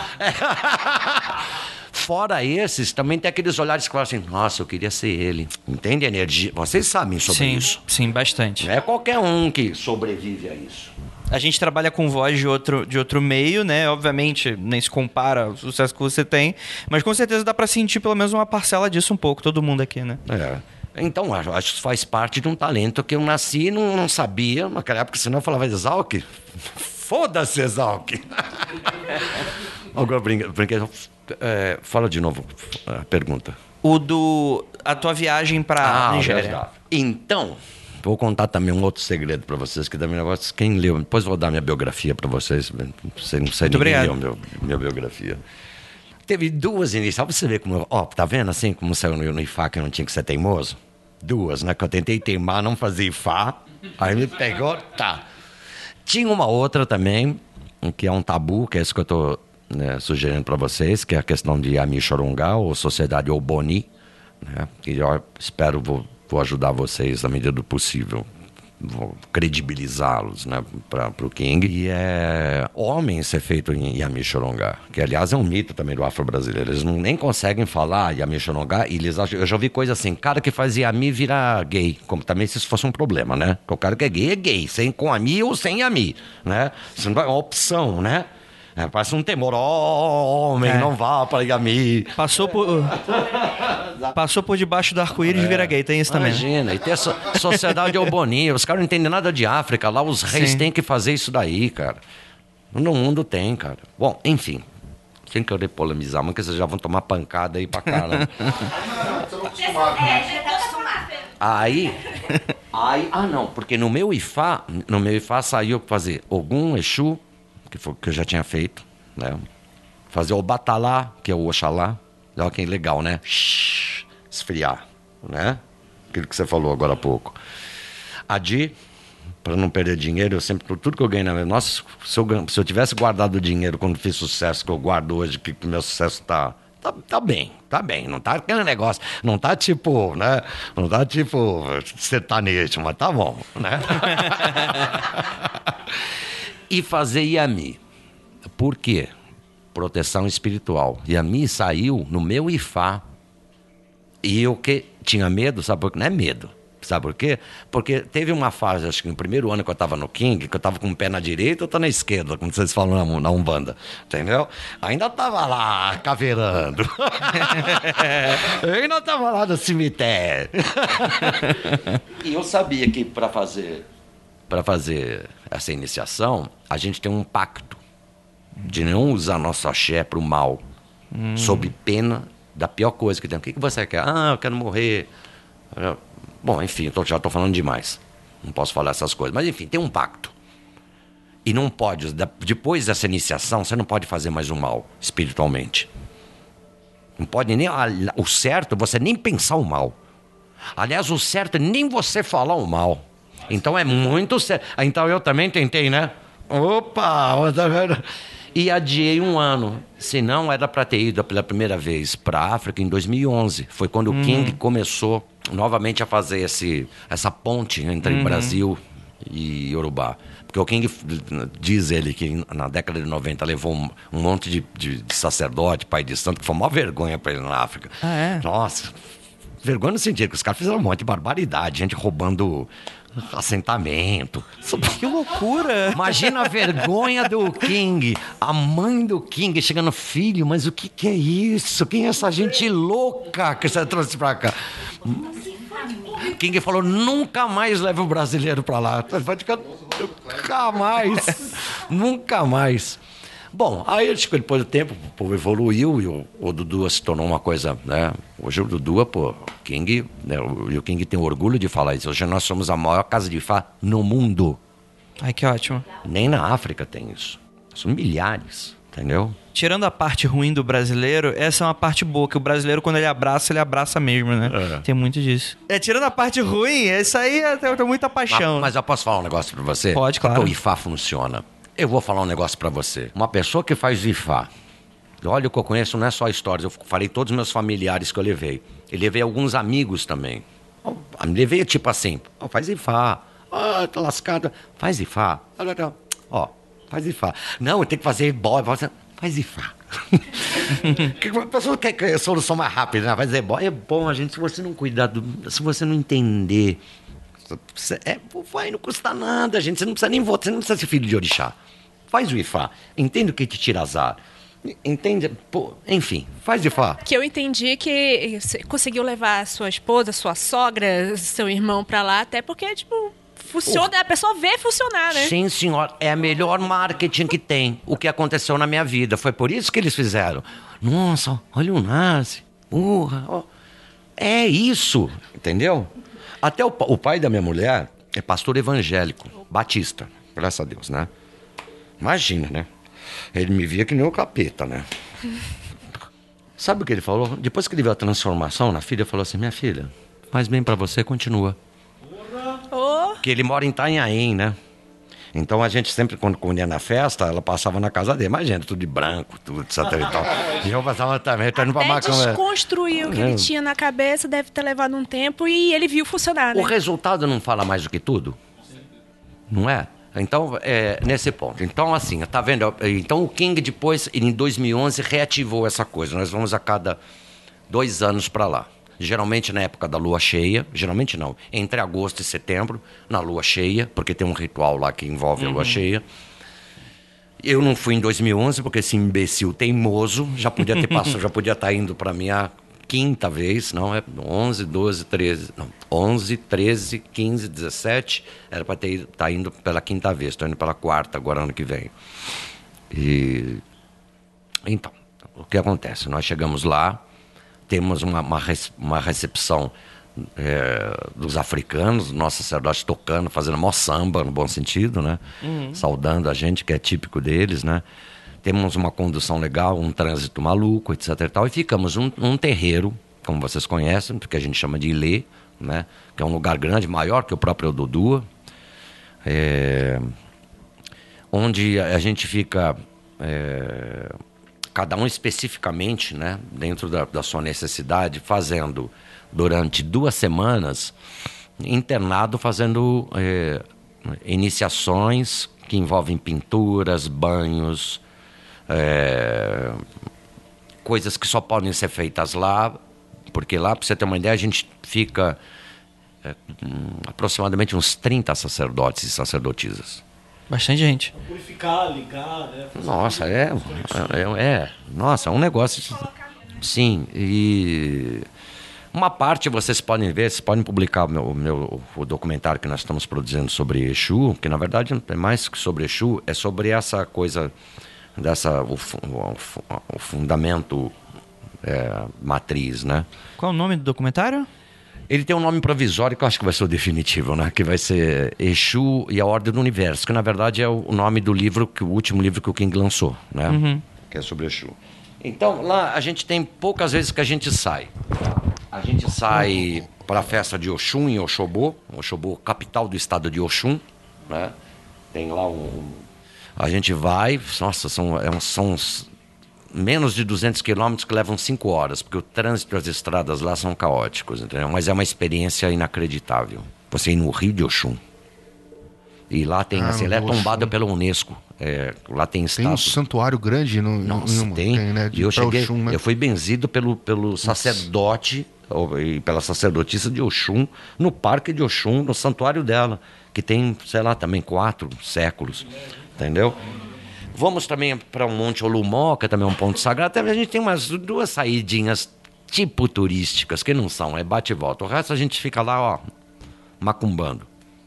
Speaker 8: Fora esses, também tem aqueles olhares que falam assim, nossa, eu queria ser ele. Entende a energia? Vocês sabem sobre
Speaker 3: sim,
Speaker 8: isso.
Speaker 3: Sim, bastante.
Speaker 8: Não é qualquer um que sobrevive a isso.
Speaker 3: A gente trabalha com voz de outro, de outro meio, né? Obviamente, nem se compara ao sucesso que você tem, mas com certeza dá pra sentir pelo menos uma parcela disso um pouco, todo mundo aqui, né?
Speaker 8: É. Então, acho que isso faz parte de um talento que eu nasci e não, não sabia naquela época, senão eu falava, Exalc, foda-se, Exalc. Agora, brinquedo. É, fala de novo a pergunta.
Speaker 3: O do... A tua viagem pra
Speaker 8: ah,
Speaker 3: Nigéria.
Speaker 8: Então... Vou contar também um outro segredo para vocês, que da minha voz, quem leu, depois vou dar minha biografia para vocês, você não sei ninguém leu meu, minha biografia. Teve duas iniciais, você vê como, ó, tá vendo assim, como saiu no Ifá que eu não tinha que ser teimoso? Duas, né, que eu tentei teimar, não fazer Ifá, aí me pegou, tá. Tinha uma outra também, que é um tabu, que é isso que eu tô né, sugerindo para vocês, que é a questão de Yami Xorongá, ou Sociedade Oboni, né, que eu espero, vou... Vou ajudar vocês na medida do possível. Vou credibilizá-los, né, para o King. E é homem ser feito em Yami Xorongá, que aliás é um mito também do afro-brasileiro. Eles não, nem conseguem falar Yami Xorongá e eles acham, eu já ouvi coisa assim, cara que faz Yami vira gay, como também se isso fosse um problema, né? Porque o cara que é gay é gay, sem, com Yami ou sem Yami, né? Isso não é uma opção, né? É, parece um temor, oh, homem, é. Não vá para Yami.
Speaker 3: Passou por, passou por debaixo do arco-íris e é. Vira gay, tem isso também.
Speaker 8: Imagina,
Speaker 3: né?
Speaker 8: E tem a so, sociedade Oboni, os caras não entendem nada de África, lá os reis Sim. têm que fazer isso daí, cara. No mundo tem, cara. Bom, enfim, sem querer polemizar, mas que vocês já vão tomar pancada aí pra caramba. Aí, aí, ah não, porque no meu Ifá, no meu Ifá saiu pra fazer Ogum, Exu, que foi que eu já tinha feito, né? fazer o batalá, que é o Oxalá. Olha que legal, né? Shhh, esfriar, né? Aquilo que você falou agora há pouco. Adi, para não perder dinheiro, eu sempre, tudo que eu ganho na minha... Nossa, se eu, se eu tivesse guardado o dinheiro quando fiz sucesso, que eu guardo hoje, que o meu sucesso tá, tá, tá bem, tá bem. Não tá aquele negócio, não tá tipo, né? Não tá tipo sertanejo, mas tá bom, né? E fazer Yami. Por quê? Proteção espiritual. Yami saiu no meu Ifá. E eu que tinha medo, sabe por quê? Não é medo. Sabe por quê? Porque teve uma fase, acho que no primeiro ano que eu tava no King, que eu tava com o pé na direita ou tô na esquerda, como vocês falam na, na Umbanda. Entendeu? Ainda tava lá, caveirando. Eu ainda tava lá no cemitério. E eu sabia que para fazer, para fazer essa iniciação, a gente tem um pacto de não usar nosso axé pro mal, hum. sob pena da pior coisa que tem. O que, que você quer? Ah, eu quero morrer. Bom, enfim, eu tô, já estou falando demais. Não posso falar essas coisas. Mas, enfim, tem um pacto. E não pode, depois dessa iniciação, você não pode fazer mais o mal, espiritualmente. Não pode nem... O certo é você nem pensar o mal. Aliás, o certo é nem você falar o mal. Então é muito certo. Então eu também tentei, né? Opa! E adiei um ano. Se não, era para ter ido pela primeira vez para a África em dois mil e onze. Foi quando o King começou novamente a fazer esse, essa ponte entre uhum. Brasil e Yorubá. Porque o King, diz ele que na década de noventa levou um, um monte de, de, de sacerdote, pai de santo, que foi uma vergonha para ele na África.
Speaker 3: Ah, é?
Speaker 8: Nossa, vergonha no sentido que os caras fizeram um monte de barbaridade, gente roubando assentamento.
Speaker 3: Que loucura!
Speaker 8: Imagina a vergonha do King, a mãe do King chegando, filho, mas o que, que é isso? Quem é essa gente louca que você trouxe pra cá? King falou, nunca mais leva o brasileiro pra lá. Nunca mais. Nunca mais. Bom, aí acho que depois do tempo o povo evoluiu e o, o Dudu se tornou uma coisa, né? Hoje o Dudu, pô, King, né? O, o King tem orgulho de falar isso. Hoje nós somos a maior casa de Ifá no mundo.
Speaker 3: Ai, que ótimo.
Speaker 8: Nem na África tem isso. São milhares, entendeu?
Speaker 3: Tirando a parte ruim do brasileiro, essa é uma parte boa, que o brasileiro, quando ele abraça, ele abraça mesmo, né? É. Tem muito disso. É, tirando a parte ruim, isso aí eu tenho muita paixão.
Speaker 8: Mas, mas eu posso falar um negócio pra você?
Speaker 3: Pode, claro.
Speaker 8: Porque o Ifá funciona. Eu vou falar um negócio pra você. Uma pessoa que faz Ifá, olha, o que eu conheço não é só histórias, eu falei todos os meus familiares que eu levei. Eu levei alguns amigos também. Eu levei tipo assim, oh, faz Ifá. Ah, oh, tô lascado. Faz Ifá. Ó, oh, faz Ifá. Não, eu tenho que fazer ebó. Faz Ifá. A pessoa quer a solução mais rápida, né? Faz ebó. É bom, a gente, se você não cuidar, do, se você não entender... É, vai, não custa nada, gente. Você não precisa nem votar, você não precisa ser filho de orixá. Faz o Ifá. Entende o que te tira azar. Entende? Pô, enfim, faz Ifá.
Speaker 5: Que eu entendi que você conseguiu levar a sua esposa, sua sogra, seu irmão pra lá, até porque, tipo, funciona, a pessoa vê funcionar, né?
Speaker 8: Sim, senhor. É a melhor marketing que tem. O que aconteceu na minha vida. Foi por isso que eles fizeram. Nossa, olha o Nazi. Urra, ó. É isso, entendeu? Até o, o pai da minha mulher é pastor evangélico, batista, graças a Deus, né? Imagina, né? Ele me via que nem o capeta, né? Sabe o que ele falou? Depois que ele viu a transformação na filha, ele falou assim, minha filha, faz bem pra você, continua.
Speaker 5: Oh.
Speaker 8: Que ele mora em Itanhaém, né? Então a gente sempre, quando, quando ia na festa, ela passava na casa dele. Imagina, tudo de branco, tudo etc e tal. E eu passava também, tô indo pra
Speaker 5: Até
Speaker 8: Macamé.
Speaker 5: desconstruiu o que é. ele tinha na cabeça, deve ter levado um tempo e ele viu funcionar, né?
Speaker 8: O resultado não fala mais do que tudo? Não é? Então, é, nesse ponto. Então, assim, tá vendo? Então o King depois, em dois mil e onze, reativou essa coisa. Nós vamos a cada dois anos pra lá. Geralmente na época da lua cheia, geralmente não, entre agosto e setembro, na lua cheia, porque tem um ritual lá que envolve uhum. a lua cheia. Eu não fui em dois mil e onze, porque esse imbecil teimoso já podia ter passado, já podia estar indo para minha quinta vez, não, é onze, doze, treze, não, onze, treze, quinze, dezessete, era para ter estar tá indo pela quinta vez, estou indo pela quarta agora ano que vem. E então, o que acontece? Nós chegamos lá, temos uma, uma, uma recepção é, dos africanos, nossos sacerdotes tocando, fazendo mó samba, no bom sentido, né? Uhum. Saudando a gente, que é típico deles, né? temos uma condução legal, um trânsito maluco, etc e tal, e ficamos num, num terreiro, como vocês conhecem, que a gente chama de Ilê, né? Que é um lugar grande, maior que o próprio Ododua, é, onde a gente fica, é, cada um especificamente, né? Dentro da, da sua necessidade, fazendo durante duas semanas, internado, fazendo é, iniciações que envolvem pinturas, banhos, é, coisas que só podem ser feitas lá, porque lá, para você ter uma ideia, a gente fica é, hum, aproximadamente uns trinta sacerdotes e sacerdotisas.
Speaker 3: Bastante gente.
Speaker 7: Purificar, ligar, né?
Speaker 8: Nossa, é, é, é. Nossa, é um negócio. Sim, e uma parte vocês podem ver, vocês podem publicar o meu, meu, o documentário que nós estamos produzindo sobre Exu, que na verdade é mais que sobre Exu, é sobre essa coisa, dessa, o, o, o fundamento é, matriz, né?
Speaker 3: Qual é o nome do documentário?
Speaker 8: Ele tem um nome provisório que eu acho que vai ser o definitivo, né? Que vai ser Exu e a Ordem do Universo, que na verdade é o nome do livro, que o último livro que o King lançou, né? Uhum. Que é sobre Exu. Então, lá a gente tem poucas vezes que a gente sai. A gente sai para a festa de Oxum em Oxobô, Oxobô, capital do estado de Oxum, né? Tem lá um... A gente vai, nossa, são, é, são menos de duzentos quilômetros que levam cinco horas, porque o trânsito e as estradas lá são caóticos, entendeu? Mas é uma experiência inacreditável. Você ir no Rio de Oxum. E lá tem, ah, assim, ele é tombado pela Unesco. É, lá tem
Speaker 6: status. Tem um santuário grande no,
Speaker 8: Nossa,
Speaker 6: no,
Speaker 8: tem.
Speaker 6: tem né,
Speaker 8: e eu cheguei,
Speaker 6: Oxum, né?
Speaker 8: eu fui benzido pelo, pelo sacerdote e pela sacerdotisa de Oxum, no parque de Oxum, no santuário dela, que tem, sei lá, também quatro séculos, entendeu? Vamos também para o Monte Olumó, que é também um ponto sagrado. Até a gente tem umas duas saídinhas tipo turísticas, que não são, é bate e volta. O resto a gente fica lá, ó, macumbando.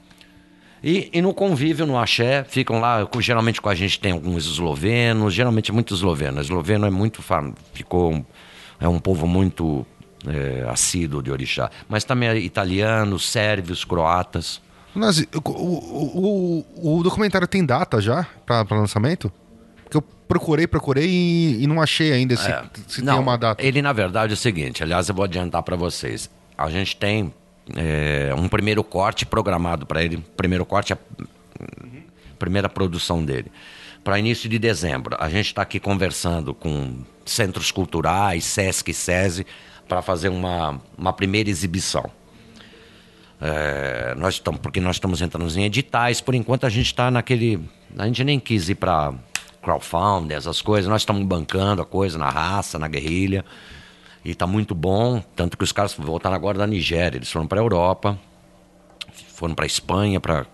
Speaker 8: E, e no convívio, no axé, ficam lá, geralmente com a gente tem alguns eslovenos, geralmente muito esloveno. Esloveno é muito, ficou, é um povo muito é, assíduo de orixá. Mas também é italianos, sérvios, croatas.
Speaker 6: Nazi, o, o, o, o documentário tem data já para lançamento? Porque eu procurei, procurei e, e não achei ainda se, é, se
Speaker 8: não,
Speaker 6: tem uma data.
Speaker 8: Ele, na verdade, é o seguinte, aliás, eu vou adiantar para vocês. A gente tem... É, um primeiro corte programado para ele, primeiro corte, a primeira produção dele, para início de dezembro. A gente está aqui conversando com centros culturais, Sesc e SESI, para fazer uma, uma primeira exibição. É, nós estamos, porque nós estamos entrando em editais, por enquanto a gente está naquele... A gente nem quis ir para crowdfunding, essas coisas, nós estamos bancando a coisa na raça, na guerrilha. E está muito bom, tanto que os caras voltaram agora da Nigéria, eles foram para a Europa, foram para a Espanha, para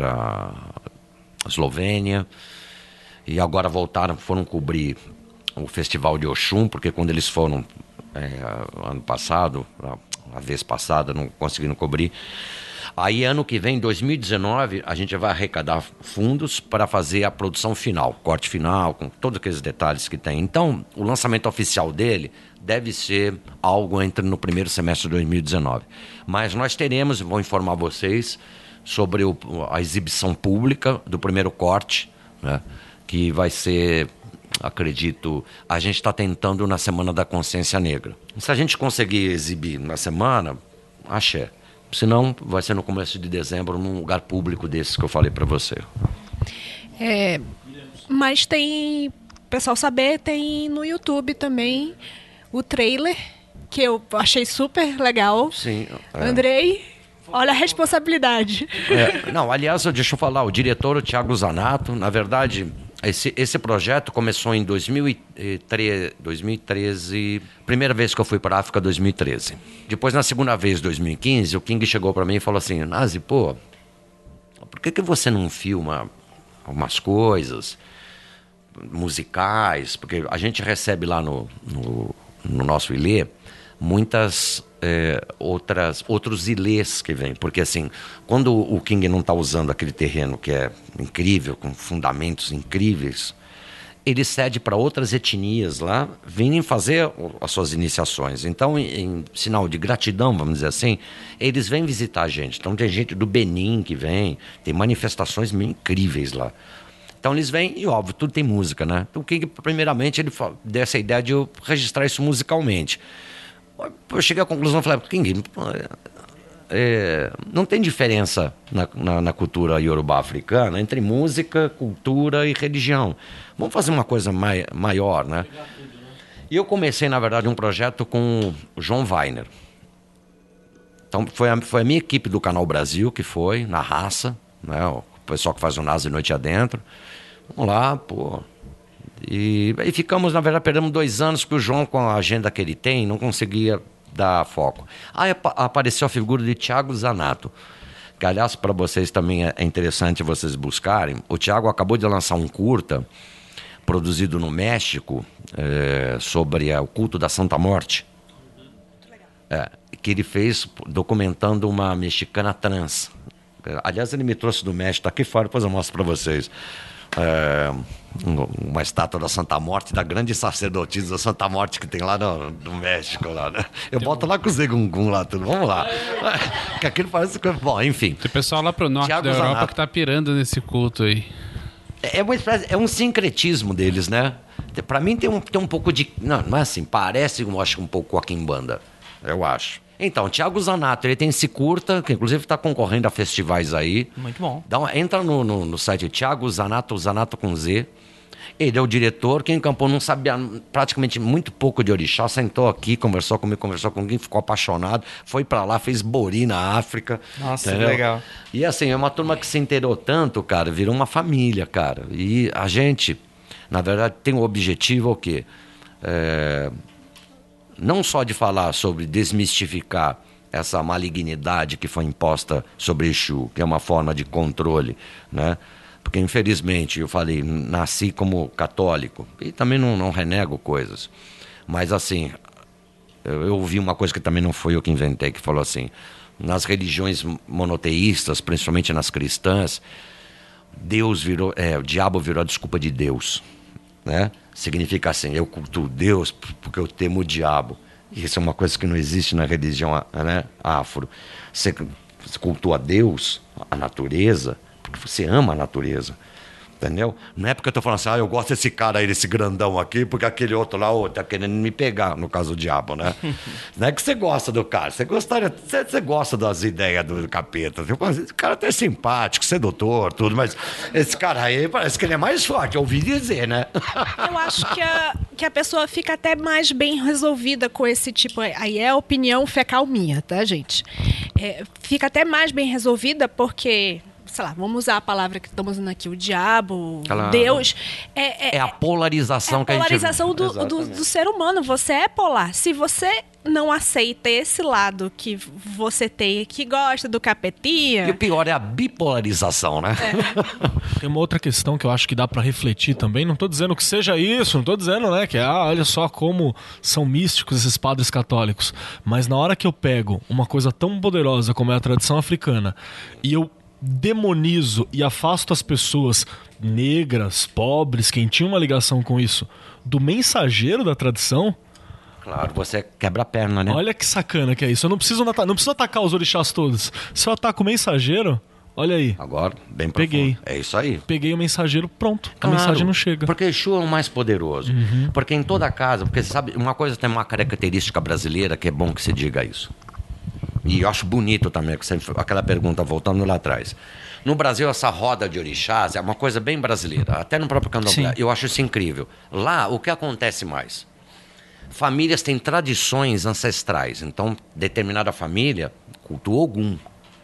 Speaker 8: a Eslovênia, e agora voltaram, foram cobrir o Festival de Oxum, porque quando eles foram é, ano passado, a vez passada, não conseguiram cobrir. Aí ano que vem, dois mil e dezenove, a gente vai arrecadar fundos para fazer a produção final, corte final, com todos aqueles detalhes que tem. Então, o lançamento oficial dele deve ser algo entre no primeiro semestre de dois mil e dezenove. Mas nós teremos, vou informar vocês, sobre o, a exibição pública do primeiro corte, né, que vai ser, acredito, a gente está tentando na Semana da Consciência Negra. Se a gente conseguir exibir na semana, axé. Senão, vai ser no começo de dezembro, num lugar público desses que eu falei para você.
Speaker 5: É, mas tem, pessoal saber, tem no YouTube também o trailer, que eu achei super legal.
Speaker 8: Sim. É.
Speaker 5: Andrei, olha a responsabilidade.
Speaker 8: É, não, aliás, deixa eu falar, o diretor, o Thiago Zanato, na verdade... Esse, esse projeto começou em dois mil e treze, primeira vez que eu fui para a África, dois mil e treze. Depois, na segunda vez, dois mil e quinze, o King chegou para mim e falou assim, Nazi, pô, por que, que você não filma algumas coisas musicais? Porque a gente recebe lá no, no, no nosso Ilê muitas... É, outras, outros ilês que vêm, porque assim, quando o King não está usando aquele terreno que é incrível, com fundamentos incríveis, ele cede para outras etnias lá virem fazer as suas iniciações. Então, em, em sinal de gratidão, vamos dizer assim, eles vêm visitar a gente. Então tem gente do Benin que vem, tem manifestações meio incríveis lá. Então eles vêm e, óbvio, tudo tem música, né? Então o King, primeiramente, ele deu essa ideia de eu registrar isso musicalmente. Eu cheguei à conclusão, falei, King, é, não tem diferença na, na, na cultura iorubá africana entre música, cultura e religião. Vamos fazer uma coisa mai, maior, né? E eu comecei, na verdade, um projeto com o João Weiner. Então foi a, foi a minha equipe do Canal Brasil que foi, na raça, né? O pessoal que faz o Nasa de Noite Adentro. Vamos lá, pô. E aí ficamos, na verdade, perdemos dois anos que o João, com a agenda que ele tem, não conseguia dar foco. Aí ap- apareceu a figura de Thiago Zanato, que, aliás, para vocês também é interessante vocês buscarem. O Thiago acabou de lançar um curta produzido no México é, sobre é, o culto da Santa Morte. É, que ele fez documentando uma mexicana trans. Aliás, ele me trouxe do México, tá aqui fora, depois eu mostro para vocês. É, uma estátua da Santa Morte, da grande sacerdotisa da Santa Morte que tem lá no, no México. Lá, né? Eu tem boto um... lá com o Zegungun lá, tudo. Vamos lá. Que aquilo parece que... Bom, enfim.
Speaker 4: Tem pessoal lá pro norte Thiago da Europa Zanato. Que tá pirando nesse culto aí.
Speaker 8: É, uma espécie, é um sincretismo deles, né? Pra mim tem um, tem um pouco de... Não, não é assim, parece, eu acho, um pouco Joaquim Banda. Eu acho. Então, Thiago Zanato, ele tem esse curta, que inclusive está concorrendo a festivais aí.
Speaker 3: Muito bom.
Speaker 8: Dá uma, entra no, no, no site Thiago Zanato, Zanato com Z. Ele é o diretor, quem encampou não sabia praticamente muito pouco de orixá, sentou aqui, conversou comigo, conversou com alguém, ficou apaixonado, foi para lá, fez bori na África.
Speaker 3: Nossa,
Speaker 8: entendeu?
Speaker 3: Legal.
Speaker 8: E assim, é uma turma que se inteirou tanto, cara, virou uma família, cara. E a gente, na verdade, tem o objetivo o quê? É... Não só de falar sobre desmistificar essa malignidade que foi imposta sobre Exu, que é uma forma de controle, né? Porque, infelizmente, eu falei, nasci como católico e também não, não renego coisas. Mas, assim, eu, eu ouvi uma coisa que também não foi eu que inventei, que falou assim, nas religiões monoteístas, principalmente nas cristãs, Deus virou, é, o diabo virou a desculpa de Deus, né? Significa assim, eu cultuo Deus porque eu temo o diabo. Isso é uma coisa que não existe na religião, né, afro. Você, você cultua Deus, a natureza, porque você ama a natureza. Entendeu? Não é porque eu tô falando assim, ah, eu gosto desse cara aí, desse grandão aqui, porque aquele outro lá, oh, tá querendo me pegar, no caso do diabo, né? Não é que você gosta do cara, você, gostaria, você, você gosta das ideias do capeta. Esse cara até é simpático, sedutor, tudo, mas esse cara aí parece que ele é mais forte, eu ouvi dizer, né?
Speaker 5: Eu acho que a, que a pessoa fica até mais bem resolvida com esse tipo, aí é a opinião fecal minha, tá, gente? É, fica até mais bem resolvida porque... sei lá, vamos usar a palavra que estamos usando aqui, o diabo,
Speaker 8: Claro.
Speaker 5: Deus. É, é,
Speaker 8: É a polarização
Speaker 5: é
Speaker 8: que a gente...
Speaker 5: a polarização do, do, do ser humano. Você é polar. Se você não aceita esse lado que você tem, que gosta do capetinha...
Speaker 8: E o pior é a bipolarização, né?
Speaker 5: É.
Speaker 7: Tem uma outra questão que eu acho que dá pra refletir também. Não tô dizendo que seja isso, não tô dizendo, né, que ah, olha só como são místicos esses padres católicos. Mas na hora que eu pego uma coisa tão poderosa como é a tradição africana e eu demonizo e afasto as pessoas negras, pobres, quem tinha uma ligação com isso, do mensageiro da tradição...
Speaker 8: Claro, você quebra a perna, né?
Speaker 7: Olha que sacana que é isso. Eu não preciso, não preciso atacar os orixás todos. Se eu ataco o mensageiro, olha aí.
Speaker 8: Agora, bem profundo.
Speaker 7: Peguei.
Speaker 8: É isso aí.
Speaker 7: Peguei o mensageiro, pronto.
Speaker 8: Claro,
Speaker 7: a mensagem não chega.
Speaker 8: Porque Exu é o mais poderoso. Uhum. Porque em toda casa, porque sabe, uma coisa tem uma característica brasileira que é bom que se diga isso. E eu acho bonito também, aquela pergunta voltando lá atrás. No Brasil, essa roda de orixás é uma coisa bem brasileira, até no próprio candomblé. Eu acho isso incrível. Lá, o que acontece mais? Famílias têm tradições ancestrais. Então, determinada família cultua Ogum,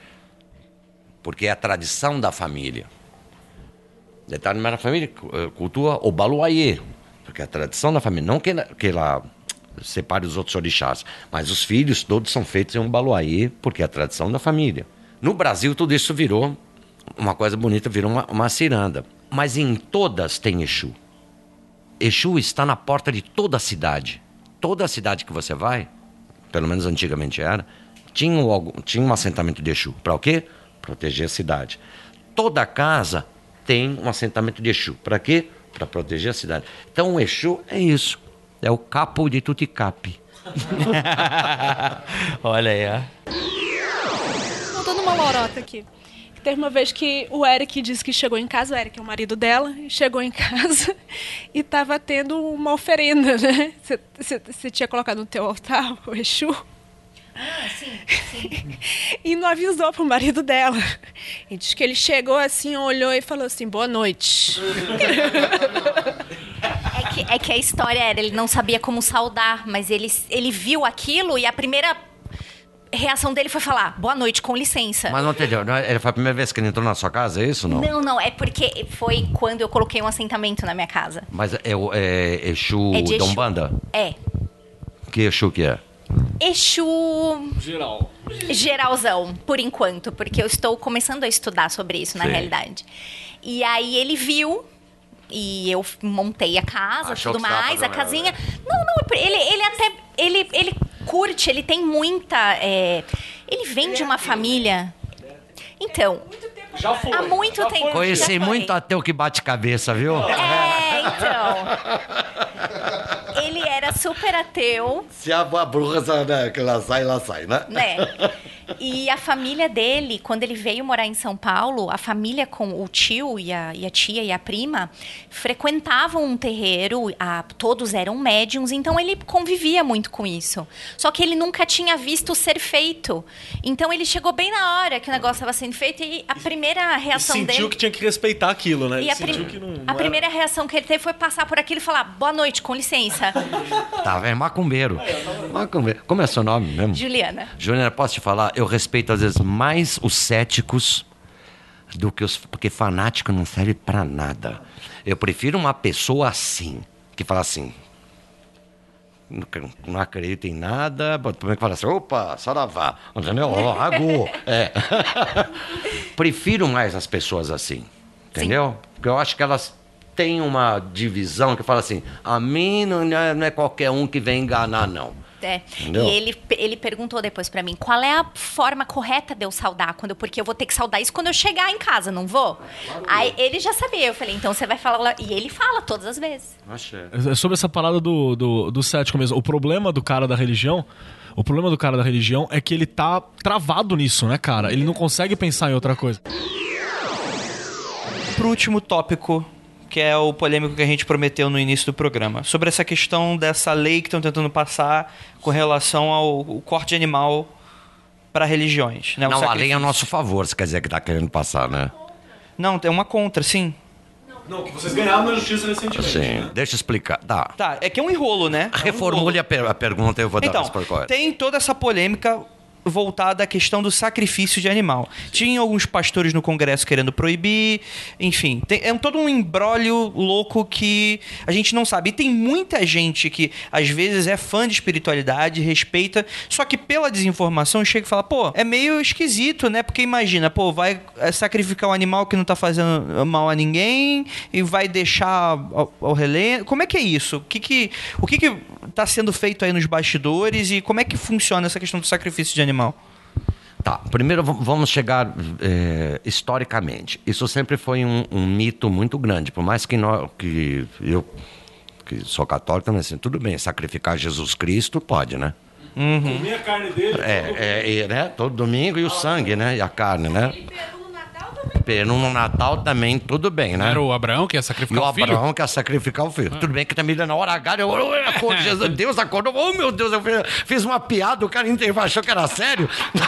Speaker 8: porque é a tradição da família. Determinada família cultua Obaluayê, porque é a tradição da família. Não que ela... Que ela separe os outros orixás, mas os filhos todos são feitos em um baluayê, porque é a tradição da família. No Brasil, tudo isso virou uma coisa bonita, virou uma, uma ciranda. Mas em todas tem Exu. Exu está na porta de toda a cidade. Toda a cidade que você vai, pelo menos antigamente era, tinha um, tinha um assentamento de Exu. Para o quê? Proteger a cidade. Toda casa tem um assentamento de Exu. Para quê? Para proteger a cidade. Então o Exu é isso. É o capo de Tuticapi.
Speaker 3: Olha aí, ó.
Speaker 5: Não tô numa lorota aqui. Teve uma vez que o Eric disse que chegou em casa, o Eric é o marido dela, chegou em casa e estava tendo uma oferenda, né? Você tinha colocado no teu altar o Exu?
Speaker 2: Ah, sim, sim.
Speaker 5: E não avisou pro marido dela. E diz que ele chegou assim, olhou e falou assim, boa noite.
Speaker 2: É que, é que a história era, ele não sabia como saudar, mas ele, ele viu aquilo e a primeira reação dele foi falar, boa noite, com licença.
Speaker 8: Mas não entendeu, não é- foi a primeira vez que ele entrou na sua casa, é isso não?
Speaker 2: Não, não, é porque foi quando eu coloquei um assentamento na minha casa.
Speaker 8: Mas é, o- é Exu
Speaker 2: É de
Speaker 8: da
Speaker 2: Exu.
Speaker 8: Umbanda?
Speaker 2: É.
Speaker 8: Que Exu que é?
Speaker 2: Exu
Speaker 7: Geral.
Speaker 2: geralzão, por enquanto, porque eu estou começando a estudar sobre isso, na
Speaker 8: Sim.
Speaker 2: realidade. E aí ele viu, e eu montei a casa,
Speaker 8: Achou
Speaker 2: tudo
Speaker 8: que tava
Speaker 2: mais, a
Speaker 8: fazendo
Speaker 2: casinha. Não, não, ele, ele até. Ele, ele curte, ele tem muita. é, Ele vem de uma família. Então,
Speaker 7: Já foi.
Speaker 2: há muito
Speaker 7: Já
Speaker 2: tempo.
Speaker 7: foi.
Speaker 8: Conheci
Speaker 2: já foi.
Speaker 8: muito ateu que bate cabeça, viu?
Speaker 2: É, então. Ele era super ateu,
Speaker 8: Se a bruxa, né, que ela sai, ela sai, né?
Speaker 2: né? E a família dele, quando ele veio morar em São Paulo, a família com o tio e a, e a tia e a prima frequentavam um terreiro, a- todos eram médiums, então ele convivia muito com isso. Só que ele nunca tinha visto ser feito. Então ele chegou bem na hora que o negócio estava sendo feito e a primeira
Speaker 7: E
Speaker 2: reação
Speaker 7: sentiu
Speaker 2: dele...
Speaker 7: que tinha que respeitar aquilo, né?
Speaker 2: E
Speaker 7: Ele
Speaker 2: a, prim-
Speaker 7: sentiu que não, não
Speaker 2: a
Speaker 7: era-
Speaker 2: primeira reação que ele teve foi passar por aquilo e falar, boa noite, com licença.
Speaker 8: Tá, é macumbeiro. Macumbeiro. Como é seu nome mesmo?
Speaker 2: Juliana.
Speaker 8: Juliana, posso te falar? Eu respeito às vezes mais os céticos do que os... Porque fanático não serve pra nada. Eu prefiro uma pessoa assim, que fala assim... Não, não acredito em nada, também que fala assim, opa, saravá, entendeu? Ó, ragu. É. Prefiro mais as pessoas assim, entendeu? Porque eu acho que elas têm uma divisão que fala assim, a mim não é, não é qualquer um que vem enganar, não.
Speaker 2: É.
Speaker 8: Entendeu?
Speaker 2: E ele, ele perguntou depois pra mim, qual é a forma correta de eu saudar? Quando, eu- porque eu vou ter que saudar isso quando eu chegar em casa, não vou? Aí ele já sabia, eu falei, então você vai falar... lá- E ele fala todas as vezes.
Speaker 8: Achei.
Speaker 7: É sobre essa parada do, do, do cético mesmo. O problema do cara da religião. O problema do cara da religião é que ele tá travado nisso, né, cara? Ele não consegue pensar em outra coisa.
Speaker 3: Pro último tópico, que é o polêmico que a gente prometeu no início do programa, sobre essa questão dessa lei que estão tentando passar com relação ao, ao corte de animal para religiões. Né? O
Speaker 8: Não, a lei é
Speaker 3: sacrifício.
Speaker 8: a nosso favor, se quer dizer que tá querendo passar, né?
Speaker 3: Não, tem uma contra, sim.
Speaker 7: Não, que vocês ganharam na justiça recentemente.
Speaker 8: Sim. Deixa eu explicar. Tá.
Speaker 3: Tá, é que é um enrolo, né? É um
Speaker 8: Reformule
Speaker 3: enrolo.
Speaker 8: a, per- a pergunta e eu vou dar a
Speaker 3: Então,
Speaker 8: resposta correta.
Speaker 3: tem toda essa polêmica voltada à questão do sacrifício de animal. Tinha alguns pastores no Congresso querendo proibir, enfim, tem, é um, todo um imbróglio louco que a gente não sabe. E tem muita gente que às vezes é fã de espiritualidade, respeita, só que pela desinformação chega e fala, pô, é meio esquisito, né? Porque imagina, pô, vai é, sacrificar um animal que não tá fazendo mal a ninguém e vai deixar ao, ao relento. Como é que é isso? O que que, o que que tá sendo feito aí nos bastidores e como é que funciona essa questão do sacrifício de animal?
Speaker 8: Tá, primeiro v- vamos chegar é, historicamente. Isso sempre foi um, um mito muito grande, por mais que, nós, que eu, que sou católico, também assim, tudo bem, sacrificar Jesus Cristo pode, né?
Speaker 7: Comer a carne dele.
Speaker 8: É, é, é, né? Todo domingo e o sangue, né? E a carne, né? Peru no Natal também, tudo bem, né?
Speaker 4: Era o Abraão que ia
Speaker 8: E
Speaker 4: sacrificar
Speaker 8: o
Speaker 4: o filho?
Speaker 8: Abraão quer sacrificar o filho. Tudo bem que também na hora H, eu, eu, eu, acordo, Jesus, Deus acordou. Oh, meu Deus, eu fiz, fiz uma piada, o cara inteiro achou que era sério.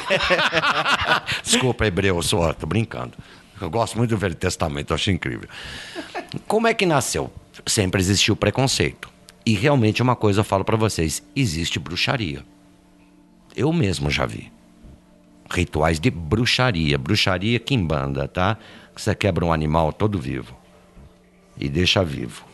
Speaker 8: Desculpa, hebreu, eu sou, tô brincando. Eu gosto muito do Velho Testamento, eu acho incrível. Como é que nasceu? Sempre existiu preconceito. E realmente uma coisa eu falo pra vocês, existe bruxaria. Eu mesmo já vi. Rituais de bruxaria. Bruxaria quimbanda, tá? Que você quebra um animal todo vivo e deixa vivo.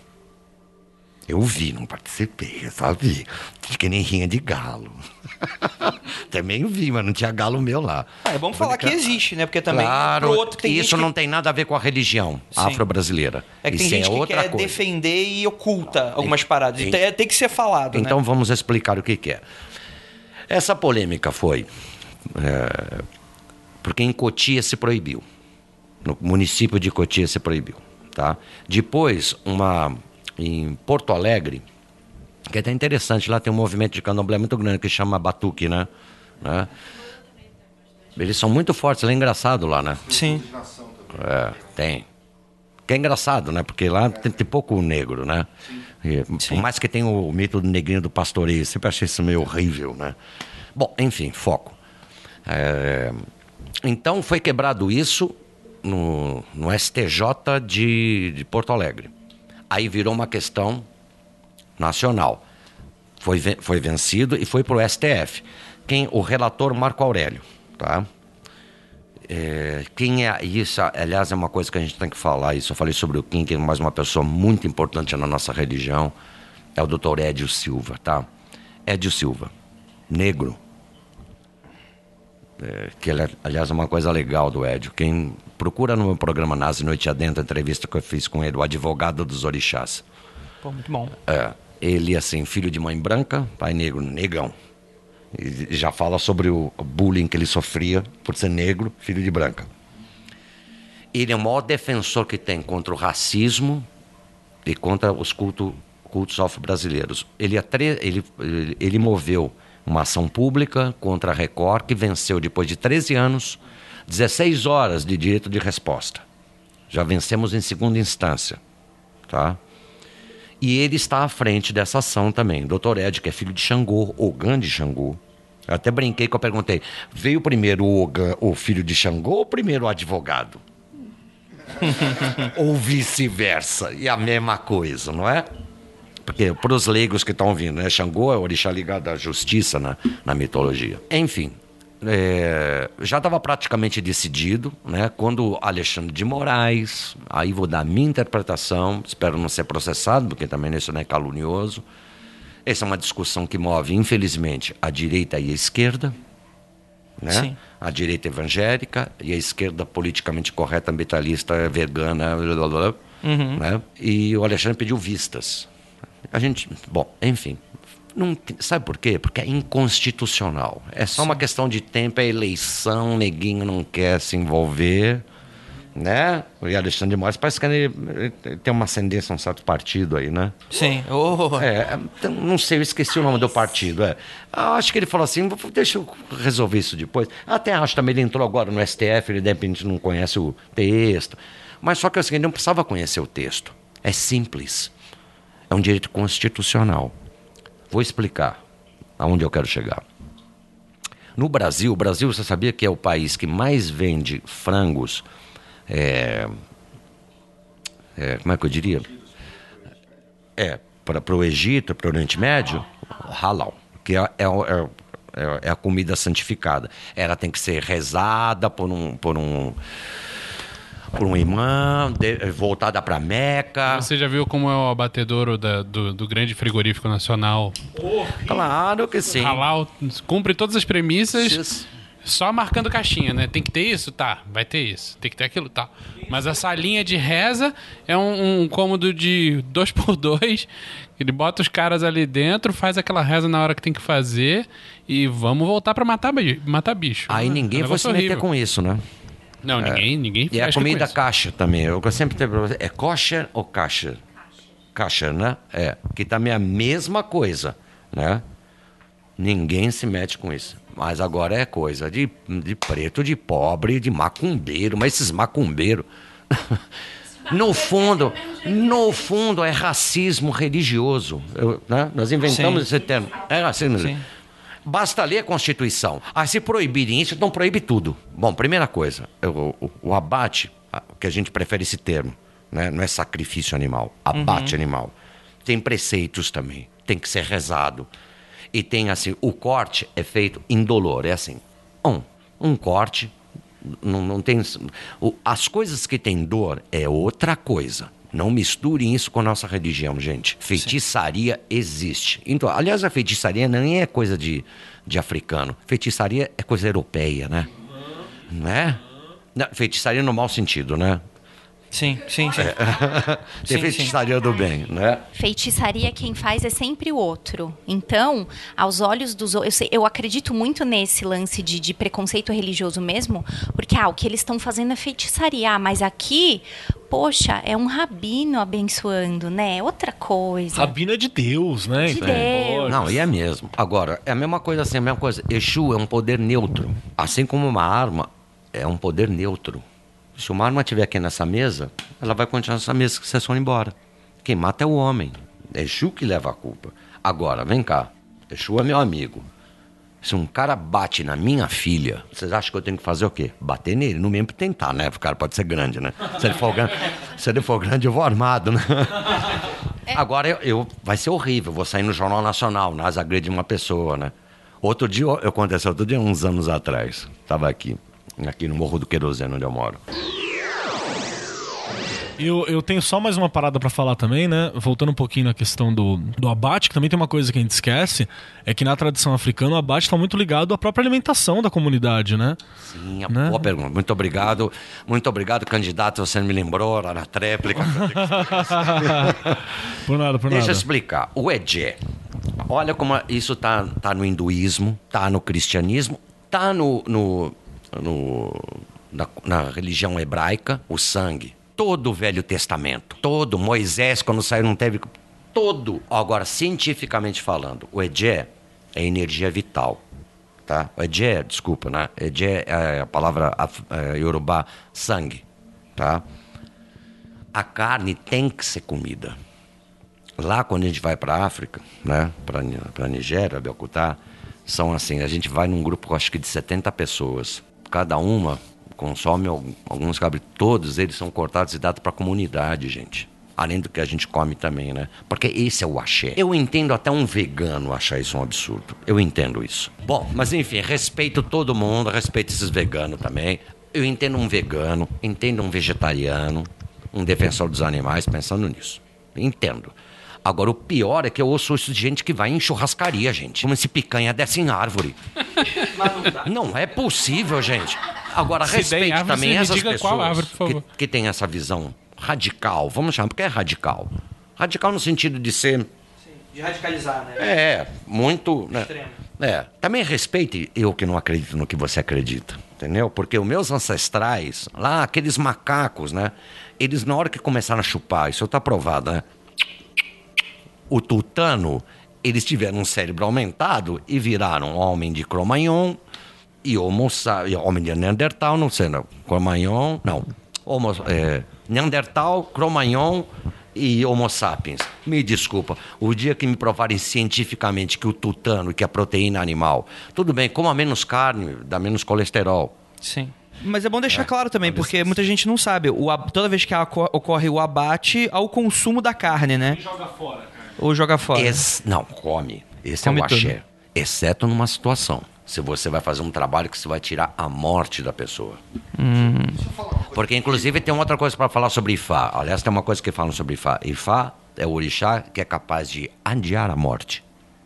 Speaker 8: Eu vi, não participei, eu só vi. Que nem rinha de galo. Também vi, mas não tinha galo meu lá.
Speaker 3: Ah, é bom falar que existe, né? Porque também
Speaker 8: Claro,
Speaker 3: pro outro tem
Speaker 8: isso
Speaker 3: gente que,
Speaker 8: não tem nada a ver com a religião
Speaker 3: Sim.
Speaker 8: afro-brasileira.
Speaker 3: é que tem
Speaker 8: Isso
Speaker 3: gente
Speaker 8: é
Speaker 3: que
Speaker 8: outra
Speaker 3: quer
Speaker 8: coisa.
Speaker 3: defender e oculta algumas paradas.
Speaker 8: en-
Speaker 3: Tem, tem que ser falado,
Speaker 8: Então
Speaker 3: né?
Speaker 8: vamos explicar o que, que é. Essa polêmica foi é, porque em Cotia se proibiu. No município de Cotia se proibiu. Tá? Depois, uma, em Porto Alegre, que é até interessante, lá tem um movimento de candomblé muito grande que chama Batuque, né? né? Eles são muito fortes, lá é engraçado lá, né?
Speaker 3: Sim.
Speaker 8: É, tem. Que é engraçado, né? Porque lá tem, tem pouco negro, né? E, por mais que tenha o mito do negrinho do pastoreio, sempre achei isso meio horrível, né? Bom, enfim, foco. É, então foi quebrado isso no, no S T J de, de Porto Alegre. Aí virou uma questão nacional. Foi, foi vencido e foi para o S T F. Quem, o relator Marco Aurélio, tá? É, quem é isso? Aliás, é uma coisa que a gente tem que falar. Isso eu falei sobre o Kim, que é mais uma pessoa muito importante na nossa religião. É o doutor Edio Silva, tá? Edio Silva, negro. É, que ele, aliás, é uma coisa legal do Edio. Quem procura no meu programa Nazi Noite Adentro, a entrevista que eu fiz com ele, o advogado dos orixás.
Speaker 3: Pô, muito bom.
Speaker 8: É, ele, assim, filho de mãe branca, pai negro, negão. E já fala sobre o bullying que ele sofria por ser negro, filho de branca. Ele é o maior defensor que tem contra o racismo e contra os culto, cultos afro-brasileiros. Ele, ele, ele moveu uma ação pública contra a Record, que venceu depois de treze anos, dezesseis horas de direito de resposta. Já vencemos em segunda instância, tá? E ele está à frente dessa ação também. doutor Ed, que é filho de Xangô, Ogã de Xangô. Eu até brinquei que eu perguntei, veio primeiro o, Ogã, o filho de Xangô ou primeiro o advogado? Ou vice-versa. E a mesma coisa, não é? Porque para os leigos que estão ouvindo, né? Xangô é o orixá ligado à justiça na, na mitologia. Enfim, é, já estava praticamente decidido, né? Quando Alexandre de Moraes, aí vou dar a minha interpretação, espero não ser processado, porque também isso não é calunioso. Essa é uma discussão que move, infelizmente, a direita e a esquerda, né?
Speaker 3: Sim.
Speaker 8: A direita evangélica e a esquerda politicamente correta, ambientalista, vegana, blá, blá, blá,
Speaker 3: Uhum.
Speaker 8: né? E o Alexandre pediu vistas. A gente, bom, enfim... Não, sabe por quê? Porque é inconstitucional. É só uma questão de tempo, é eleição, neguinho não quer se envolver, né? E Alexandre de Moraes parece que ele, ele tem uma ascendência a um certo partido aí, né?
Speaker 3: Sim. Oh.
Speaker 8: É, não sei, eu esqueci o nome do partido. É. Acho que ele falou assim, deixa eu resolver isso depois. Até acho também, ele entrou agora no S T F, ele de repente não conhece o texto. Mas só que é o seguinte, não precisava conhecer o texto. É simples. É um direito constitucional. Vou explicar aonde eu quero chegar. No Brasil, o Brasil, você sabia que é o país que mais vende frangos, é, é, como é que eu diria? É, para o Egito, para o Oriente Médio, halal, que é, é, é, é a comida santificada. Ela tem que ser rezada por um... Por um por um imã, de, voltada para Meca.
Speaker 4: Você já viu como é o abatedouro da, do, do grande frigorífico nacional?
Speaker 8: Claro que sim.
Speaker 4: Halal cumpre todas as premissas,
Speaker 8: Isso.
Speaker 4: só marcando caixinha, né? Tem que ter isso? Tá, vai ter isso. Tem que ter aquilo? Tá. Mas a salinha de reza é um, um cômodo de dois por dois. Ele bota os caras ali dentro, faz aquela reza na hora que tem que fazer e vamos voltar para matar, matar bicho.
Speaker 8: Aí ninguém vai se meter com isso, né?
Speaker 4: Não, ninguém, ninguém
Speaker 8: E a comida caixa também. Eu sempre tenho pra você. É kosher ou kasher? Kasher, né? É. Que também é a mesma coisa, né? Ninguém se mete com isso. Mas agora é coisa de, de preto, de pobre, de macumbeiro. Mas esses macumbeiros... no fundo, no fundo é racismo religioso. Eu, né? Nós inventamos
Speaker 3: Sim.
Speaker 8: esse termo. É racismo.
Speaker 3: Sim.
Speaker 8: Basta ler a Constituição. Ah, se proibirem isso, então proíbe tudo. Bom, primeira coisa, o, o, o abate, que a gente prefere esse termo, né? Não é sacrifício animal, abate uhum. animal. Tem preceitos também, tem que ser rezado. E tem assim, o corte é feito indolor, é assim, um, um corte, não, não tem... O, as coisas que têm dor é outra coisa. Não misturem isso com a nossa religião, gente. Feitiçaria Sim. existe. Então, aliás, a feitiçaria nem é coisa de, de africano. Feitiçaria é coisa europeia, né? Não é? Não, feitiçaria no mau sentido, né?
Speaker 3: Sim, sim, sim.
Speaker 8: Tem
Speaker 3: Sim,
Speaker 8: feitiçaria do bem, né?
Speaker 2: Feitiçaria quem faz é sempre o outro. Então, aos olhos dos outros... Eu, eu acredito muito nesse lance de, de preconceito religioso mesmo, porque ah, o que eles estão fazendo é feitiçaria. Ah, mas aqui, poxa, é um rabino abençoando, né? Outra coisa.
Speaker 7: Rabino é de Deus, né?
Speaker 2: De
Speaker 7: Então,
Speaker 2: Deus.
Speaker 7: pode.
Speaker 8: Não, e é mesmo. Agora, é a mesma coisa assim, a mesma coisa. Exu é um poder neutro. Assim como uma arma é um poder neutro. Se uma arma estiver aqui nessa mesa, ela vai continuar nessa mesa que vocês foram embora. Quem mata é o homem. É Exu que leva a culpa. Agora, vem cá. Exu é meu amigo. Se um cara bate na minha filha, vocês acham que eu tenho que fazer o quê? Bater nele? No mesmo tentar, né? O cara pode ser grande, né? Se ele for grande, se ele for grande eu vou armado, né? Agora, eu, eu, vai ser horrível. Eu vou sair no Jornal Nacional, nas agride uma pessoa, né? Outro dia, eu aconteceu outro dia, uns anos atrás. Estava aqui. Aqui no Morro do Querosene, onde eu moro.
Speaker 7: Eu, eu tenho só mais uma parada pra falar também, né? Voltando um pouquinho na questão do, do abate, que também tem uma coisa que a gente esquece, é que na tradição africana o abate está muito ligado à própria alimentação da comunidade, né?
Speaker 8: Sim, a
Speaker 7: Né?
Speaker 8: boa pergunta. Muito obrigado. Muito obrigado, candidato. Você me lembrou lá na tréplica.
Speaker 7: Por nada, por
Speaker 8: Deixa eu
Speaker 7: nada.
Speaker 8: explicar. O Edé. Olha como isso tá, tá no hinduísmo, tá no cristianismo, tá no, no, no na, na religião hebraica, o sangue. Todo o Velho Testamento, todo, Moisés quando saiu não teve, todo. Agora, cientificamente falando, o Edé é energia vital, tá? O Edé, desculpa, né? Edé é a palavra é, iorubá, sangue, tá? A carne tem que ser comida. Lá quando a gente vai para a África, né? Para a Nigéria, Belcutá, são assim, a gente vai num grupo, acho que de setenta pessoas, cada uma consome alguns cabritos, todos eles são cortados e dados para a comunidade, gente. Além do que a gente come também, né? Porque esse é o axé. Eu entendo até um vegano achar isso um absurdo. Eu entendo isso. Bom, mas enfim, respeito todo mundo, respeito esses veganos também. Eu entendo um vegano, entendo um vegetariano, um defensor dos animais pensando nisso. Entendo. Agora, o pior é que eu ouço isso de gente que vai em churrascaria, gente. Como se picanha desce em árvore. Não é possível, gente. Agora,
Speaker 4: Se der em
Speaker 8: respeite
Speaker 4: árvore,
Speaker 8: também
Speaker 4: você me
Speaker 8: essas
Speaker 4: diga
Speaker 8: pessoas
Speaker 4: qual árvore, por favor.
Speaker 8: que, que têm essa visão radical. Vamos chamar, porque é radical. Radical no sentido de ser...
Speaker 3: De radicalizar, né?
Speaker 8: É, muito... Né?
Speaker 3: Extremo.
Speaker 8: É, também respeite eu que não acredito no que você acredita, entendeu? Porque os meus ancestrais, lá, aqueles macacos, né? Eles, na hora que começaram a chupar, isso está provado, né? O tutano, eles tiveram um cérebro aumentado e viraram homem de Cro-Magnon e homo, homem de Neandertal, não sei, não. Cro-Magnon, não. Homo, é, Neandertal, Cro-Magnon e Homo sapiens. Me desculpa, o dia que me provarem cientificamente que o tutano, que é a proteína animal, tudo bem, coma menos carne, dá menos colesterol.
Speaker 3: Sim. Mas é bom deixar claro também, porque muita gente não sabe. O, ab- toda vez que a- ocorre o abate, ao consumo da carne, né?
Speaker 7: Joga fora, cara.
Speaker 3: Ou joga fora.
Speaker 8: Esse, não, come. Esse
Speaker 3: Come
Speaker 8: é o axé.
Speaker 3: tudo.
Speaker 8: Exceto numa situação. Se você vai fazer um trabalho que você vai tirar a morte da pessoa.
Speaker 3: Hum.
Speaker 8: Porque, inclusive, tem outra coisa para falar sobre Ifá. Aliás, tem uma coisa que falam sobre Ifá. Ifá é o orixá que é capaz de adiar a morte.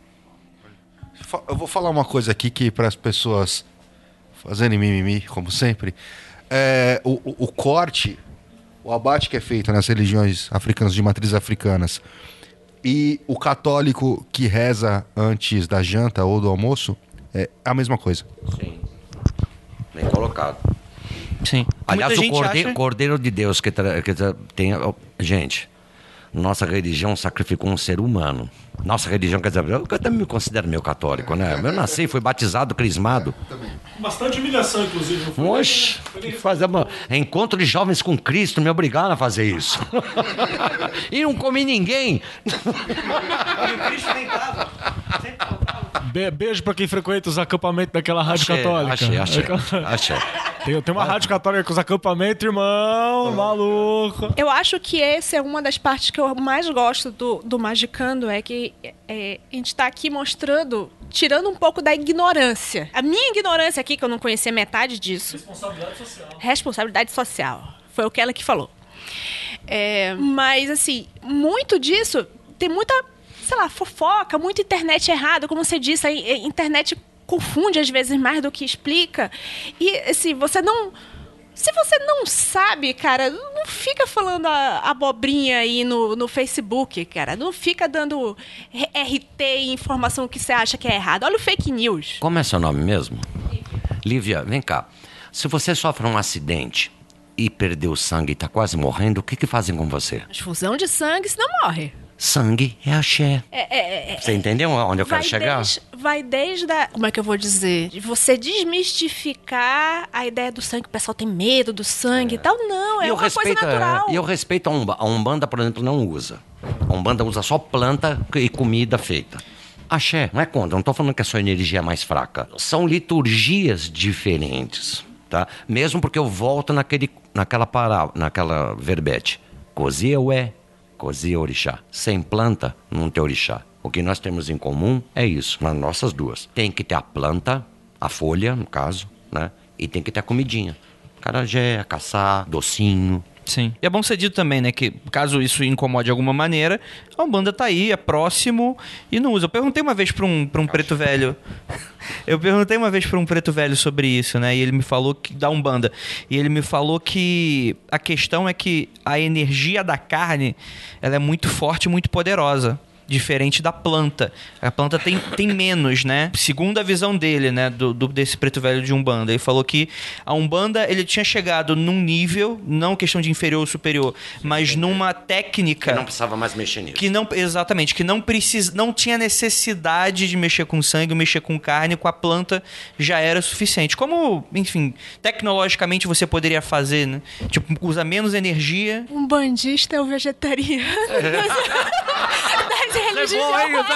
Speaker 6: Eu vou falar uma coisa aqui que para as pessoas fazerem mimimi, como sempre, é, o, o, o corte, o abate que é feito nas religiões africanas, de matrizes africanas, e o católico que reza antes da janta ou do almoço, é a mesma coisa.
Speaker 8: Sim. Bem colocado.
Speaker 3: Sim.
Speaker 8: Aliás,
Speaker 3: Muita
Speaker 8: o
Speaker 3: gente
Speaker 8: cordeiro,
Speaker 3: acha-
Speaker 8: cordeiro de Deus que, tra- que tra- tem... Gente, nossa religião sacrificou um ser humano. Nossa religião, quer dizer, eu também me considero meio católico, né? Eu nasci, fui batizado, crismado.
Speaker 7: Bastante humilhação, inclusive. Não foi?
Speaker 8: Oxe, fazer uma... encontro de jovens com Cristo me obrigaram a fazer isso. E não comi ninguém.
Speaker 7: Be- beijo pra quem frequenta os acampamentos daquela rádio
Speaker 8: Achei,
Speaker 7: católica.
Speaker 8: achei, achei, achei.
Speaker 7: Tem, tem uma rádio católica com os acampamentos, irmão, maluco.
Speaker 5: Eu acho que essa é uma das partes que eu mais gosto do, do Magicando, é que é, a gente está aqui mostrando, tirando um pouco da ignorância. A minha ignorância aqui, que eu não conhecia metade disso.
Speaker 7: Responsabilidade social.
Speaker 5: Responsabilidade social. Foi o que ela que falou. É, mas, assim, muito disso tem muita, sei lá, fofoca, muita internet errada. Como você disse, a internet confunde às vezes mais do que explica. E, assim, você não... Se você não sabe, cara, não fica falando a abobrinha aí no, no Facebook, cara. Não fica dando R T e informação que você acha que é errado. Olha o fake news.
Speaker 8: Como é seu nome mesmo? Lívia, vem cá. Se você sofre um acidente e perdeu sangue e tá quase morrendo, o que que fazem com você?
Speaker 5: Transfusão de sangue, senão morre.
Speaker 8: Sangue é axé.
Speaker 5: É, é, é,
Speaker 8: Você entendeu onde eu
Speaker 5: vai
Speaker 8: quero chegar?
Speaker 5: Desde, vai desde a... Como é que eu vou dizer? De você desmistificar a ideia do sangue. O pessoal tem medo do sangue e tal. Não, é
Speaker 8: E eu
Speaker 5: uma
Speaker 8: respeito,
Speaker 5: coisa natural.
Speaker 8: E eu respeito a Umbanda. A Umbanda, por exemplo, não usa. A Umbanda usa só planta e comida feita. Axé, não é contra, não estou falando que a sua energia é mais fraca. São liturgias diferentes, tá? Mesmo porque eu volto naquele, naquela, pará, naquela verbete. Cozi é Cozi orixá. Sem planta, não tem orixá. O que nós temos em comum é isso, nas nossas duas. Tem que ter a planta, a folha, no caso, né? E tem que ter a comidinha. Carajé, caçar, docinho.
Speaker 3: Sim. E é bom ser dito também, né, que caso isso incomode de alguma maneira, a Umbanda tá aí, é próximo e não usa. Eu perguntei uma vez pra um, pra um preto velho, eu perguntei uma vez pra um preto velho sobre isso, né, e ele me falou que, da Umbanda, e ele me falou que a questão é que a energia da carne, ela é muito forte e muito poderosa. Diferente da planta. A planta tem, tem menos, né? Segundo a visão dele, né? Do, do, desse preto velho de Umbanda. Ele falou que a Umbanda, ele tinha chegado num nível, não questão de inferior ou superior, mas numa técnica...
Speaker 8: Que não precisava mais mexer nisso.
Speaker 3: Que não, exatamente. Que não, precis, não tinha necessidade de mexer com sangue, mexer com carne, com a planta já era suficiente. Como, enfim, tecnologicamente você poderia fazer, né? Tipo, usa menos energia.
Speaker 5: Um bandista é o vegetariano. Das religiões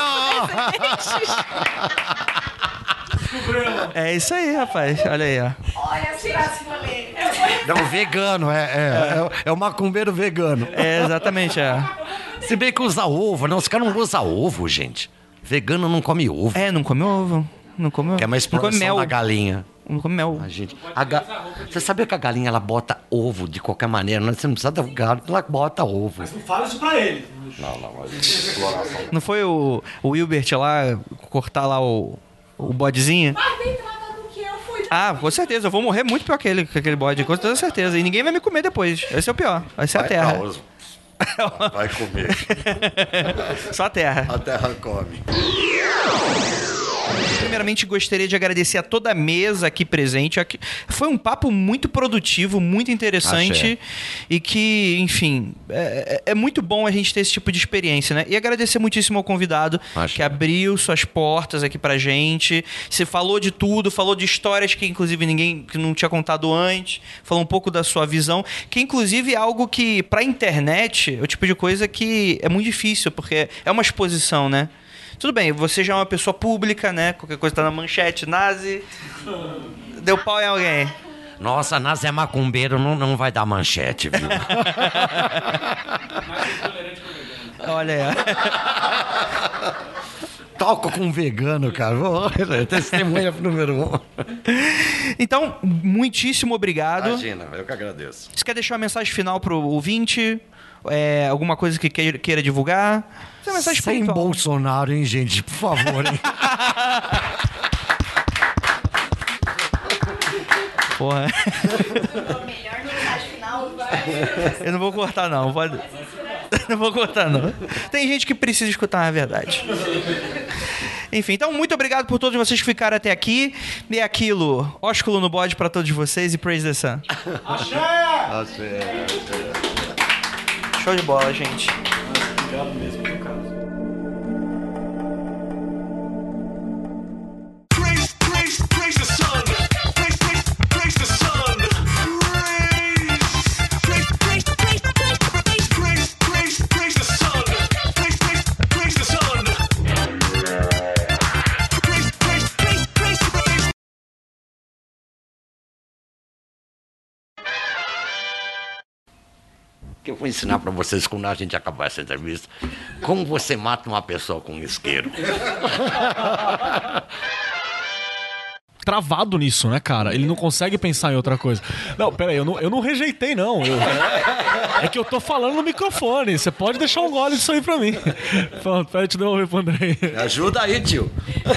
Speaker 3: É isso aí, rapaz. Olha aí, ó.
Speaker 5: Olha as frases ali.
Speaker 8: Não, vegano, é, é, é, é o macumbeiro vegano.
Speaker 3: É, exatamente, é.
Speaker 8: Se bem que usa ovo, não, os caras não usam ovo, gente. Vegano não come ovo.
Speaker 3: É, não come ovo. Não come ovo.
Speaker 8: Que é uma
Speaker 3: não come
Speaker 8: exploração
Speaker 3: mel.
Speaker 8: da galinha.
Speaker 3: Não come mel.
Speaker 8: A gente, a ga... Você sabia que a galinha ela bota ovo de qualquer maneira? Não, você não precisa dar galo, ela bota ovo.
Speaker 7: Mas não fala isso pra ele.
Speaker 8: Não, não, mas exploração.
Speaker 3: Não foi o, o Wilbert lá cortar lá o, o bodezinho?
Speaker 5: Mas bem tratado que eu fui.
Speaker 3: Ah, com certeza. Eu vou morrer muito pior que ele, que aquele bode. Com toda certeza. E ninguém vai me comer depois. Esse é o pior. Vai ser a terra.
Speaker 8: Causa. Vai comer.
Speaker 3: Só a terra.
Speaker 8: A terra come.
Speaker 3: Primeiramente, gostaria de agradecer a toda a mesa aqui presente. Aqui foi um papo muito produtivo, muito interessante.
Speaker 8: Axé.
Speaker 3: E que, enfim, é, é muito bom a gente ter esse tipo de experiência, né? E agradecer muitíssimo ao convidado
Speaker 8: Axé.
Speaker 3: que abriu suas portas aqui pra gente. Você falou de tudo, falou de histórias que, inclusive, ninguém que não tinha contado antes. Falou um pouco da sua visão, que, inclusive, é algo que, pra internet, é o tipo de coisa que é muito difícil, porque é uma exposição, né? Tudo bem, você já é uma pessoa pública, né? Qualquer coisa tá na manchete, nazi. Deu pau em alguém.
Speaker 8: Nossa, Nazi é macumbeiro, não, não vai dar manchete, viu?
Speaker 3: Olha aí.
Speaker 8: Toco com um vegano, cara. Testemunha número um.
Speaker 3: Então, muitíssimo obrigado.
Speaker 8: Imagina, eu que agradeço.
Speaker 3: Você quer deixar uma mensagem final pro ouvinte? É, alguma coisa que queira, queira divulgar? Essa é uma mensagem
Speaker 8: Sem
Speaker 3: espiritual.
Speaker 8: Bolsonaro, hein, gente? Por favor, hein?
Speaker 3: Porra.
Speaker 2: A melhor mensagem final vai.
Speaker 3: Eu não vou cortar, não. Pode... Não vou cortar, não. Tem gente que precisa escutar a verdade. Enfim, então muito obrigado por todos vocês que ficaram até aqui. E é aquilo, ósculo no bode pra todos vocês e praise the sun. Show de bola, gente.
Speaker 7: Obrigado mesmo, no caso.
Speaker 9: Praise, praise, praise the sun. Praise, praise, praise the sun. Praise, praise, praise, praise, praise, praise, praise, praise the sun. Praise, praise, praise the sun. Praise, praise, praise, praise, praise.
Speaker 8: Que eu vou ensinar pra vocês quando a gente acabar essa entrevista. Como você mata uma pessoa com um isqueiro.
Speaker 7: Travado nisso, né, cara? Ele não consegue pensar em outra coisa. Não, peraí, eu não, eu não rejeitei, não. Eu- É que eu tô falando no microfone. Você pode deixar um gole disso aí pra mim. Pronto, peraí, te devolver pro André.
Speaker 8: Me ajuda aí, tio.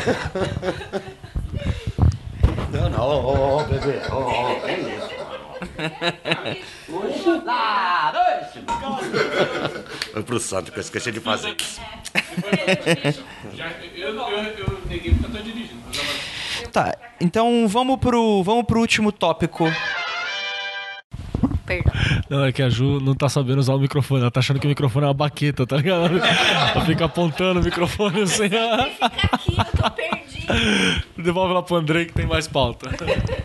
Speaker 8: Não, não, ô, ô, ô, bebê. Ô, ô, que isso? Foi pro santo que eu esqueci de fazer isso.
Speaker 4: Já, eu, eu, eu neguei porque eu tô dirigindo. Mas agora...
Speaker 3: Tá, então vamos pro, vamos pro último tópico.
Speaker 2: Perdão.
Speaker 7: Não, é que a Ju não tá sabendo usar o microfone. Ela tá achando que o microfone é uma baqueta, tá ligado? Ela fica apontando o microfone assim.
Speaker 2: Fica aqui, eu tô perdido.
Speaker 7: Devolve lá pro Andrei que tem mais pauta.